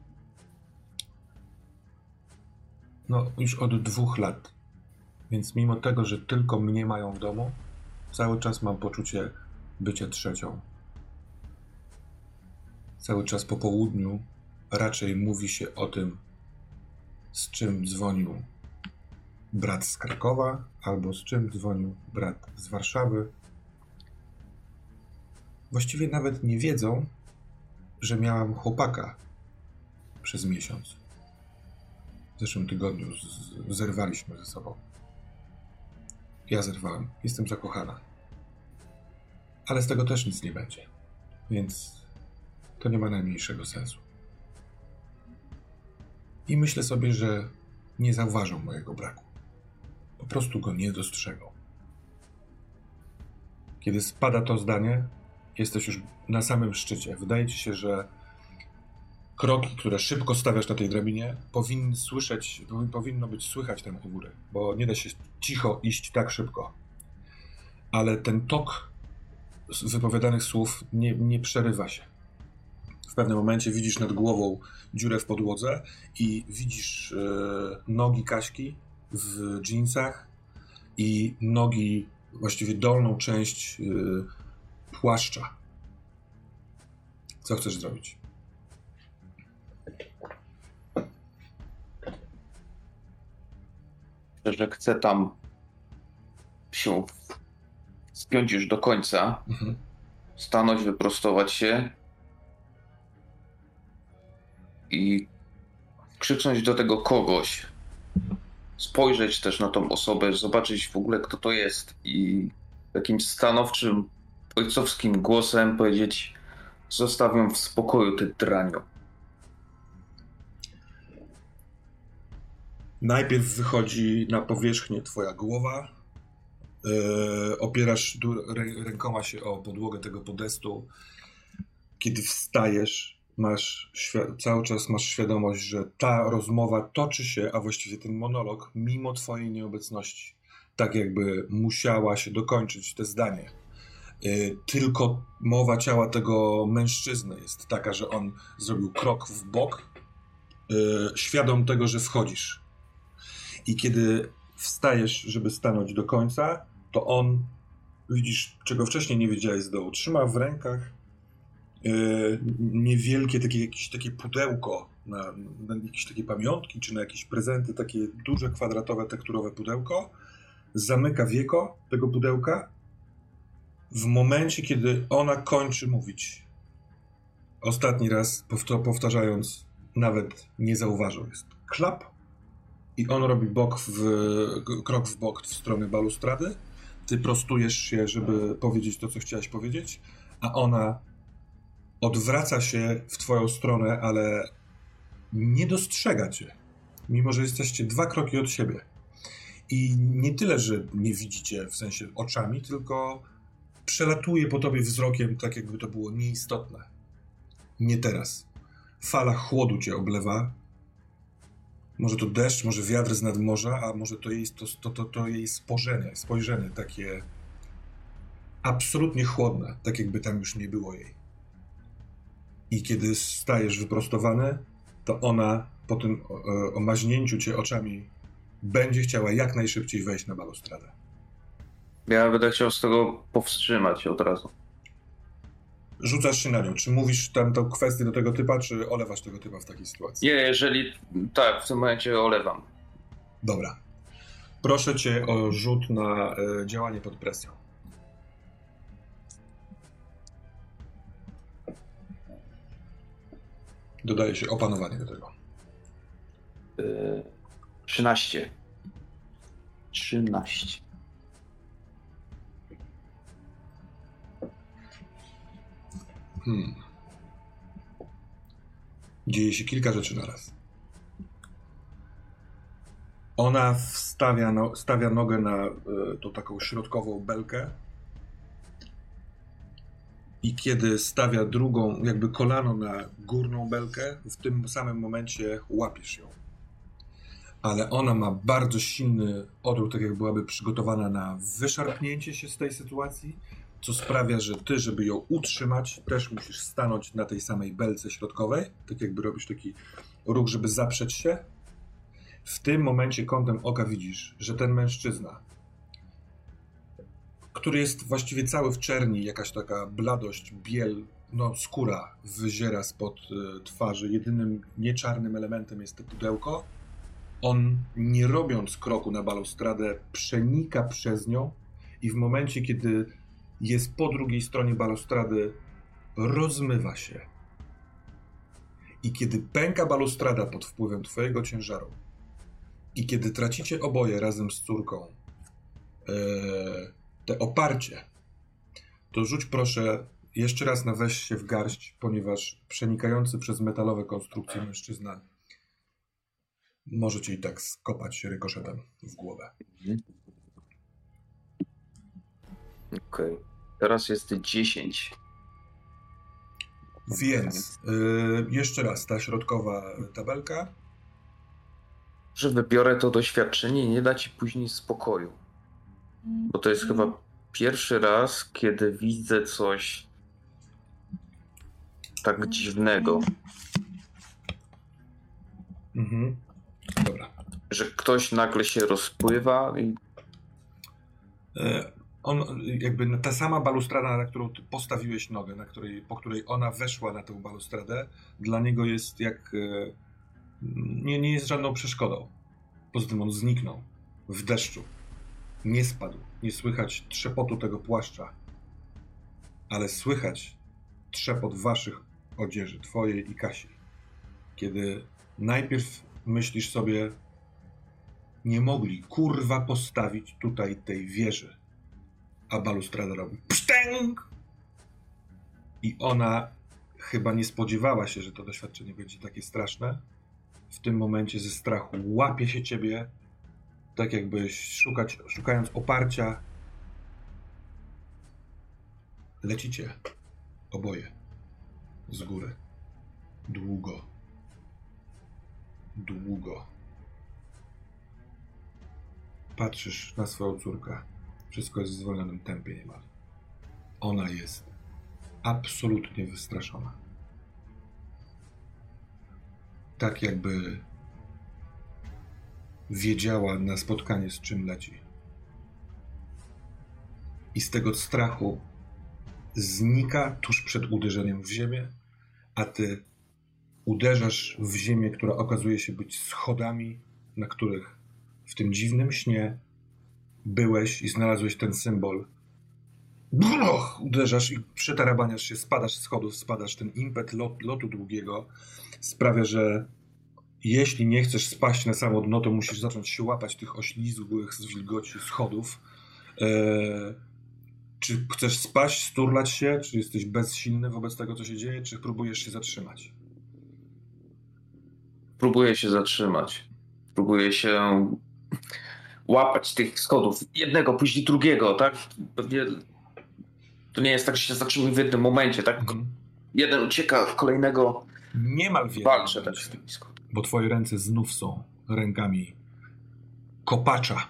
S1: już od 2 lat. Więc mimo tego, że tylko mnie mają w domu, cały czas mam poczucie bycia trzecią. Cały czas po południu raczej mówi się o tym, z czym dzwonił brat z Krakowa, albo z czym dzwonił brat z Warszawy. Właściwie nawet nie wiedzą, że miałam chłopaka przez miesiąc. W zeszłym tygodniu zerwaliśmy ze sobą. Ja zerwałem. Jestem zakochana. Ale z tego też nic nie będzie. Więc to nie ma najmniejszego sensu. I myślę sobie, że nie zauważą mojego braku. Po prostu go nie dostrzegą. Kiedy spada to zdanie, jesteś już na samym szczycie. Wydaje ci się, że kroki, które szybko stawiasz na tej drabinie, powinno być słychać tam u góry, bo nie da się cicho iść tak szybko. Ale ten tok wypowiadanych słów nie przerywa się. W pewnym momencie widzisz nad głową dziurę w podłodze i widzisz nogi Kaśki w dżinsach i nogi, właściwie dolną część płaszcza. Co chcesz zrobić?
S2: Że chcę tam się spiąć już do końca, stanąć, wyprostować się i krzyczeć do tego kogoś, spojrzeć też na tą osobę, zobaczyć w ogóle, kto to jest i takim stanowczym, ojcowskim głosem powiedzieć: zostaw ją w spokoju, ty draniu.
S1: Najpierw wychodzi na powierzchnię twoja głowa, opierasz rękoma się o podłogę tego podestu. Kiedy wstajesz, cały czas masz świadomość, że ta rozmowa toczy się, a właściwie ten monolog, mimo twojej nieobecności. Tak jakby musiała się dokończyć te zdanie. Tylko mowa ciała tego mężczyzny jest taka, że on zrobił krok w bok, świadom tego, że wchodzisz. I kiedy wstajesz, żeby stanąć do końca, to on, widzisz, czego wcześniej nie wiedziałeś z dołu, trzyma w rękach niewielkie takie pudełko na jakieś takie pamiątki, czy na jakieś prezenty, takie duże, kwadratowe, tekturowe pudełko. Zamyka wieko tego pudełka w momencie, kiedy ona kończy mówić. Ostatni raz powtarzając, nawet nie zauważył, jest klap i on robi krok w bok w stronę balustrady. Ty prostujesz się, żeby powiedzieć to, co chciałaś powiedzieć, a ona odwraca się w twoją stronę, ale nie dostrzega cię, mimo że jesteście 2 kroki od siebie. I nie tyle, że nie widzicie w sensie oczami, tylko przelatuje po tobie wzrokiem, tak jakby to było nieistotne. Nie teraz. Fala chłodu cię oblewa. Może to deszcz, może wiatr z nadmorza, a może to jej spojrzenie takie absolutnie chłodne, tak jakby tam już nie było jej. I kiedy stajesz wyprostowany, to ona po tym omaźnięciu cię oczami będzie chciała jak najszybciej wejść na balustradę.
S2: Ja będę chciał z tego powstrzymać od razu.
S1: Rzucasz się na nią. Czy mówisz tam tą kwestię do tego typa, czy olewasz tego typa w takiej sytuacji?
S2: Nie, jeżeli tak, w tym momencie olewam.
S1: Dobra. Proszę cię o rzut na działanie pod presją. Dodaje się opanowanie do tego.
S2: 13.
S1: Dzieje się kilka rzeczy naraz. Ona stawia nogę na tą taką środkową belkę i kiedy stawia drugą, jakby kolano na górną belkę, w tym samym momencie łapiesz ją. Ale ona ma bardzo silny odruch, tak jak byłaby przygotowana na wyszarpnięcie się z tej sytuacji, co sprawia, że ty, żeby ją utrzymać, też musisz stanąć na tej samej belce środkowej, tak jakby robisz taki ruch, żeby zaprzeć się. W tym momencie kątem oka widzisz, że ten mężczyzna, który jest właściwie cały w czerni, jakaś taka bladość, biel, skóra wyziera spod twarzy. Jedynym nieczarnym elementem jest to pudełko. On, nie robiąc kroku na balustradę, przenika przez nią i w momencie, kiedy jest po drugiej stronie balustrady, rozmywa się. I kiedy pęka balustrada pod wpływem twojego ciężaru i kiedy tracicie oboje razem z córką te oparcie, to rzuć proszę jeszcze raz na weź się w garść, ponieważ przenikający przez metalowe konstrukcje mężczyzna może cię i tak skopać rykoszetem w głowę.
S2: Okej. Teraz jest 10.
S1: Więc jeszcze raz ta środkowa tabelka.
S2: Że wybiorę to doświadczenie i nie da ci później spokoju. Bo to jest chyba pierwszy raz, kiedy widzę coś tak dziwnego.
S1: Dobra.
S2: Że ktoś nagle się rozpływa i...
S1: Jakby ta sama balustrada, na którą ty postawiłeś nogę, po której ona weszła na tę balustradę, dla niego jest jak... Nie jest żadną przeszkodą. Poza tym on zniknął w deszczu. Nie spadł. Nie słychać trzepotu tego płaszcza. Ale słychać trzepot waszych odzieży, twojej i Kasi. Kiedy najpierw myślisz sobie, nie mogli kurwa postawić tutaj tej wieży. A balustrada robi psztęk! I ona chyba nie spodziewała się, że to doświadczenie będzie takie straszne. W tym momencie ze strachu łapie się ciebie, tak jakbyś szukając oparcia. Lecicie oboje z góry. Długo. Patrzysz na swoją córkę. Wszystko jest w zwolnionym tempie niemal. Ona jest absolutnie wystraszona. Tak jakby wiedziała na spotkanie, z czym leci. I z tego strachu znika tuż przed uderzeniem w ziemię, a ty uderzasz w ziemię, która okazuje się być schodami, na których w tym dziwnym śnie byłeś i znalazłeś ten symbol. Uderzasz i przetarabaniasz się, spadasz z schodów, ten impet lotu długiego sprawia, że jeśli nie chcesz spaść na samo dno, to musisz zacząć się łapać tych oślizgłych z wilgoci schodów. Czy chcesz spaść, sturlać się, czy jesteś bezsilny wobec tego, co się dzieje, czy próbujesz się zatrzymać?
S2: Próbuję się zatrzymać. Próbuję się łapać tych schodów. Jednego, później drugiego, tak? Pewnie to nie jest tak, że się zatrzymuję w jednym momencie, tak? Jeden ucieka, kolejnego
S1: niemal
S2: walczę tak z tymi schodami.
S1: Bo twoje ręce znów są rękami kopacza.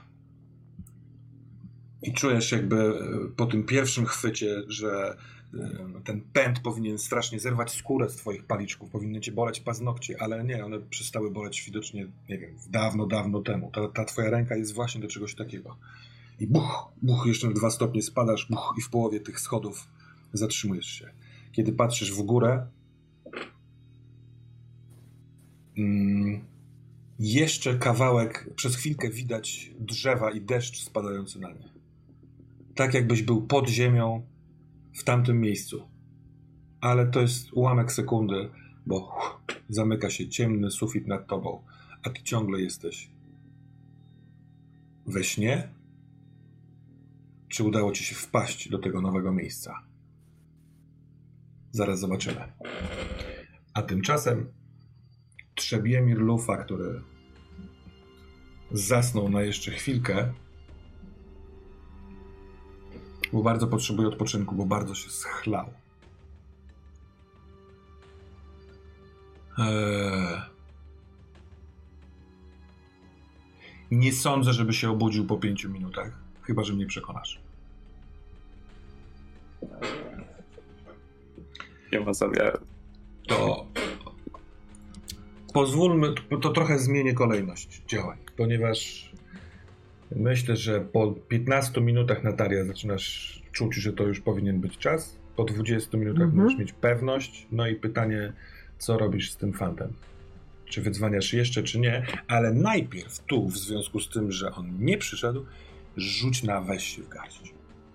S1: I czujesz jakby po tym pierwszym chwycie, że ten pęd powinien strasznie zerwać skórę z twoich paliczków, powinny cię boleć paznokcie, ale nie, one przestały boleć widocznie, nie wiem, dawno temu. Ta twoja ręka jest właśnie do czegoś takiego. I buch, jeszcze na 2 stopnie spadasz, i w połowie tych schodów zatrzymujesz się. Kiedy patrzysz w górę, jeszcze kawałek, przez chwilkę widać drzewa i deszcz spadający na nie. Tak jakbyś był pod ziemią w tamtym miejscu. Ale to jest ułamek sekundy, bo zamyka się ciemny sufit nad tobą, a ty ciągle jesteś we śnie? Czy udało ci się wpaść do tego nowego miejsca? Zaraz zobaczymy. A tymczasem Trzebiemir Lufa, który zasnął na jeszcze chwilkę, bo bardzo potrzebuje odpoczynku, bo bardzo się schlał. Nie sądzę, żeby się obudził po 5 minutach, chyba że mnie przekonasz.
S2: Nie ma zamiaru.
S1: To pozwólmy, to trochę zmienię kolejność działań, ponieważ myślę, że po 15 minutach, Natalia, zaczynasz czuć, że to już powinien być czas. Po 20 minutach możesz mieć pewność. No i pytanie, co robisz z tym fantem? Czy wydzwaniasz jeszcze, czy nie? Ale najpierw tu, w związku z tym, że on nie przyszedł, rzuć na weź się w garść.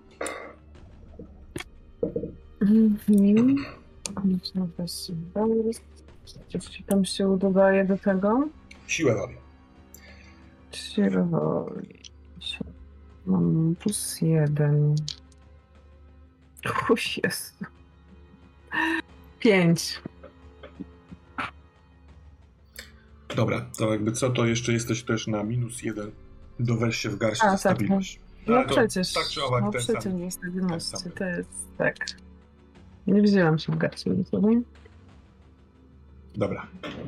S4: Rzuć na weź się w garść. Czy tam się dodaje do tego?
S1: Siłę woli.
S4: Siłę woli. Mam +1. Jest. 5.
S1: Dobra, to jakby co, to jeszcze jesteś też na -1 do weź się w garść za stabilność.
S4: No przecież.
S1: Tak czy owak,
S4: no
S1: ten
S4: przecież
S1: sam.
S4: nie stabilności. To jest tak. Nie wzięłam się w garść.
S1: Dobra.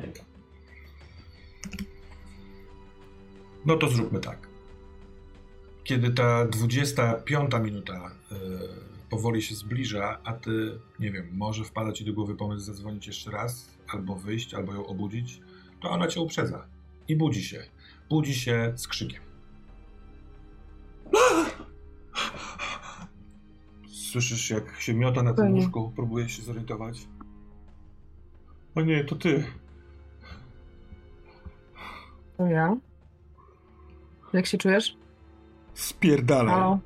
S1: No to zróbmy tak. Kiedy ta 25 minuta powoli się zbliża, a ty, nie wiem, może wpada ci do głowy pomysł zadzwonić jeszcze raz, albo wyjść, albo ją obudzić, to ona cię uprzedza i budzi się. Budzi się z krzykiem. Słyszysz, jak się miota na tym łóżku, próbuje się zorientować. O nie, to ty.
S4: To ja? Jak się czujesz?
S1: Spierdalaj.
S4: Halo?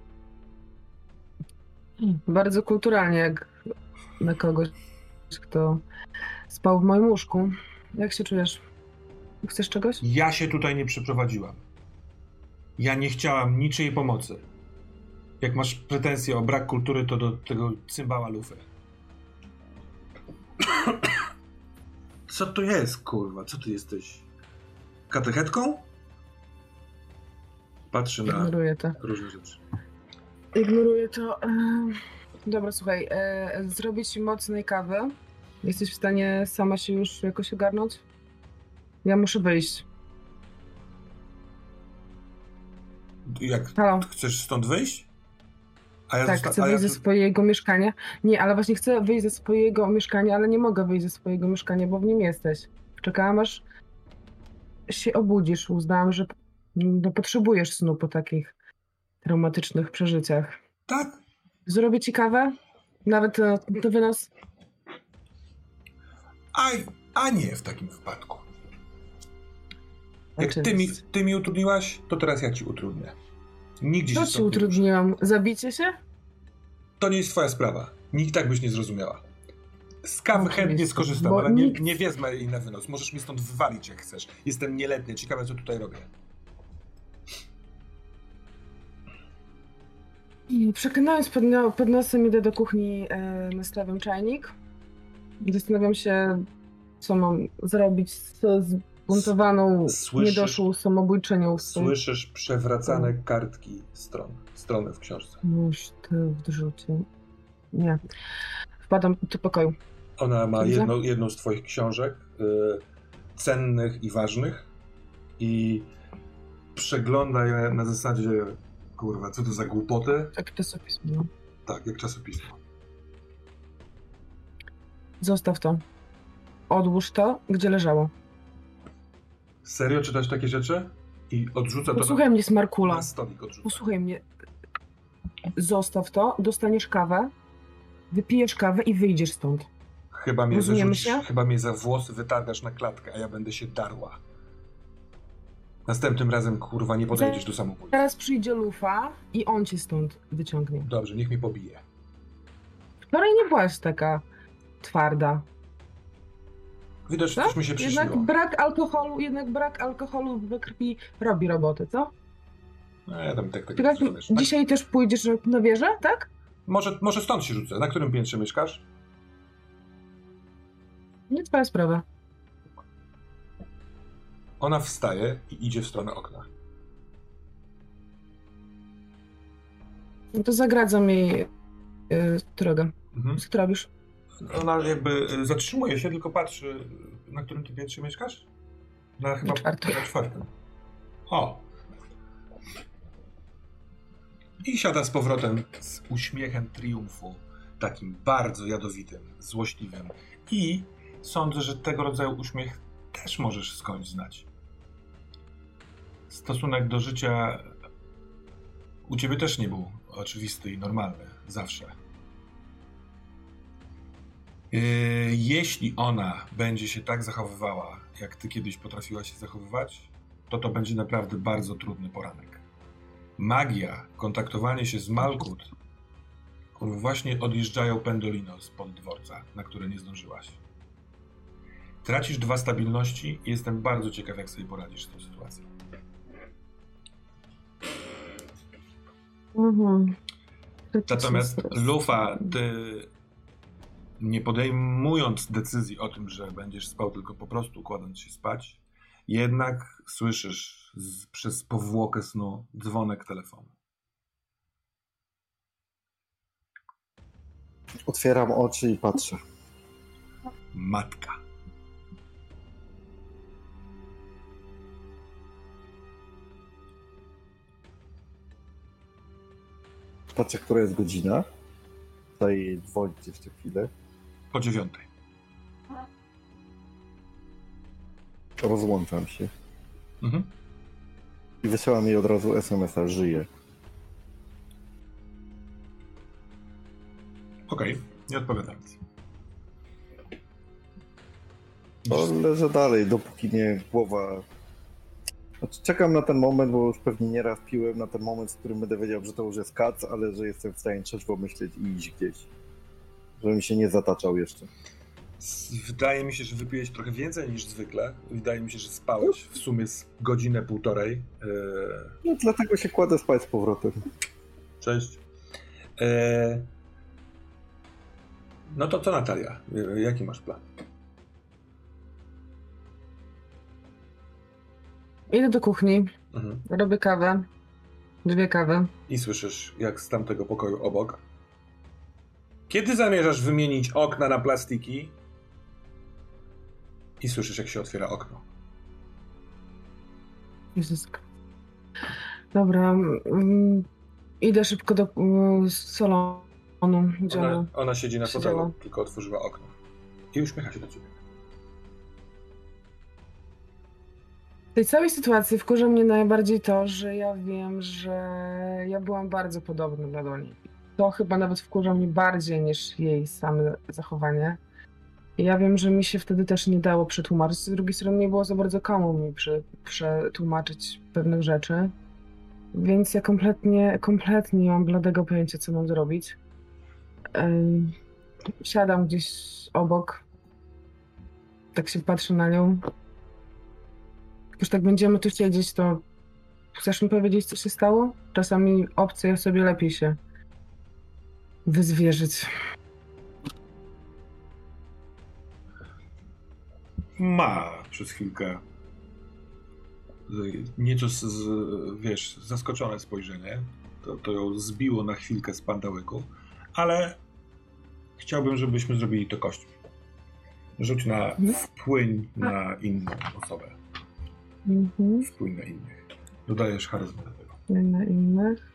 S4: Bardzo kulturalnie, jak na kogoś, kto spał w moim łóżku. Jak się czujesz? Chcesz czegoś?
S1: Ja się tutaj nie przeprowadziłam. Ja nie chciałam niczyjej pomocy. Jak masz pretensje o brak kultury, to do tego cymbała Lufy. Co to jest, kurwa? Co ty jesteś? Katechetką? Patrzy na
S4: Ignoruję to.
S1: różne rzeczy.
S4: Ignoruję to. Dobra, słuchaj. Zrobię ci mocnej kawy. Jesteś w stanie sama się już jakoś ogarnąć? Ja muszę wyjść.
S1: Jak?
S4: Halo?
S1: Chcesz stąd wyjść? A ja
S4: Tak, chcę wyjść ze swojego mieszkania. Nie, ale właśnie chcę wyjść ze swojego mieszkania, ale nie mogę wyjść ze swojego mieszkania, bo w nim jesteś. Czekałam, aż się obudzisz. Uznałam, że potrzebujesz snu po takich traumatycznych przeżyciach.
S1: Tak?
S4: Zrobię ci kawę? Nawet na wynos?
S1: A nie w takim wypadku. Jak
S4: Oczywiście.
S1: ty mi utrudniłaś, to teraz ja ci utrudnię. Nigdzie
S4: Co
S1: się
S4: ci utrudniłam? Zabicie się?
S1: To nie jest twoja sprawa. Nikt tak byś nie zrozumiała. Z kawy
S4: Oczywiście,
S1: chętnie skorzystam,
S4: bo
S1: ale
S4: nikt-
S1: nie wezmę jej na wynos. Możesz mnie stąd wywalić jak chcesz. Jestem nieletni. Ciekawe, co tutaj robię.
S4: I przekonając pod nosem, idę do kuchni, nastawiam czajnik. Zastanawiam się, co mam zrobić z zbuntowaną, niedoszłą samobójczynią.
S1: Słyszysz przewracane kartki strony w książce.
S4: Już ty wrzucił. Nie. Wpadam do pokoju.
S1: Ona ma
S4: Widzę.
S1: jedną z twoich książek, cennych i ważnych, i przegląda je na zasadzie, kurwa, co to za głupoty?
S4: Tak, czasopismo.
S1: Tak, jak czasopismo.
S4: Zostaw to. Odłóż to, gdzie leżało.
S1: Serio czytasz takie rzeczy? I odrzuca to
S4: Posłuchaj mnie, Smarkula.
S1: na stolik. Odrzuca.
S4: Posłuchaj mnie. Zostaw to, dostaniesz kawę, wypijesz kawę i wyjdziesz stąd.
S1: Chyba mnie
S4: Rozumiemy
S1: wyrzucisz,
S4: się?
S1: chyba mnie za włosy wytargasz na klatkę, a ja będę się darła. Następnym razem, kurwa, nie podejdziesz do samobójstwa.
S4: Teraz przyjdzie Lufa i on cię stąd wyciągnie.
S1: Dobrze, niech mi pobije.
S4: Wczoraj nie byłaś taka twarda.
S1: Widać, że
S4: Co?
S1: coś mi się przyśniło.
S4: Jednak brak alkoholu we krwi robi roboty, co?
S1: No, ja tam tak
S4: Teraz
S1: rozumiesz.
S4: dzisiaj też pójdziesz na wieżę, tak?
S1: Może stąd się rzucę. Na którym piętrze mieszkasz?
S4: Nie twoja sprawa.
S1: Ona wstaje i idzie w stronę okna.
S4: No to zagradzam jej drogę. Co ty robisz?
S1: Ona jakby zatrzymuje się, tylko patrzy, na którym ty piętrze mieszkasz? Chyba na czwartym. O! I siada z powrotem z uśmiechem triumfu, takim bardzo jadowitym, złośliwym. I sądzę, że tego rodzaju uśmiech też możesz skądś znać. Stosunek do życia u ciebie też nie był oczywisty i normalny, zawsze. Jeśli ona będzie się tak zachowywała, jak ty kiedyś potrafiłaś się zachowywać, to będzie naprawdę bardzo trudny poranek. Magia, kontaktowanie się z Malkuth, właśnie odjeżdżają Pendolino spod dworca, na które nie zdążyłaś. Tracisz 2 stabilności i jestem bardzo ciekaw, jak sobie poradzisz z tą sytuacją. Natomiast Lufa, ty nie podejmując decyzji o tym, że będziesz spał, tylko po prostu kładąc się spać, jednak słyszysz przez powłokę snu dzwonek telefonu.
S3: Otwieram oczy i patrzę.
S1: Matka.
S3: Patrzę, która jest godzina. Tutaj dzwonić jeszcze chwilę.
S1: Po 9.
S3: Rozłączam się. I wysyłam jej od razu SMS-a, żyję.
S1: Okej, nie odpowiadam.
S3: Leżę dalej, dopóki nie głowa... Znaczy, czekam na ten moment, bo już pewnie nieraz piłem na ten moment, w którym będę wiedział, że to już jest kac, ale że jestem w stanie trzeźwo myśleć i iść gdzieś. Żebym się nie zataczał jeszcze.
S1: Wydaje mi się, że wypiłeś trochę więcej niż zwykle. Wydaje mi się, że spałeś w sumie z godzinę, półtorej.
S3: No dlatego się kładę spać z powrotem.
S1: Cześć. No to co, Natalia? Jaki masz plan?
S4: Idę do kuchni, robię kawę, 2 kawy.
S1: I słyszysz, jak z tamtego pokoju obok. Kiedy zamierzasz wymienić okna na plastiki? I słyszysz, jak się otwiera okno.
S4: Jezus. Dobra, idę szybko do salonu.
S1: Ona siedzi na fotelu, tylko otworzyła okno. I uśmiecha się do ciebie.
S4: W tej całej sytuacji wkurza mnie najbardziej to, że ja wiem, że ja byłam bardzo podobna do niej. To chyba nawet wkurza mnie bardziej niż jej same zachowanie. I ja wiem, że mi się wtedy też nie dało przetłumaczyć. Z drugiej strony nie było za bardzo komu mi przetłumaczyć pewnych rzeczy. Więc ja kompletnie nie mam bladego pojęcia, co mam zrobić. Siadam gdzieś obok. Tak się patrzę na nią. Już tak będziemy tu siedzieć, to chcesz mi powiedzieć, co się stało? Czasami obcej osobie lepiej się wyzwierzyć.
S1: Ma przez chwilkę nieco zaskoczone spojrzenie. To ją zbiło na chwilkę z pantałyku, ale chciałbym, żebyśmy zrobili to kośćmi. Rzuć na wpłyń na inną osobę. Wpłyń na innych. Dodajesz charyzmę do tego.
S4: Na innych.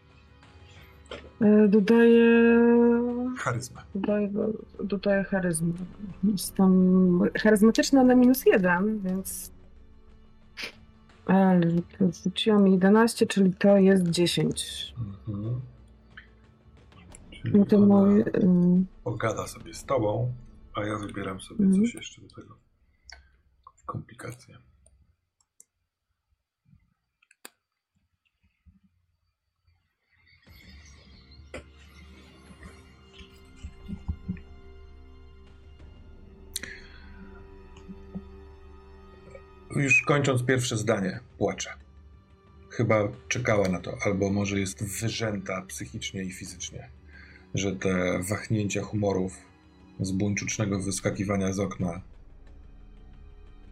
S4: Dodaję
S1: charyzmę.
S4: Dodaję charyzmę. Jestem charyzmatyczna na -1, więc rzuciłam 11, czyli to jest 10.
S1: Czyli
S4: no to
S1: ona
S4: moje,
S1: pogada sobie z tobą, a ja wybieram sobie coś jeszcze do tego. Komplikacje. Już kończąc pierwsze zdanie, płacze. Chyba czekała na to, albo może jest wyrzęta psychicznie i fizycznie, że te wahnięcia humorów z buńczucznego wyskakiwania z okna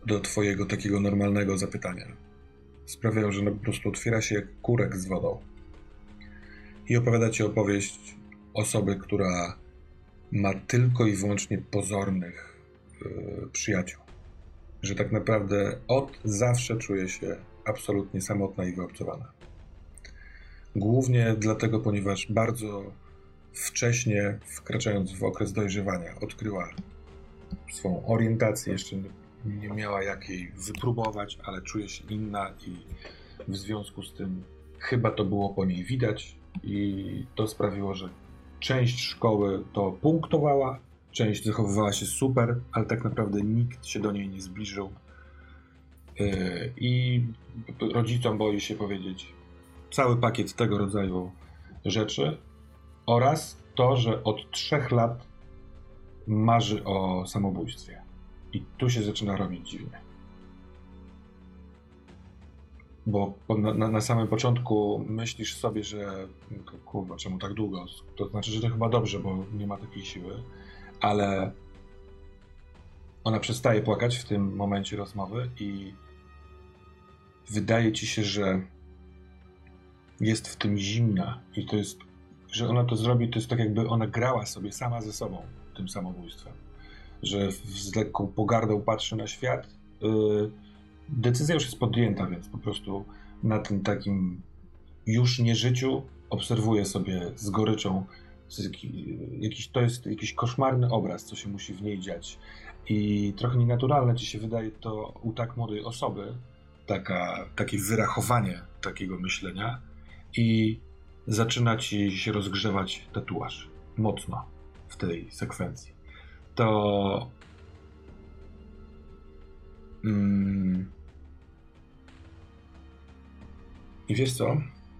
S1: do twojego takiego normalnego zapytania sprawiają, że po prostu otwiera się jak kurek z wodą i opowiada ci opowieść osoby, która ma tylko i wyłącznie pozornych przyjaciół. Że tak naprawdę od zawsze czuje się absolutnie samotna i wyobcowana. Głównie dlatego, ponieważ bardzo wcześnie, wkraczając w okres dojrzewania, odkryła swą orientację, jeszcze nie miała jak jej wypróbować, ale czuje się inna i w związku z tym chyba to było po niej widać i to sprawiło, że część szkoły to punktowała, część zachowywała się super, ale tak naprawdę nikt się do niej nie zbliżył i rodzicom boi się powiedzieć cały pakiet tego rodzaju rzeczy oraz to, że od 3 lat marzy o samobójstwie. I tu się zaczyna robić dziwnie. Bo na samym początku myślisz sobie, że kurwa, czemu tak długo? To znaczy, że to chyba dobrze, bo nie ma takiej siły. Ale ona przestaje płakać w tym momencie rozmowy i wydaje ci się, że jest w tym zimna i to jest, że ona to zrobi, to jest tak jakby ona grała sobie sama ze sobą tym samobójstwem. Że z lekką pogardą patrzy na świat. Decyzja już jest podjęta, więc po prostu na tym takim już nieżyciu obserwuje sobie z goryczą to jest jakiś koszmarny obraz, co się musi w niej dziać. I trochę nienaturalne ci się wydaje to u tak młodej osoby, takie wyrachowanie takiego myślenia i zaczyna ci się rozgrzewać tatuaż. Mocno w tej sekwencji. To i wiesz co?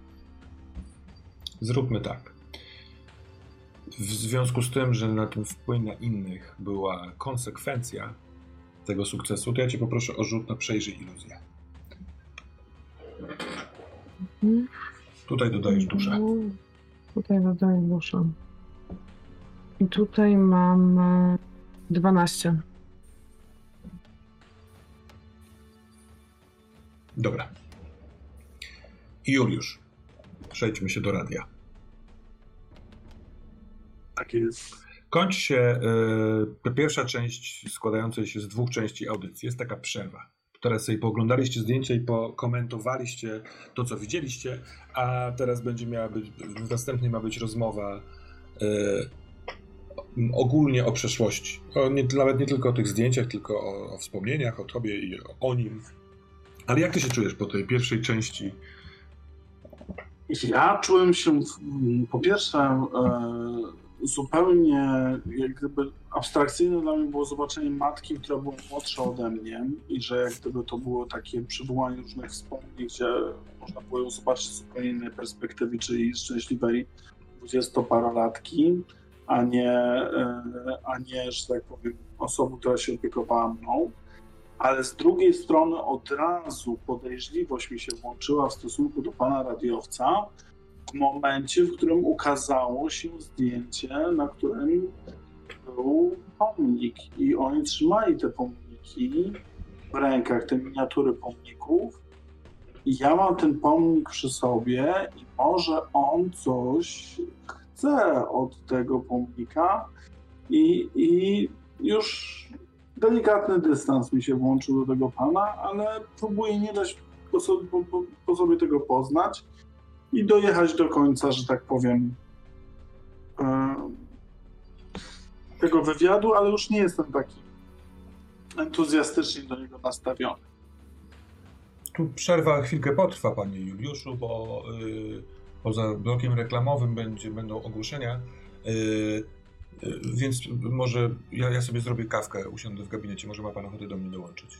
S1: Zróbmy tak. W związku z tym, że na tym wpływ na innych była konsekwencja tego sukcesu, to ja cię poproszę o rzut na przejrzyj iluzję. Tutaj dodajesz duszę.
S4: Tutaj dodaję duszę. I tutaj mam 12.
S1: Dobra. Juliusz, przejdźmy się do radia.
S5: Tak jest.
S1: Kończy się pierwsza część składająca się z 2 części audycji. Jest taka przerwa. Teraz sobie pooglądaliście zdjęcia i pokomentowaliście to, co widzieliście, a teraz w następnej ma być rozmowa ogólnie o przeszłości. Nawet nie tylko o tych zdjęciach, tylko o wspomnieniach, o tobie i o nim. Ale jak ty się czujesz po tej pierwszej części?
S5: Ja czułem się, po pierwsze, zupełnie jak gdyby abstrakcyjne dla mnie było zobaczenie matki, która była młodsza ode mnie i że jak gdyby to było takie przywołanie różnych wspomnień, gdzie można było ją zobaczyć z zupełnie innej perspektywy, czyli szczęśliwej 20-parolatki, a nie, że tak powiem, osoby, która się opiekowała mną. Ale z drugiej strony od razu podejrzliwość mi się włączyła w stosunku do pana radiowca w momencie, w którym ukazało się zdjęcie, na którym był pomnik i oni trzymali te pomniki w rękach, te miniatury pomników i ja mam ten pomnik przy sobie i może on coś chce od tego pomnika i już delikatny dystans mi się włączył do tego pana, ale próbuję nie dać po sobie tego poznać i dojechać do końca, że tak powiem, tego wywiadu, ale już nie jestem taki entuzjastycznie do niego nastawiony.
S1: Tu przerwa chwilkę potrwa, panie Juliuszu, bo poza blokiem reklamowym będą ogłoszenia, więc może ja sobie zrobię kawkę, usiądę w gabinecie, może ma pan ochotę do mnie dołączyć.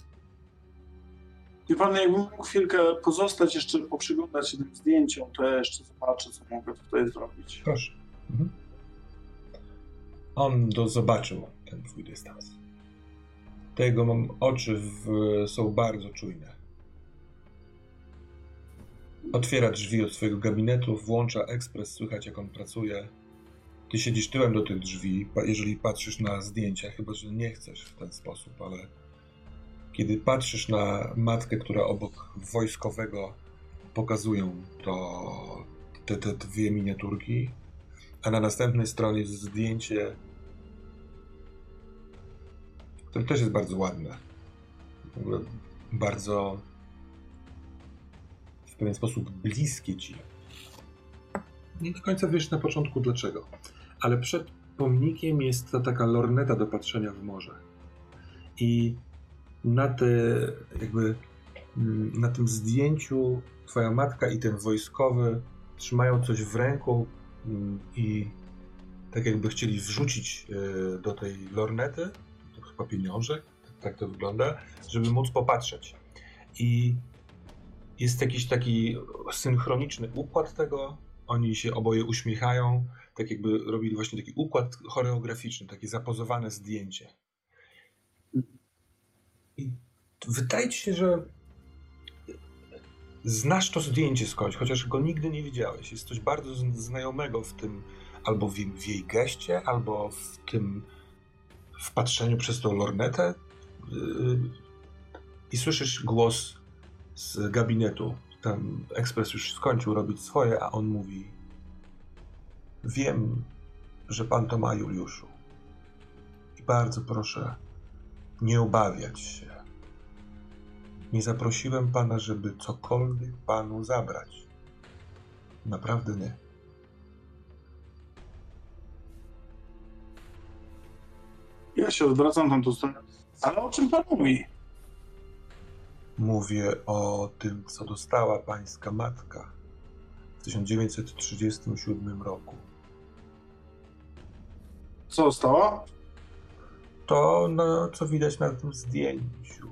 S5: I pan, jakbym mógł chwilkę pozostać, jeszcze poprzyglądać się tym zdjęciom, to ja jeszcze zobaczę, co mogę tutaj zrobić.
S1: Proszę. Mhm. On zobaczył ten twój dystans. Te jego oczy są bardzo czujne. Otwiera drzwi od swojego gabinetu, włącza ekspres, słychać jak on pracuje. Ty siedzisz tyłem do tych drzwi, jeżeli patrzysz na zdjęcia, chyba że nie chcesz w ten sposób, ale Kiedy patrzysz na matkę, która obok wojskowego pokazują te dwie miniaturki, a na następnej stronie jest zdjęcie, które też jest bardzo ładne. W ogóle bardzo w pewien sposób bliskie ci. Nie do końca wiesz na początku dlaczego, ale przed pomnikiem jest ta taka lorneta do patrzenia w morze. I na tym zdjęciu twoja matka i ten wojskowy trzymają coś w ręku i tak jakby chcieli wrzucić do tej lornety, to chyba pieniążek, tak to wygląda, żeby móc popatrzeć. I jest jakiś taki synchroniczny układ tego, oni się oboje uśmiechają, tak jakby robili właśnie taki układ choreograficzny, takie zapozowane zdjęcie. I wydaje ci się, że znasz to zdjęcie skądś, chociaż go nigdy nie widziałeś. Jest coś bardzo znajomego w tym, albo w jej geście, albo w patrzeniu przez tą lornetę. I słyszysz głos z gabinetu. Tam ekspres już skończył robić swoje, a on mówi: wiem, że pan to ma, Juliuszu. I bardzo proszę, nie obawiać się. Nie zaprosiłem pana, żeby cokolwiek panu zabrać. Naprawdę nie.
S5: Ja się odwracam tam do stronę. Ale o czym pan mówi?
S1: Mówię o tym, co dostała pańska matka w 1937 roku.
S5: Co dostała?
S1: To, co widać na tym zdjęciu.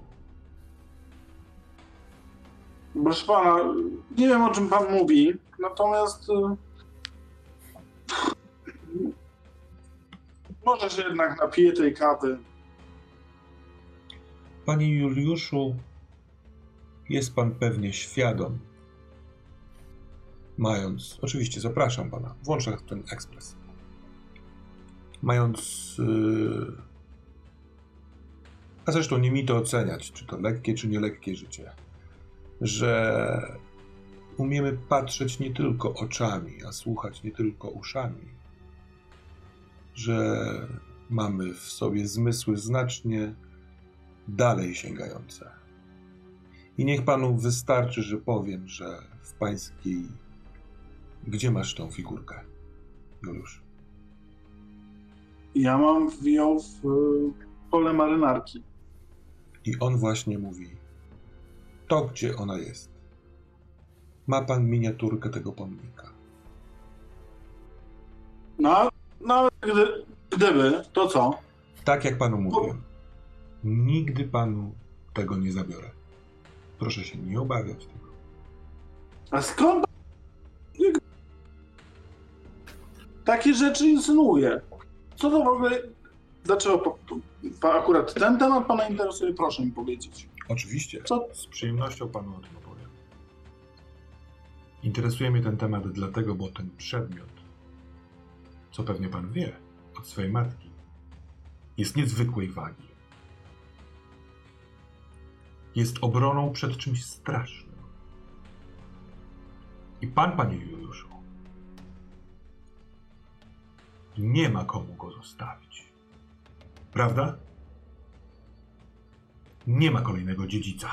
S5: Proszę pana, nie wiem, o czym pan mówi, natomiast może się jednak napiję tej kawy.
S1: Panie Juliuszu, jest pan pewnie świadom, mając, oczywiście zapraszam pana, włączę ten ekspres, mając, a zresztą nie mi to oceniać, czy to lekkie, czy nielekkie życie, że umiemy patrzeć nie tylko oczami, a słuchać nie tylko uszami, że mamy w sobie zmysły znacznie dalej sięgające. I niech panu wystarczy, że powiem, że w pańskiej... Gdzie masz tą figurkę, Juliusz?
S5: Ja mam ją w pole marynarki.
S1: I on właśnie mówi: to, gdzie ona jest. Ma pan miniaturkę tego pomnika.
S5: No gdyby, to co?
S1: Tak jak panu mówiłem. Nigdy panu tego nie zabiorę. Proszę się nie obawiać tego.
S5: A skąd takie rzeczy insynuuje? Co to w ogóle... Dlaczego akurat ten temat pana interesuje? Proszę mi powiedzieć.
S1: Oczywiście.
S5: Co?
S1: Z przyjemnością panu o tym opowiem. Interesuje mnie ten temat dlatego, bo ten przedmiot, co pewnie pan wie od swojej matki, jest niezwykłej wagi. Jest obroną przed czymś strasznym. I pan, panie Juliuszu, nie ma komu go zostawić. Prawda? Nie ma kolejnego dziedzica.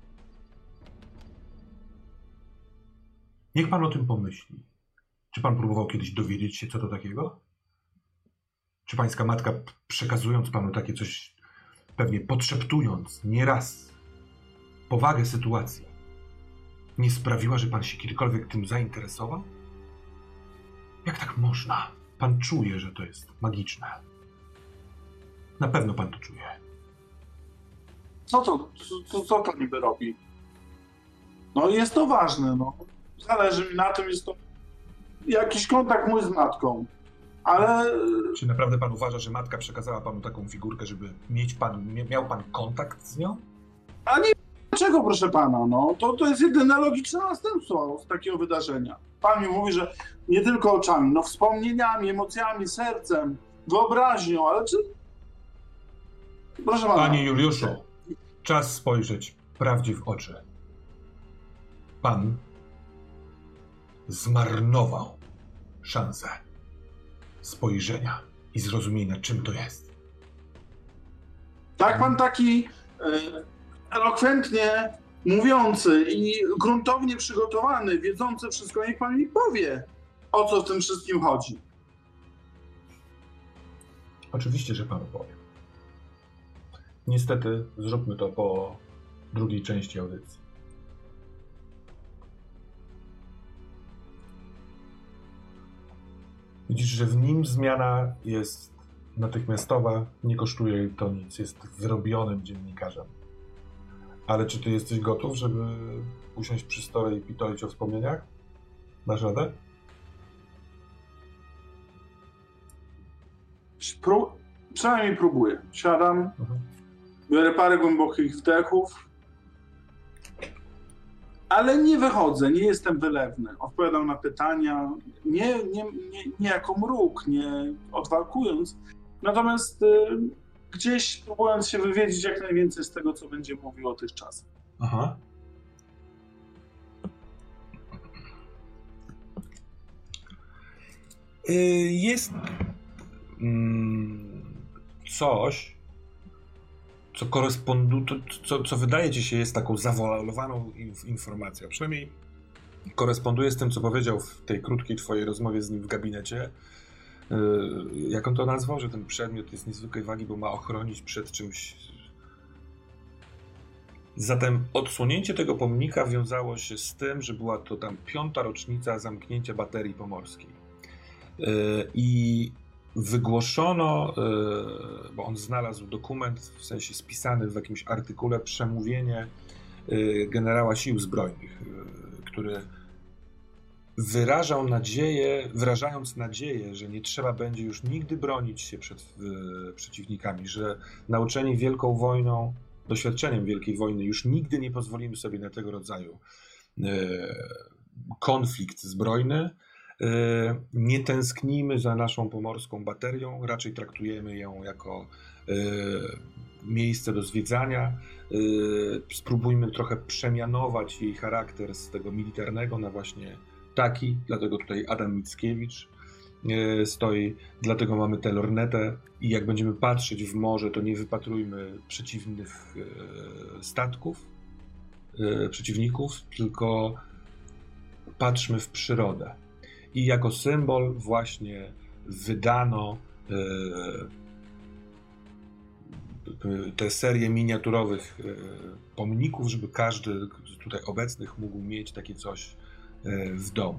S1: Niech pan o tym pomyśli. Czy pan próbował kiedyś dowiedzieć się, co to takiego? Czy pańska matka, przekazując panu takie coś, pewnie podszeptując nieraz powagę sytuacji, nie sprawiła, że pan się kiedykolwiek tym zainteresował? Jak tak można? Pan czuje, że to jest magiczne. Na pewno pan to czuje.
S5: Co to niby robi? No jest to ważne, no. Zależy mi na tym, jest to jakiś kontakt mój z matką. Ale...
S1: Czy naprawdę pan uważa, że matka przekazała panu taką figurkę, żeby miał pan kontakt z nią?
S5: A nie, dlaczego, proszę pana, no? To jest jedyne logiczne następstwo z takiego wydarzenia. Pan mi mówi, że nie tylko oczami, no wspomnieniami, emocjami, sercem, wyobraźnią, ale czy... Proszę pana...
S1: Panie Juliuszu, Czas spojrzeć prawdzie w oczy. Pan zmarnował szansę spojrzenia i zrozumienia, czym to jest.
S5: Tak, pan taki elokwentnie mówiący i gruntownie przygotowany, wiedzący wszystko, niech pan mi powie, o co w tym wszystkim chodzi.
S1: Oczywiście, że panu powiem. Niestety zróbmy to po drugiej części audycji. Widzisz, że w nim zmiana jest natychmiastowa, nie kosztuje to nic, jest wyrobionym dziennikarzem. Ale czy ty jesteś gotów, żeby usiąść przy stole i pitolić o wspomnieniach? Dasz radę?
S5: Przynajmniej próbuję. Siadam, biorę parę głębokich wdechów, ale nie wychodzę, nie jestem wylewny. Odpowiadam na pytania, nie jako mruk, nie odwalkując, natomiast gdzieś próbując się wywiedzieć jak najwięcej z tego, co będzie mówił o tych czasach.
S1: Aha. Jest coś, co koresponduje, co wydaje ci się jest taką zawalowaną informacją. Przynajmniej koresponduje z tym, co powiedział w tej krótkiej twojej rozmowie z nim w gabinecie. Jak on to nazwał? Że ten przedmiot jest niezwykłej wagi, bo ma ochronić przed czymś. Zatem odsłonięcie tego pomnika wiązało się z tym, że była to tam 5. rocznica zamknięcia baterii pomorskiej. I wygłoszono, bo on znalazł dokument, w sensie spisany w jakimś artykule, przemówienie generała Sił Zbrojnych, który wyrażając nadzieję, że nie trzeba będzie już nigdy bronić się przed przeciwnikami, że nauczeni wielką wojną, doświadczeniem Wielkiej Wojny już nigdy nie pozwolimy sobie na tego rodzaju konflikt zbrojny. Nie tęsknimy za naszą pomorską baterią, raczej traktujemy ją jako miejsce do zwiedzania. Spróbujmy trochę przemianować jej charakter z tego militarnego na właśnie taki, dlatego tutaj Adam Mickiewicz stoi, dlatego mamy tę lornetę i jak będziemy patrzeć w morze, to nie wypatrujmy przeciwnych statków, przeciwników, tylko patrzmy w przyrodę. I jako symbol właśnie wydano tę serię miniaturowych pomników, żeby każdy z tutaj obecnych mógł mieć takie coś w domu.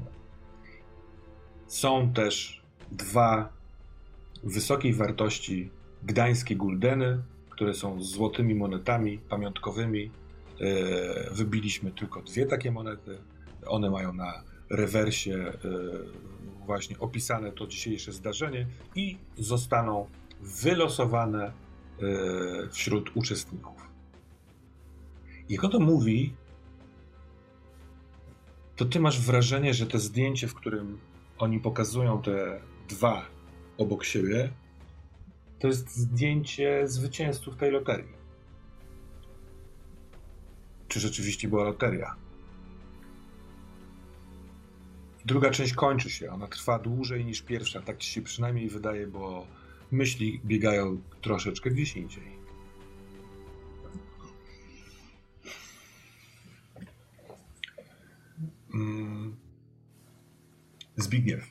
S1: Są też 2 wysokiej wartości gdańskie guldeny, które są złotymi monetami pamiątkowymi. Wybiliśmy tylko 2 takie monety. One mają na rewersie właśnie opisane to dzisiejsze zdarzenie i zostaną wylosowane wśród uczestników. Jak on to mówi, to ty masz wrażenie, że to zdjęcie, w którym oni pokazują te 2 obok siebie, to jest zdjęcie zwycięzców tej loterii. Czy rzeczywiście była loteria? Druga część kończy się, ona trwa dłużej niż pierwsza, tak ci się przynajmniej wydaje, bo myśli biegają troszeczkę gdzieś indziej. Zbigniew,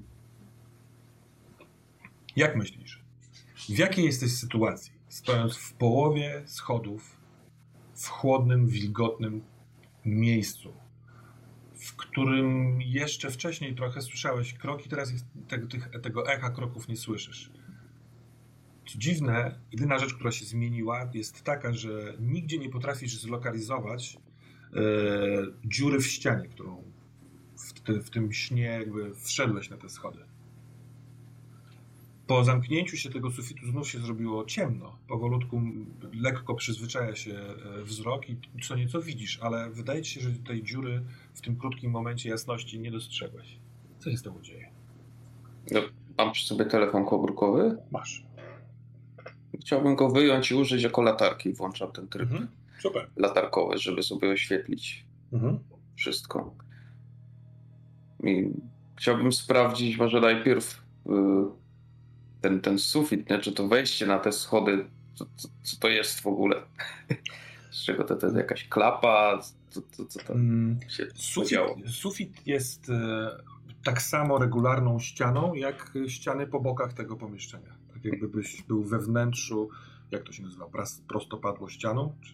S1: jak myślisz, w jakiej jesteś sytuacji, stojąc w połowie schodów, w chłodnym, wilgotnym miejscu, w którym jeszcze wcześniej trochę słyszałeś kroki, teraz tego echa kroków nie słyszysz. Co dziwne, jedyna rzecz, która się zmieniła, jest taka, że nigdzie nie potrafisz zlokalizować dziury w ścianie, którą w tym śnie jakby wszedłeś na te schody. Po zamknięciu się tego sufitu znów się zrobiło ciemno. Powolutku lekko przyzwyczaja się wzrok i co nieco widzisz, ale wydaje ci się, że tej dziury w tym krótkim momencie jasności nie dostrzegłeś. Co się z tobą dzieje?
S2: No, mam przy sobie telefon komórkowy?
S1: Masz.
S2: Chciałbym go wyjąć i użyć jako latarki. Włączam ten tryb
S1: Super.
S2: latarkowy, żeby sobie oświetlić wszystko. I chciałbym sprawdzić może najpierw ten sufit, nie? Czy to wejście na te schody, co to jest w ogóle? Z czego to jest jakaś klapa? Co tam się działo?
S1: Sufit jest tak samo regularną ścianą, jak ściany po bokach tego pomieszczenia. Tak jakbyś był we wnętrzu, jak to się nazywa, prostopadłościaną? Czy,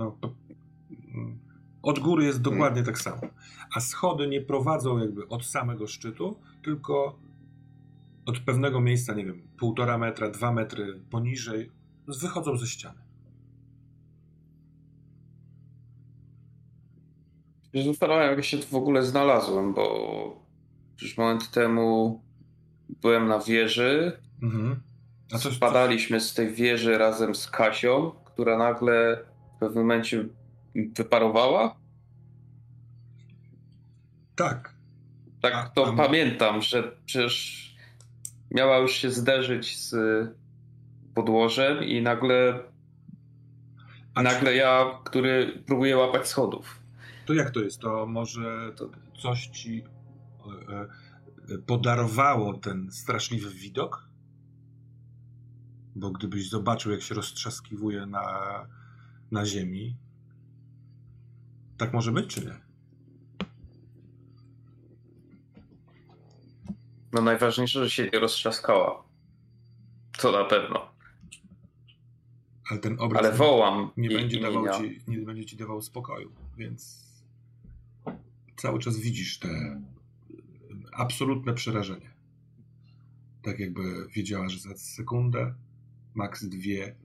S1: od góry jest dokładnie tak samo. A schody nie prowadzą jakby od samego szczytu, tylko od pewnego miejsca, nie wiem, 1,5 metra, 2 metry poniżej, wychodzą ze ściany.
S2: Zastanawiam, jak się tu w ogóle znalazłem, bo już moment temu byłem na wieży. Spadaliśmy z tej wieży razem z Kasią, która nagle w pewnym momencie wyparowała.
S1: Tak.
S2: Pamiętam, że przecież miała już się zderzyć z podłożem i nagle ja, który próbuję łapać schodów.
S1: To jak to jest? To może coś ci podarowało ten straszliwy widok? Bo gdybyś zobaczył, jak się roztrzaskiwuje na ziemi, tak może być, czy nie?
S2: No najważniejsze, że się nie roztrzaskała. To na pewno.
S1: Ale ten obraz
S2: wołam
S1: nie będzie ci dawał spokoju, więc cały czas widzisz te absolutne przerażenie. Tak jakby wiedziała, że za sekundę, maks 2.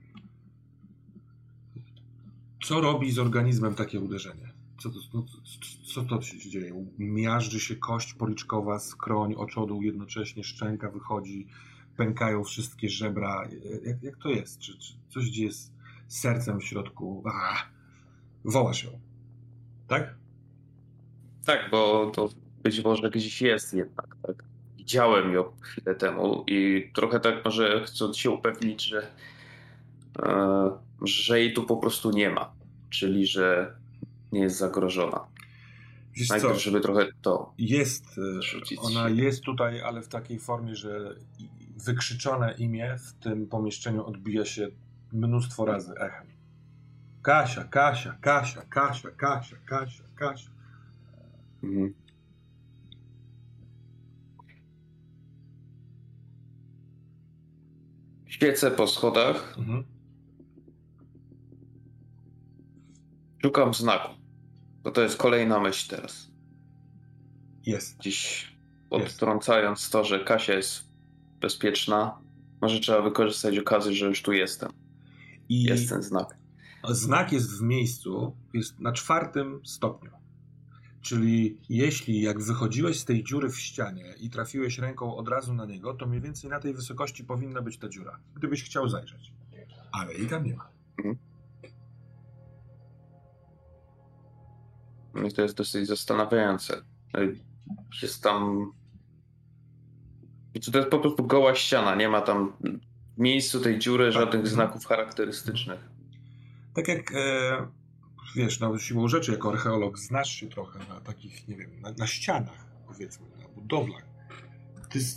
S1: Co robi z organizmem takie uderzenie? Co to się dzieje? Miażdży się kość policzkowa, skroń, oczodoł jednocześnie, szczęka wychodzi, pękają wszystkie żebra. Jak to jest? Czy coś dzieje z sercem w środku? Wołasz ją. Tak?
S2: Tak, bo to być może gdzieś jest jednak, tak? Widziałem ją chwilę temu i trochę tak może chcąc się upewnić, że jej tu po prostu nie ma. Czyli, że nie jest zagrożona.
S1: Wiesz
S2: najpierw,
S1: co?
S2: Żeby trochę to
S1: jest.
S2: rzucić.
S1: Ona jest tutaj, ale w takiej formie, że wykrzyczone imię w tym pomieszczeniu odbija się mnóstwo razy echem. Kasia, Kasia, Kasia, Kasia, Kasia, Kasia, Kasia.
S2: Mhm. Świecę po schodach. Szukam znaku. Bo to jest kolejna myśl teraz.
S1: Jest.
S2: Dziś odtrącając to, że Kasia jest bezpieczna, może trzeba wykorzystać okazję, że już tu jestem. I jest ten znak.
S1: Znak jest w miejscu, jest na 4. stopniu. Czyli jeśli jak wychodziłeś z tej dziury w ścianie i trafiłeś ręką od razu na niego, to mniej więcej na tej wysokości powinna być ta dziura, gdybyś chciał zajrzeć. Ale jej tam nie ma.
S2: I to jest dosyć zastanawiające. Jest tam... To jest po prostu goła ściana, nie ma tam w miejscu tej dziury żadnych znaków charakterystycznych.
S1: Tak jak, wiesz, siłą rzeczy jako archeolog znasz się trochę na takich, nie wiem, na ścianach, powiedzmy, na budowlach. To jest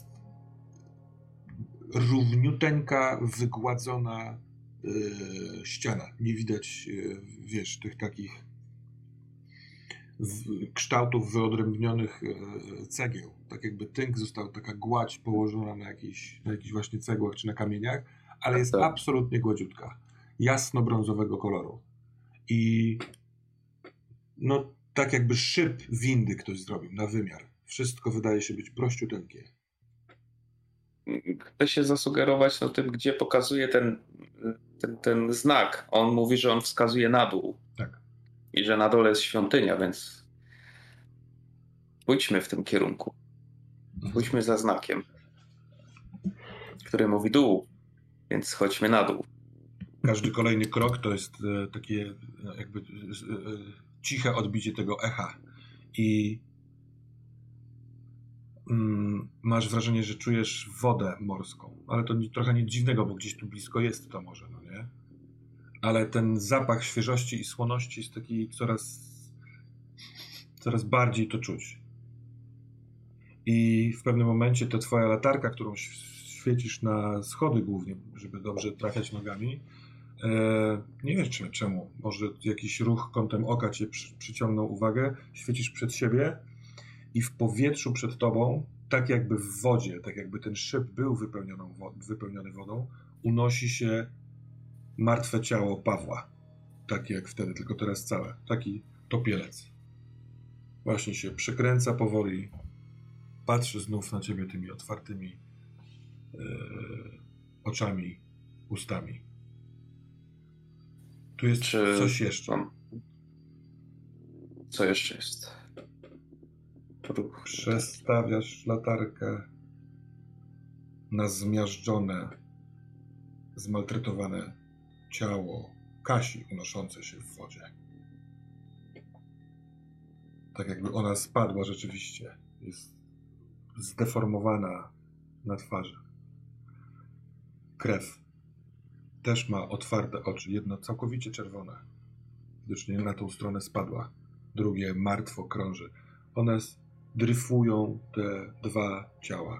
S1: równiuteńka, wygładzona ściana. Nie widać, wiesz, tych takich kształtów wyodrębnionych cegieł. Tak jakby tynk został, taka gładź położona na jakichś właśnie cegłach czy na kamieniach, ale jest absolutnie gładziutka. Jasno-brązowego koloru. I no tak jakby szyb windy ktoś zrobił na wymiar. Wszystko wydaje się być prościuteńkie.
S2: Chcę się zasugerować na tym, gdzie pokazuje ten znak. On mówi, że on wskazuje na dół.
S1: Tak.
S2: I że na dole jest świątynia, więc pójdźmy w tym kierunku. Pójdźmy za znakiem, który mówi dół, więc chodźmy na dół.
S1: Każdy kolejny krok to jest takie jakby ciche odbicie tego echa. I masz wrażenie, że czujesz wodę morską, ale to trochę nic dziwnego, bo gdzieś tu blisko jest to morze, no nie? Ale ten zapach świeżości i słoności jest taki coraz bardziej to czuć. I w pewnym momencie ta twoja latarka, którą świecisz na schody głównie, żeby dobrze trafiać nogami, nie wiesz czemu, może jakiś ruch kątem oka cię przyciągnął uwagę, świecisz przed siebie i w powietrzu przed tobą, tak jakby w wodzie, tak jakby ten szyb był wypełniony wodą, unosi się martwe ciało Pawła. Takie jak wtedy, tylko teraz całe. Taki topielec. Właśnie się przekręca powoli, patrzy znów na ciebie tymi otwartymi oczami, ustami. Tu jest coś jeszcze.
S2: Co jeszcze jest?
S1: Przestawiasz latarkę na zmiażdżone, zmaltretowane ciało Kasi unoszące się w wodzie. Tak jakby ona spadła rzeczywiście. Jest zdeformowana na twarzy. Krew też ma otwarte oczy. Jedno całkowicie czerwone. Widocznie na tą stronę spadła. Drugie martwo krąży. One dryfują te dwa ciała.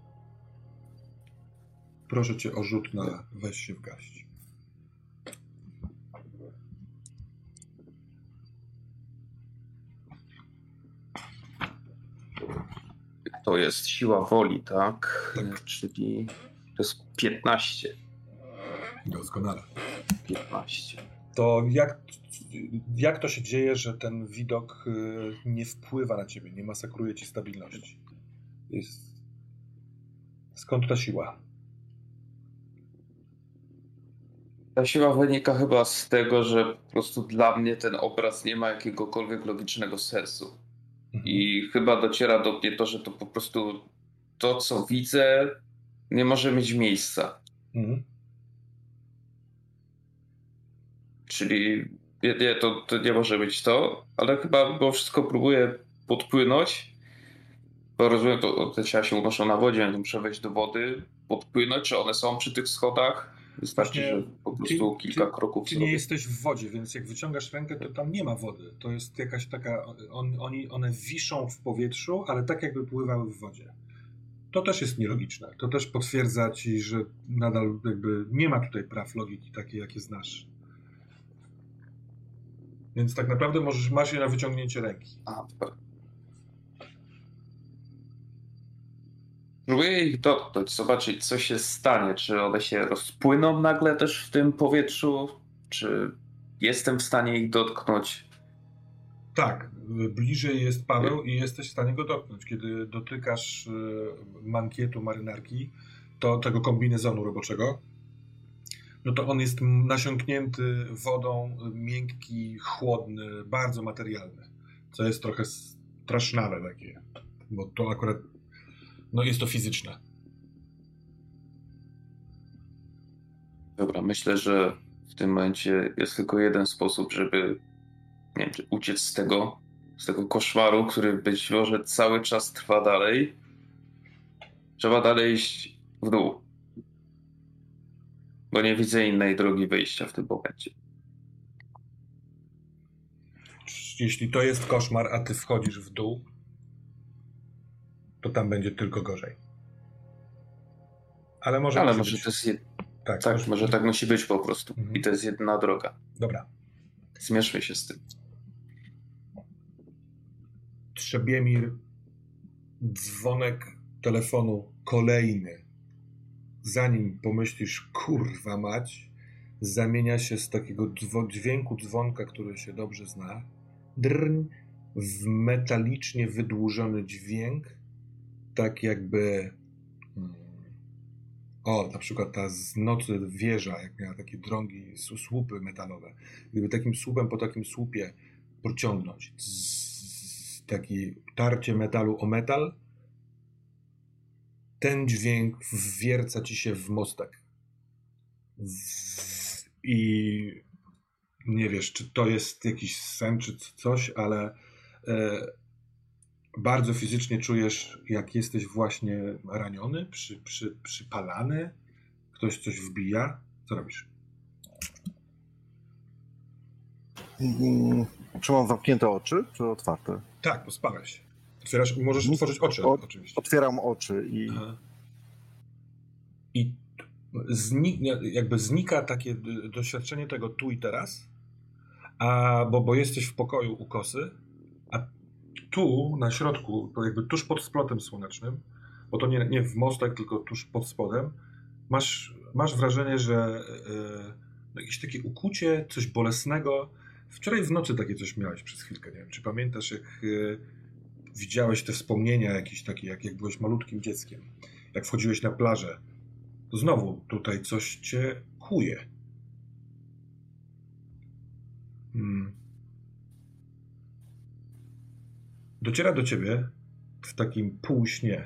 S1: Proszę cię o rzut na weź się w garść.
S2: To jest siła woli, tak?
S1: Tak.
S2: Czyli to jest 15.
S1: Doskonale.
S2: 15.
S1: To jak to się dzieje, że ten widok nie wpływa na ciebie, nie masakruje ci stabilności? Skąd ta siła?
S2: Ta siła wynika chyba z tego, że po prostu dla mnie ten obraz nie ma jakiegokolwiek logicznego sensu. I chyba dociera do mnie to, że to po prostu to, co widzę, nie może mieć miejsca. Czyli to nie może być to, ale chyba mimo wszystko próbuję podpłynąć. Bo rozumiem, te ciała się unoszą na wodzie, więc muszę wejść do wody, podpłynąć. Czy one są przy tych schodach? Wystarczy, że po prostu kilka kroków
S1: Ty nie jesteś w wodzie, więc jak wyciągasz rękę, to tam nie ma wody. To jest jakaś taka... One wiszą w powietrzu, ale tak jakby pływały w wodzie. To też jest nielogiczne. To też potwierdza ci, że nadal jakby nie ma tutaj praw logiki takiej, jakie znasz. Więc tak naprawdę masz je na wyciągnięcie ręki.
S2: Próbuję ich dotknąć, zobaczyć, co się stanie. Czy one się rozpłyną nagle też w tym powietrzu? Czy jestem w stanie ich dotknąć?
S1: Tak, bliżej jest Paweł i jesteś w stanie go dotknąć. Kiedy dotykasz mankietu marynarki, tego kombinezonu roboczego, no to on jest nasiąknięty wodą, miękki, chłodny, bardzo materialny. Co jest trochę strasznawe takie, bo to akurat jest to fizyczne.
S2: Dobra, myślę, że w tym momencie jest tylko jeden sposób, żeby uciec z tego koszmaru, który być może cały czas trwa dalej. Trzeba dalej iść w dół. Bo nie widzę innej drogi wyjścia w tym momencie.
S1: Jeśli to jest koszmar, a ty wchodzisz w dół, to tam będzie tylko gorzej. Ale może
S2: to jest... Tak, może tak musi być po prostu. I to jest jedna droga.
S1: Dobra.
S2: Zmierzmy się z tym.
S1: Trzebiemir, dzwonek telefonu kolejny. Zanim pomyślisz, kurwa mać, zamienia się z takiego dźwięku dzwonka, który się dobrze zna, drń, w metalicznie wydłużony dźwięk, tak jakby na przykład ta z nocy wieża, jak miała takie drągi, słupy metalowe. Gdyby takim słupem po takim słupie pociągnąć, takie tarcie metalu o metal, ten dźwięk wwierca ci się w mostek. I nie wiesz, czy to jest jakiś sen, czy coś, ale bardzo fizycznie czujesz, jak jesteś właśnie raniony, przypalany, ktoś coś wbija. Co robisz?
S3: Czy mam zamknięte oczy, czy otwarte?
S1: Tak, bo spałeś. Możesz otworzyć oczy, oczywiście.
S3: Otwieram oczy i...
S1: Aha. I jakby znika takie doświadczenie tego tu i teraz, bo jesteś w pokoju u kosy, a tu na środku, to jakby tuż pod splotem słonecznym, bo to nie w mostek, tylko tuż pod spodem, masz wrażenie, że jakieś takie ukucie, coś bolesnego. Wczoraj w nocy takie coś miałeś przez chwilkę, nie wiem, czy pamiętasz, jak widziałeś te wspomnienia jakieś takie, jak byłeś malutkim dzieckiem, jak wchodziłeś na plażę, to znowu tutaj coś cię kuje. Dociera do ciebie w takim półśnie,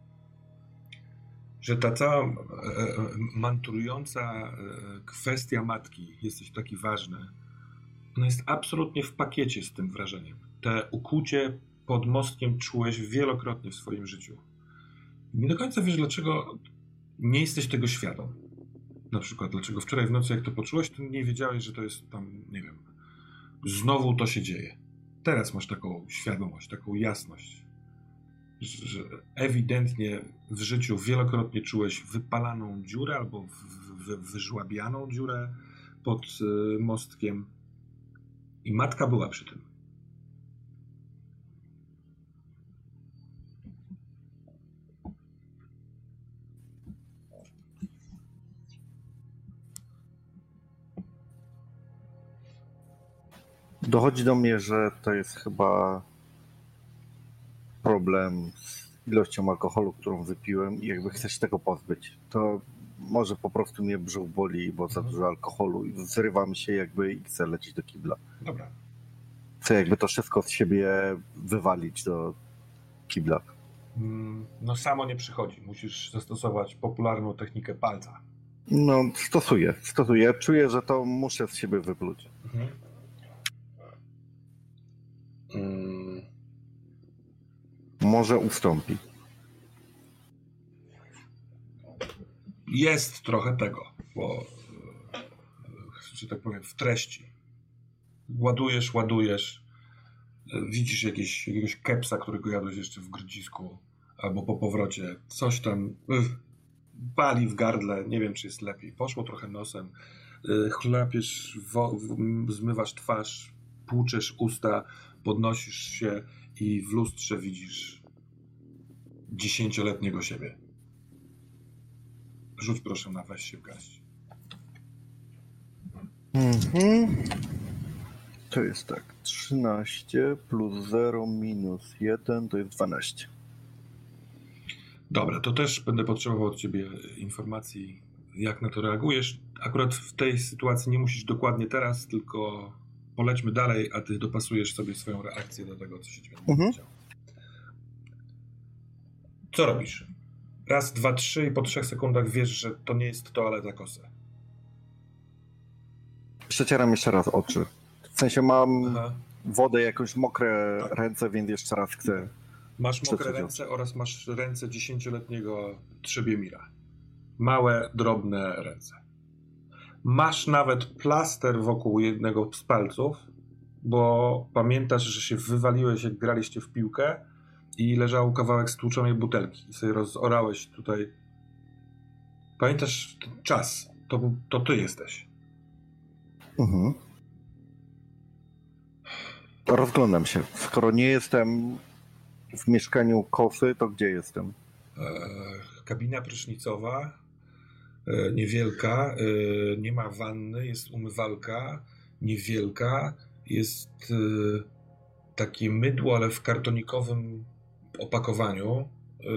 S1: że ta cała manturująca kwestia matki, jesteś taki ważny, ona jest absolutnie w pakiecie z tym wrażeniem. Te ukłucie pod mostkiem czułeś wielokrotnie w swoim życiu. Nie do końca wiesz, dlaczego nie jesteś tego świadom. Na przykład, dlaczego wczoraj w nocy, jak to poczułeś, to nie wiedziałeś, że to jest tam, nie wiem, znowu to się dzieje. Teraz masz taką świadomość, taką jasność, że ewidentnie w życiu wielokrotnie czułeś wypalaną dziurę albo wyżłabianą dziurę pod mostkiem i matka była przy tym.
S3: Dochodzi do mnie, że to jest chyba problem z ilością alkoholu, którą wypiłem i jakby chcę się tego pozbyć. To może po prostu mnie brzuch boli, bo za dużo alkoholu i zrywam się jakby i chcę lecieć do kibla.
S1: Dobra.
S3: Chcę jakby to wszystko z siebie wywalić do kibla.
S1: No samo nie przychodzi. Musisz zastosować popularną technikę palca.
S3: No stosuję. Czuję, że to muszę z siebie wypluć. Może ustąpi.
S1: Jest trochę tego, bo, że tak powiem, w treści. Ładujesz, widzisz jakiegoś kepsa, którego jadłeś jeszcze w Grodzisku, albo po powrocie, coś tam pali w gardle, nie wiem, czy jest lepiej. Poszło trochę nosem, chlapiesz, zmywasz twarz, płuczesz usta, podnosisz się i w lustrze widzisz 10-letniego siebie. Rzuć proszę na weź się w garść.
S3: To jest tak, 13 plus 0 minus 1 to jest 12.
S1: Dobra, to też będę potrzebował od ciebie informacji, jak na to reagujesz. Akurat w tej sytuacji nie musisz dokładnie teraz, tylko polećmy dalej, a ty dopasujesz sobie swoją reakcję do tego, co się ci będzie działo. Co robisz? Raz, dwa, trzy i po 3 sekundach wiesz, że to nie jest toaleta Kosy.
S3: Przecieram jeszcze raz oczy. W sensie mam wodę, jakąś mokre ręce, więc jeszcze raz chcę.
S1: Masz mokre ręce oraz masz ręce 10-letniego Trzebiemira. Małe, drobne ręce. Masz nawet plaster wokół jednego z palców, bo pamiętasz, że się wywaliłeś, jak graliście w piłkę i leżał kawałek stłuczonej butelki i sobie rozorałeś tutaj. Pamiętasz ten czas? To ty jesteś.
S3: Rozglądam się. Skoro nie jestem w mieszkaniu Kosy, to gdzie jestem?
S1: Kabina prysznicowa, niewielka, nie ma wanny, jest umywalka, niewielka, jest takie mydło, ale w kartonikowym opakowaniu.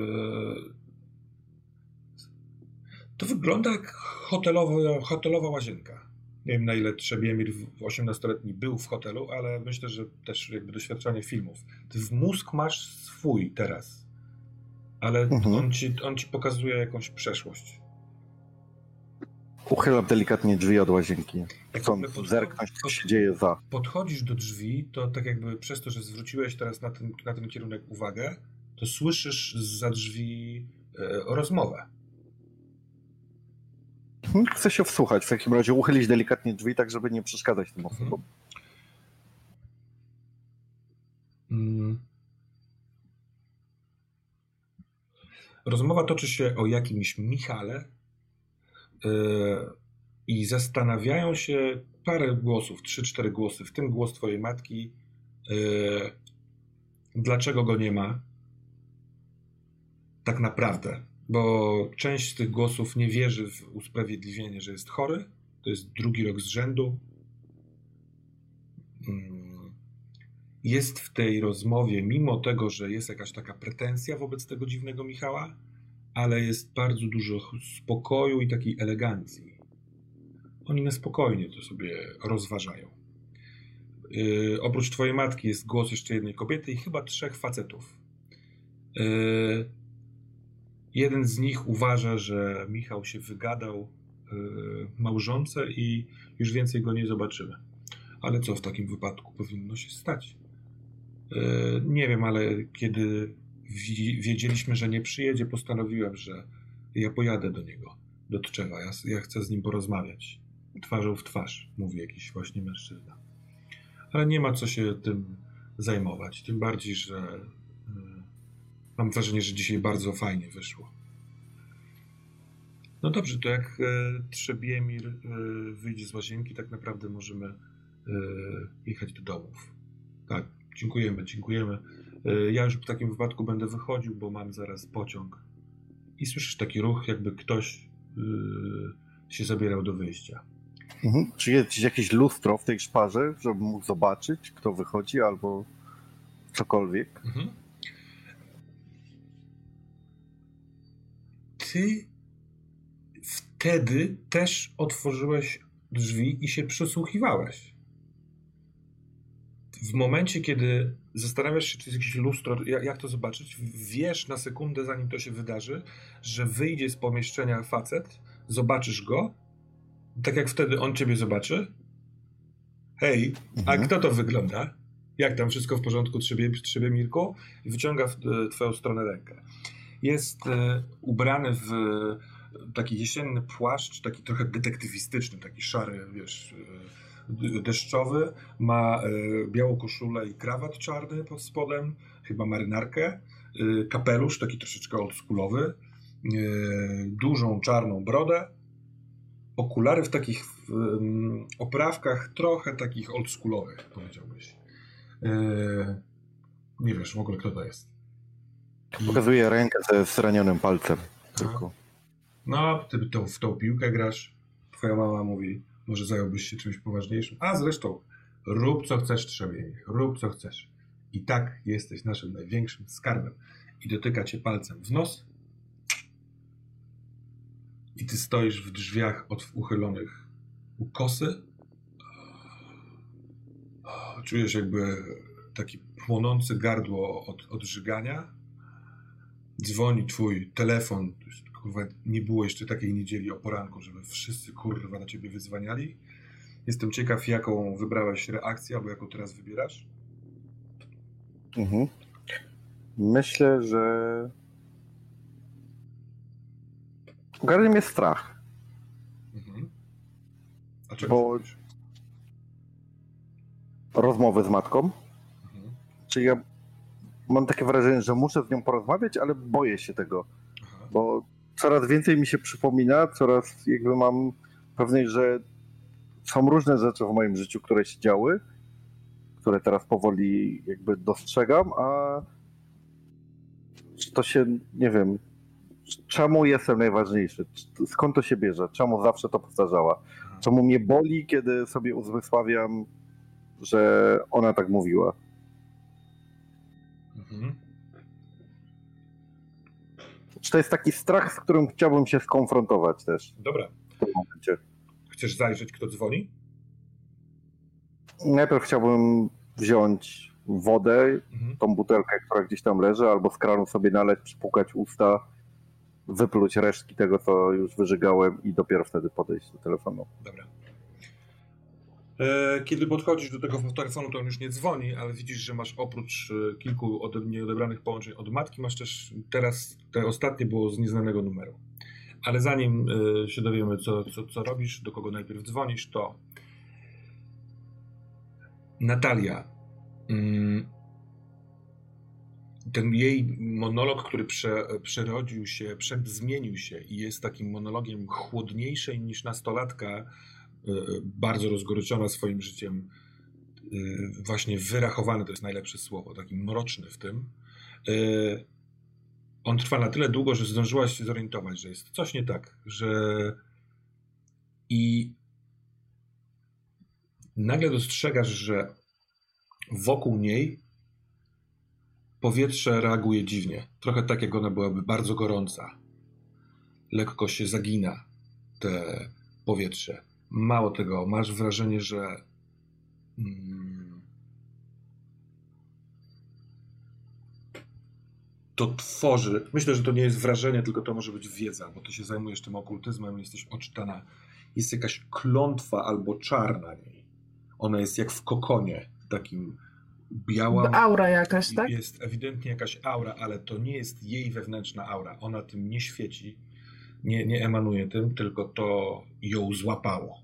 S1: To wygląda jak hotelowa łazienka. Nie wiem, na ile Trzebiemir 18-letni był w hotelu, ale myślę, że też jakby doświadczenie filmów. Ty w mózg masz swój teraz, ale on ci pokazuje jakąś przeszłość.
S3: Uchylam delikatnie drzwi od łazienki.
S1: Jak
S3: Chcąc zerknąć, co się dzieje za.
S1: Podchodzisz do drzwi, to tak jakby przez to, że zwróciłeś teraz na ten kierunek uwagę, to słyszysz zza drzwi rozmowę.
S3: Chcę się wsłuchać. W takim razie uchylić delikatnie drzwi, tak żeby nie przeszkadzać tym osobom.
S1: Rozmowa toczy się o jakimś Michale i zastanawiają się parę głosów, 3-4 głosy, w tym głos twojej matki, dlaczego go nie ma tak naprawdę, bo część z tych głosów nie wierzy w usprawiedliwienie, że jest chory, to jest 2. rok z rzędu. Jest w tej rozmowie, mimo tego, że jest jakaś taka pretensja wobec tego dziwnego Michała, ale jest bardzo dużo spokoju i takiej elegancji. Oni na spokojnie to sobie rozważają. Oprócz twojej matki jest głos jeszcze jednej kobiety i chyba 3 facetów. Jeden z nich uważa, że Michał się wygadał małżonce i już więcej go nie zobaczymy. Ale co w takim wypadku powinno się stać? Nie wiem, ale kiedy wiedzieliśmy, że nie przyjedzie, postanowiłem, że ja pojadę do niego, do Tczewa. Ja chcę z nim porozmawiać. Twarzą w twarz, mówi jakiś właśnie mężczyzna. Ale nie ma co się tym zajmować. Tym bardziej, że mam wrażenie, że dzisiaj bardzo fajnie wyszło. No dobrze, to jak Trzebiemir wyjdzie z łazienki, tak naprawdę możemy jechać do domów. Tak, dziękujemy. Ja już w takim wypadku będę wychodził, bo mam zaraz pociąg. I słyszysz taki ruch, jakby ktoś się zabierał do wyjścia.
S3: Czy jest jakieś lustro w tej szparze, żeby mógł zobaczyć, kto wychodzi, albo cokolwiek?
S1: Ty wtedy też otworzyłeś drzwi i się przysłuchiwałeś. W momencie, kiedy zastanawiasz się, czy jest jakieś lustro, jak to zobaczyć, wiesz na sekundę, zanim to się wydarzy, że wyjdzie z pomieszczenia facet, zobaczysz go, tak jak wtedy on ciebie zobaczy. Hej, a kto to wygląda? Jak tam, wszystko w porządku, Trzebiemirku? I wyciąga w twoją stronę rękę. Jest ubrany w taki jesienny płaszcz, taki trochę detektywistyczny, taki szary, wiesz, deszczowy. Ma białą koszulę i krawat czarny pod spodem, chyba marynarkę, kapelusz taki troszeczkę oldschoolowy, dużą czarną brodę, okulary w takich oprawkach trochę takich oldschoolowych, powiedziałbyś. Nie wiesz w ogóle, kto to jest.
S3: Pokazuję rękę ze zranionym palcem. Tylko.
S1: No, ty w tą piłkę grasz. Twoja mama mówi, może zająłbyś się czymś poważniejszym. A zresztą, rób co chcesz, Trzebiemir, rób co chcesz. I tak jesteś naszym największym skarbem. I dotyka cię palcem w nos. I ty stoisz w drzwiach od uchylonych u kosy. Czujesz jakby taki płonący gardło od żygania. Dzwoni twój telefon. Kurwa, nie było jeszcze takiej niedzieli o poranku, żeby wszyscy kurwa na ciebie wyzwaniali. Jestem ciekaw, jaką wybrałeś reakcję, albo jaką teraz wybierasz.
S3: Myślę, że garnie mnie strach.
S1: A czego?
S3: Bo rozmowy z matką. Czyli ja mam takie wrażenie, że muszę z nią porozmawiać, ale boję się tego. Bo coraz więcej mi się przypomina, coraz jakby mam pewność, że są różne rzeczy w moim życiu, które się działy, które teraz powoli jakby dostrzegam, a to się, nie wiem, czemu jestem najważniejszy, skąd to się bierze, czemu zawsze to powtarzała, czemu mnie boli, kiedy sobie uzmysławiam, że ona tak mówiła. Czy to jest taki strach, z którym chciałbym się skonfrontować też.
S1: Dobra.
S3: W tym momencie.
S1: Chcesz zajrzeć, kto dzwoni?
S3: Najpierw chciałbym wziąć wodę, tą butelkę, która gdzieś tam leży, albo z kranu sobie naleć, przypukać usta, wypluć resztki tego, co już wyżygałem i dopiero wtedy podejść do telefonu.
S1: Dobra. Kiedy podchodzisz do tego telefonu, to on już nie dzwoni, ale widzisz, że masz oprócz kilku nieodebranych połączeń od matki, masz też teraz, te ostatnie było z nieznanego numeru. Ale zanim się dowiemy, co robisz, do kogo najpierw dzwonisz, to Natalia, ten jej monolog, który przerodził się, zmienił się i jest takim monologiem chłodniejszym niż nastolatka, bardzo rozgoryczona swoim życiem, właśnie wyrachowany, to jest najlepsze słowo, taki mroczny w tym. On trwa na tyle długo, że zdążyłaś się zorientować, że jest coś nie tak, i nagle dostrzegasz, że wokół niej powietrze reaguje dziwnie. Trochę tak, jak ona byłaby bardzo gorąca. Lekko się zagina te powietrze. Mało tego, masz wrażenie, że to tworzy... Myślę, że to nie jest wrażenie, tylko to może być wiedza, bo ty się zajmujesz tym okultyzmem, jesteś oczytana. Jest jakaś klątwa albo czar na niej. Ona jest jak w kokonie, takim biała.
S4: Aura jakaś, tak?
S1: Jest ewidentnie jakaś aura, ale to nie jest jej wewnętrzna aura. Ona tym nie świeci, nie emanuje tym, tylko to ją złapało.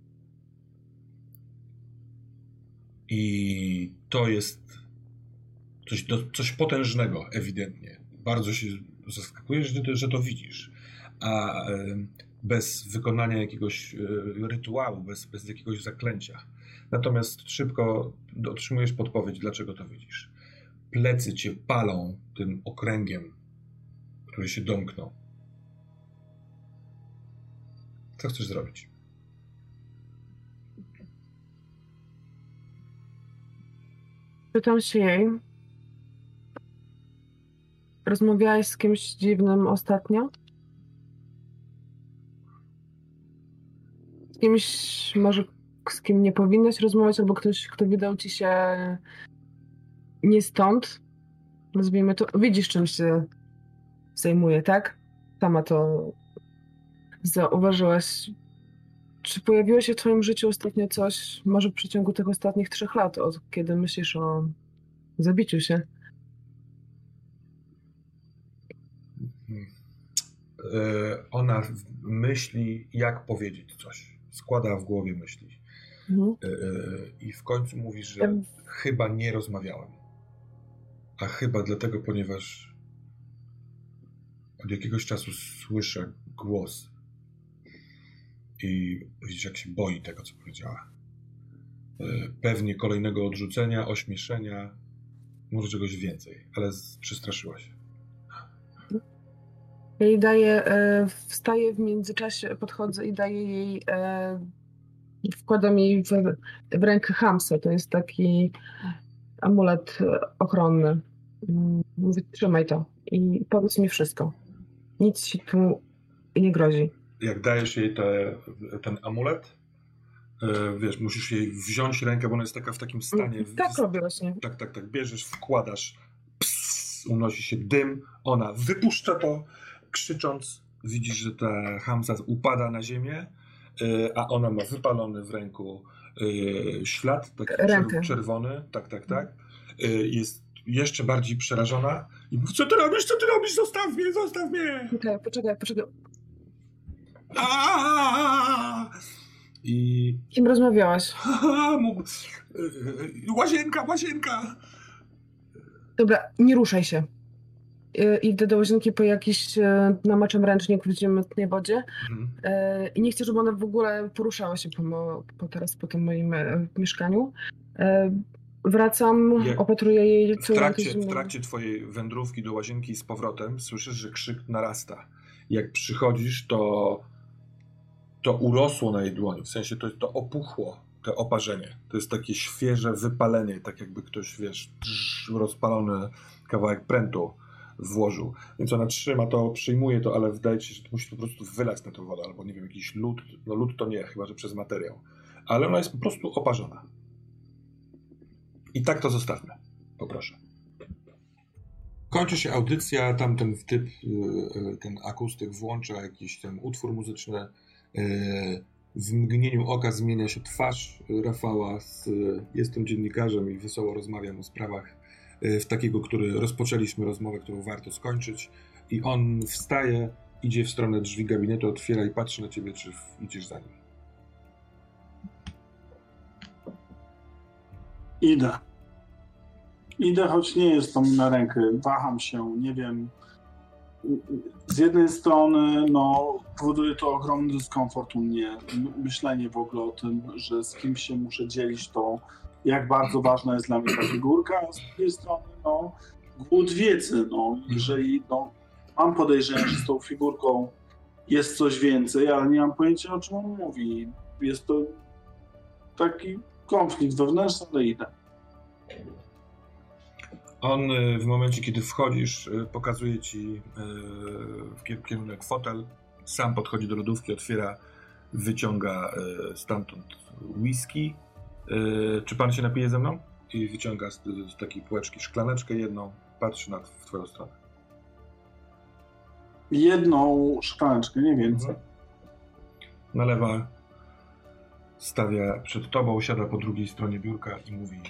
S1: I to jest coś potężnego, ewidentnie. Bardzo się zaskakujesz, że to widzisz. A bez wykonania jakiegoś rytuału, bez jakiegoś zaklęcia. Natomiast szybko otrzymujesz podpowiedź, dlaczego to widzisz. Plecy cię palą tym okręgiem, który się domknął. Co chcesz zrobić?
S4: Pytam się jej. Rozmawiałaś z kimś dziwnym ostatnio? Z kimś, może z kim nie powinnaś rozmawiać, albo ktoś, kto wydał ci się nie stąd? Nazwijmy to. Widzisz, czym się zajmuje, tak? Sama to zauważyłaś. Czy pojawiło się w twoim życiu ostatnio coś, może w przeciągu tych ostatnich 3 lat, od kiedy myślisz o zabiciu się?
S1: Ona myśli, jak powiedzieć coś. Składa w głowie myśli. I w końcu mówi, że chyba nie rozmawiałem. A chyba dlatego, ponieważ od jakiegoś czasu słyszę głos i widzisz, jak się boi tego, co powiedziała. Pewnie kolejnego odrzucenia, ośmieszenia, może czegoś więcej, ale przestraszyła się.
S4: Ja jej daję, wstaję w międzyczasie, podchodzę i daję jej, wkładam jej w rękę hamsę. To jest taki amulet ochronny. Mówię, trzymaj to i powiedz mi wszystko. Nic ci tu nie grozi.
S1: Jak dajesz jej ten amulet, wiesz, musisz jej wziąć rękę, bo ona jest taka w takim stanie.
S4: Tak robię właśnie.
S1: Tak, bierzesz, wkładasz, unosi się dym, ona wypuszcza to, krzycząc, widzisz, że ta hamsa upada na ziemię, a ona ma wypalony w ręku ślad, taki czerwony, tak. Jest jeszcze bardziej przerażona i mówi, co ty robisz, zostaw mnie.
S4: Poczekaj.
S1: I...
S4: Kim rozmawiałaś?
S1: Łazienka.
S4: Dobra, nie ruszaj się. Idę do łazienki po jakiś namaczem ręcznik w zimnej wodzie. I nie chcę, żeby ona w ogóle poruszała się po tym moim mieszkaniu. Wracam, opatruję jej
S1: w trakcie twojej wędrówki do łazienki z powrotem słyszysz, że krzyk narasta. Jak przychodzisz, to urosło na jej dłoni, w sensie to opuchło, to oparzenie. To jest takie świeże wypalenie, tak jakby ktoś, wiesz, rozpalony kawałek prętu włożył. Więc ona trzyma to, przyjmuje to, ale wydaje ci się, że musi po prostu wylać na tę wodę, albo nie wiem, jakiś lód. No lód to nie, chyba że przez materiał. Ale ona jest po prostu oparzona. I tak to zostawmy. Poproszę. Kończy się audycja, tamten typ, ten akustyk włącza jakiś ten utwór muzyczny. W mgnieniu oka zmienia się twarz Rafała. Jestem dziennikarzem i wesoło rozmawiam o sprawach w takiego, który rozpoczęliśmy rozmowę, którą warto skończyć. I on wstaje, idzie w stronę drzwi gabinetu, otwiera i patrzy na ciebie, czy idziesz za nim.
S5: Idę, choć nie jest to mi na rękę. Waham się, nie wiem. Z jednej strony, powoduje to ogromny dyskomfort u mnie. Myślenie w ogóle o tym, że z kimś się muszę dzielić to, jak bardzo ważna jest dla mnie ta figurka, a z drugiej strony, głód wiedzy. Jeżeli mam podejrzenie, że z tą figurką jest coś więcej, ale nie mam pojęcia, o czym on mówi. Jest to taki konflikt wewnętrzny, ale idę.
S1: On w momencie, kiedy wchodzisz, pokazuje ci kierunek fotel. Sam podchodzi do lodówki, otwiera, wyciąga stamtąd whisky. Czy pan się napije ze mną? I wyciąga z takiej półeczki szklaneczkę jedną, patrzy w twoją stronę.
S5: Jedną szklaneczkę, nie więcej.
S1: Nalewa, stawia przed tobą, siada po drugiej stronie biurka i mówi: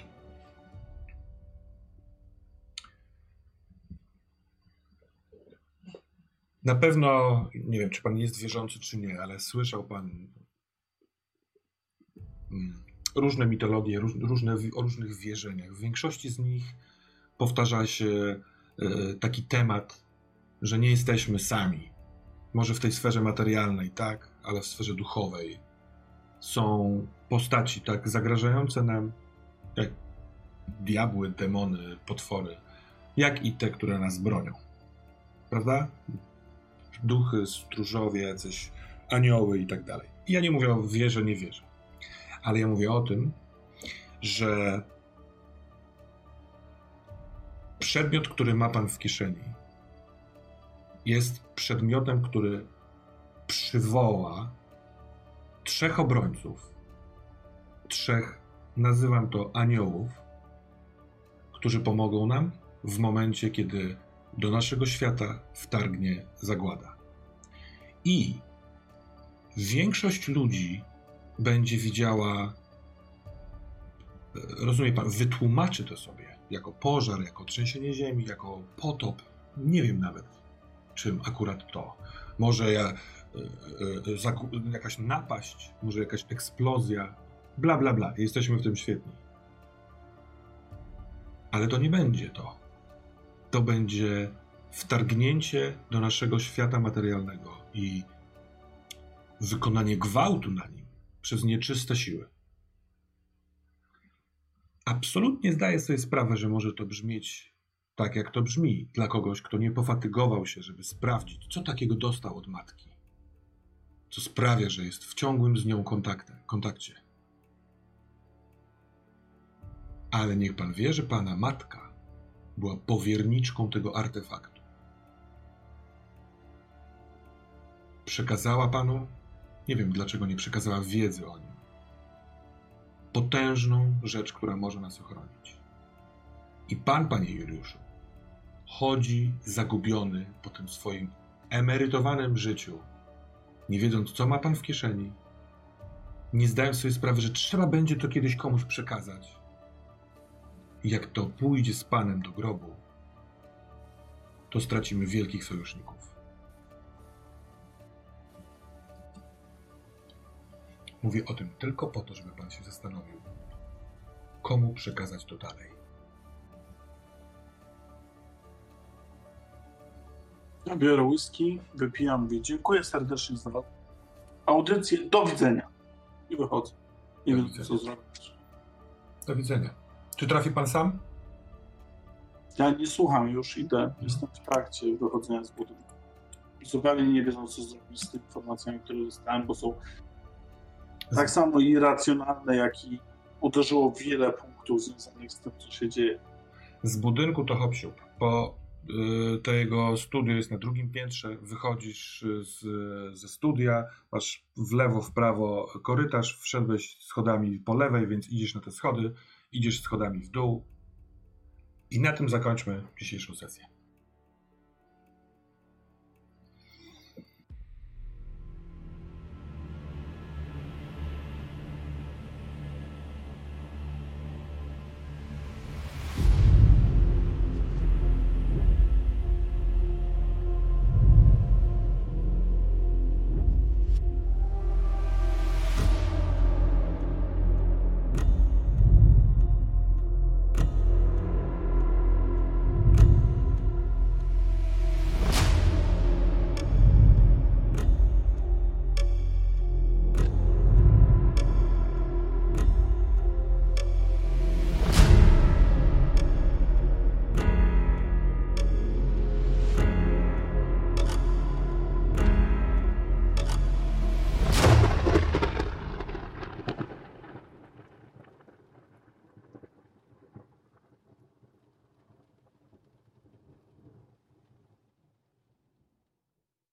S1: na pewno, nie wiem, czy pan jest wierzący, czy nie, ale słyszał pan różne mitologie, o różnych wierzeniach. W większości z nich powtarza się taki temat, że nie jesteśmy sami. Może w tej sferze materialnej, tak, ale w sferze duchowej są postaci tak zagrażające nam, jak diabły, demony, potwory, jak i te, które nas bronią. Prawda? Duchy, stróżowie, jacyś anioły i tak dalej. I ja nie mówię o wierze, nie wierzę. Ale ja mówię o tym, że przedmiot, który ma pan w kieszeni, jest przedmiotem, który przywoła 3 obrońców, 3, nazywam to aniołów, którzy pomogą nam w momencie, kiedy do naszego świata wtargnie zagłada. I większość ludzi będzie widziała, rozumie pan, wytłumaczy to sobie jako pożar, jako trzęsienie ziemi, jako potop. Nie wiem nawet, czym akurat to. Może jakaś napaść, może jakaś eksplozja, bla, bla, bla. Jesteśmy w tym świetni. Ale to nie będzie to. To będzie wtargnięcie do naszego świata materialnego i wykonanie gwałtu na nim przez nieczyste siły. Absolutnie zdaję sobie sprawę, że może to brzmieć tak, jak to brzmi dla kogoś, kto nie pofatygował się, żeby sprawdzić, co takiego dostał od matki, co sprawia, że jest w ciągłym z nią kontakcie. Ale niech pan wie, że pana matka była powierniczką tego artefaktu. Przekazała panu, nie wiem dlaczego nie przekazała wiedzy o nim, potężną rzecz, która może nas ochronić. I pan, panie Juliuszu, chodzi zagubiony po tym swoim emerytowanym życiu, nie wiedząc, co ma pan w kieszeni, nie zdając sobie sprawy, że trzeba będzie to kiedyś komuś przekazać. I jak to pójdzie z panem do grobu, to stracimy wielkich sojuszników. Mówię o tym tylko po to, żeby pan się zastanowił, komu przekazać to dalej.
S5: Ja biorę whisky, wypijam, mówię: dziękuję serdecznie za audycję, do widzenia. I wychodzę. Nie wiem, co zrobić.
S1: Do widzenia. Czy trafi pan sam?
S5: Ja nie słucham już, idę. Jestem w trakcie wychodzenia z budynku. Zupełnie nie wiedzą, co zrobić z tymi informacjami, które dostałem, bo są tak samo irracjonalne, jak i uderzyło wiele punktów związanych z tym, co się dzieje.
S1: Z budynku to hop-siup. To jego studio jest na 2. piętrze, wychodzisz ze studia, masz w lewo, w prawo korytarz, wszedłeś schodami po lewej, więc idziesz na te schody, idziesz schodami w dół i na tym zakończmy dzisiejszą sesję.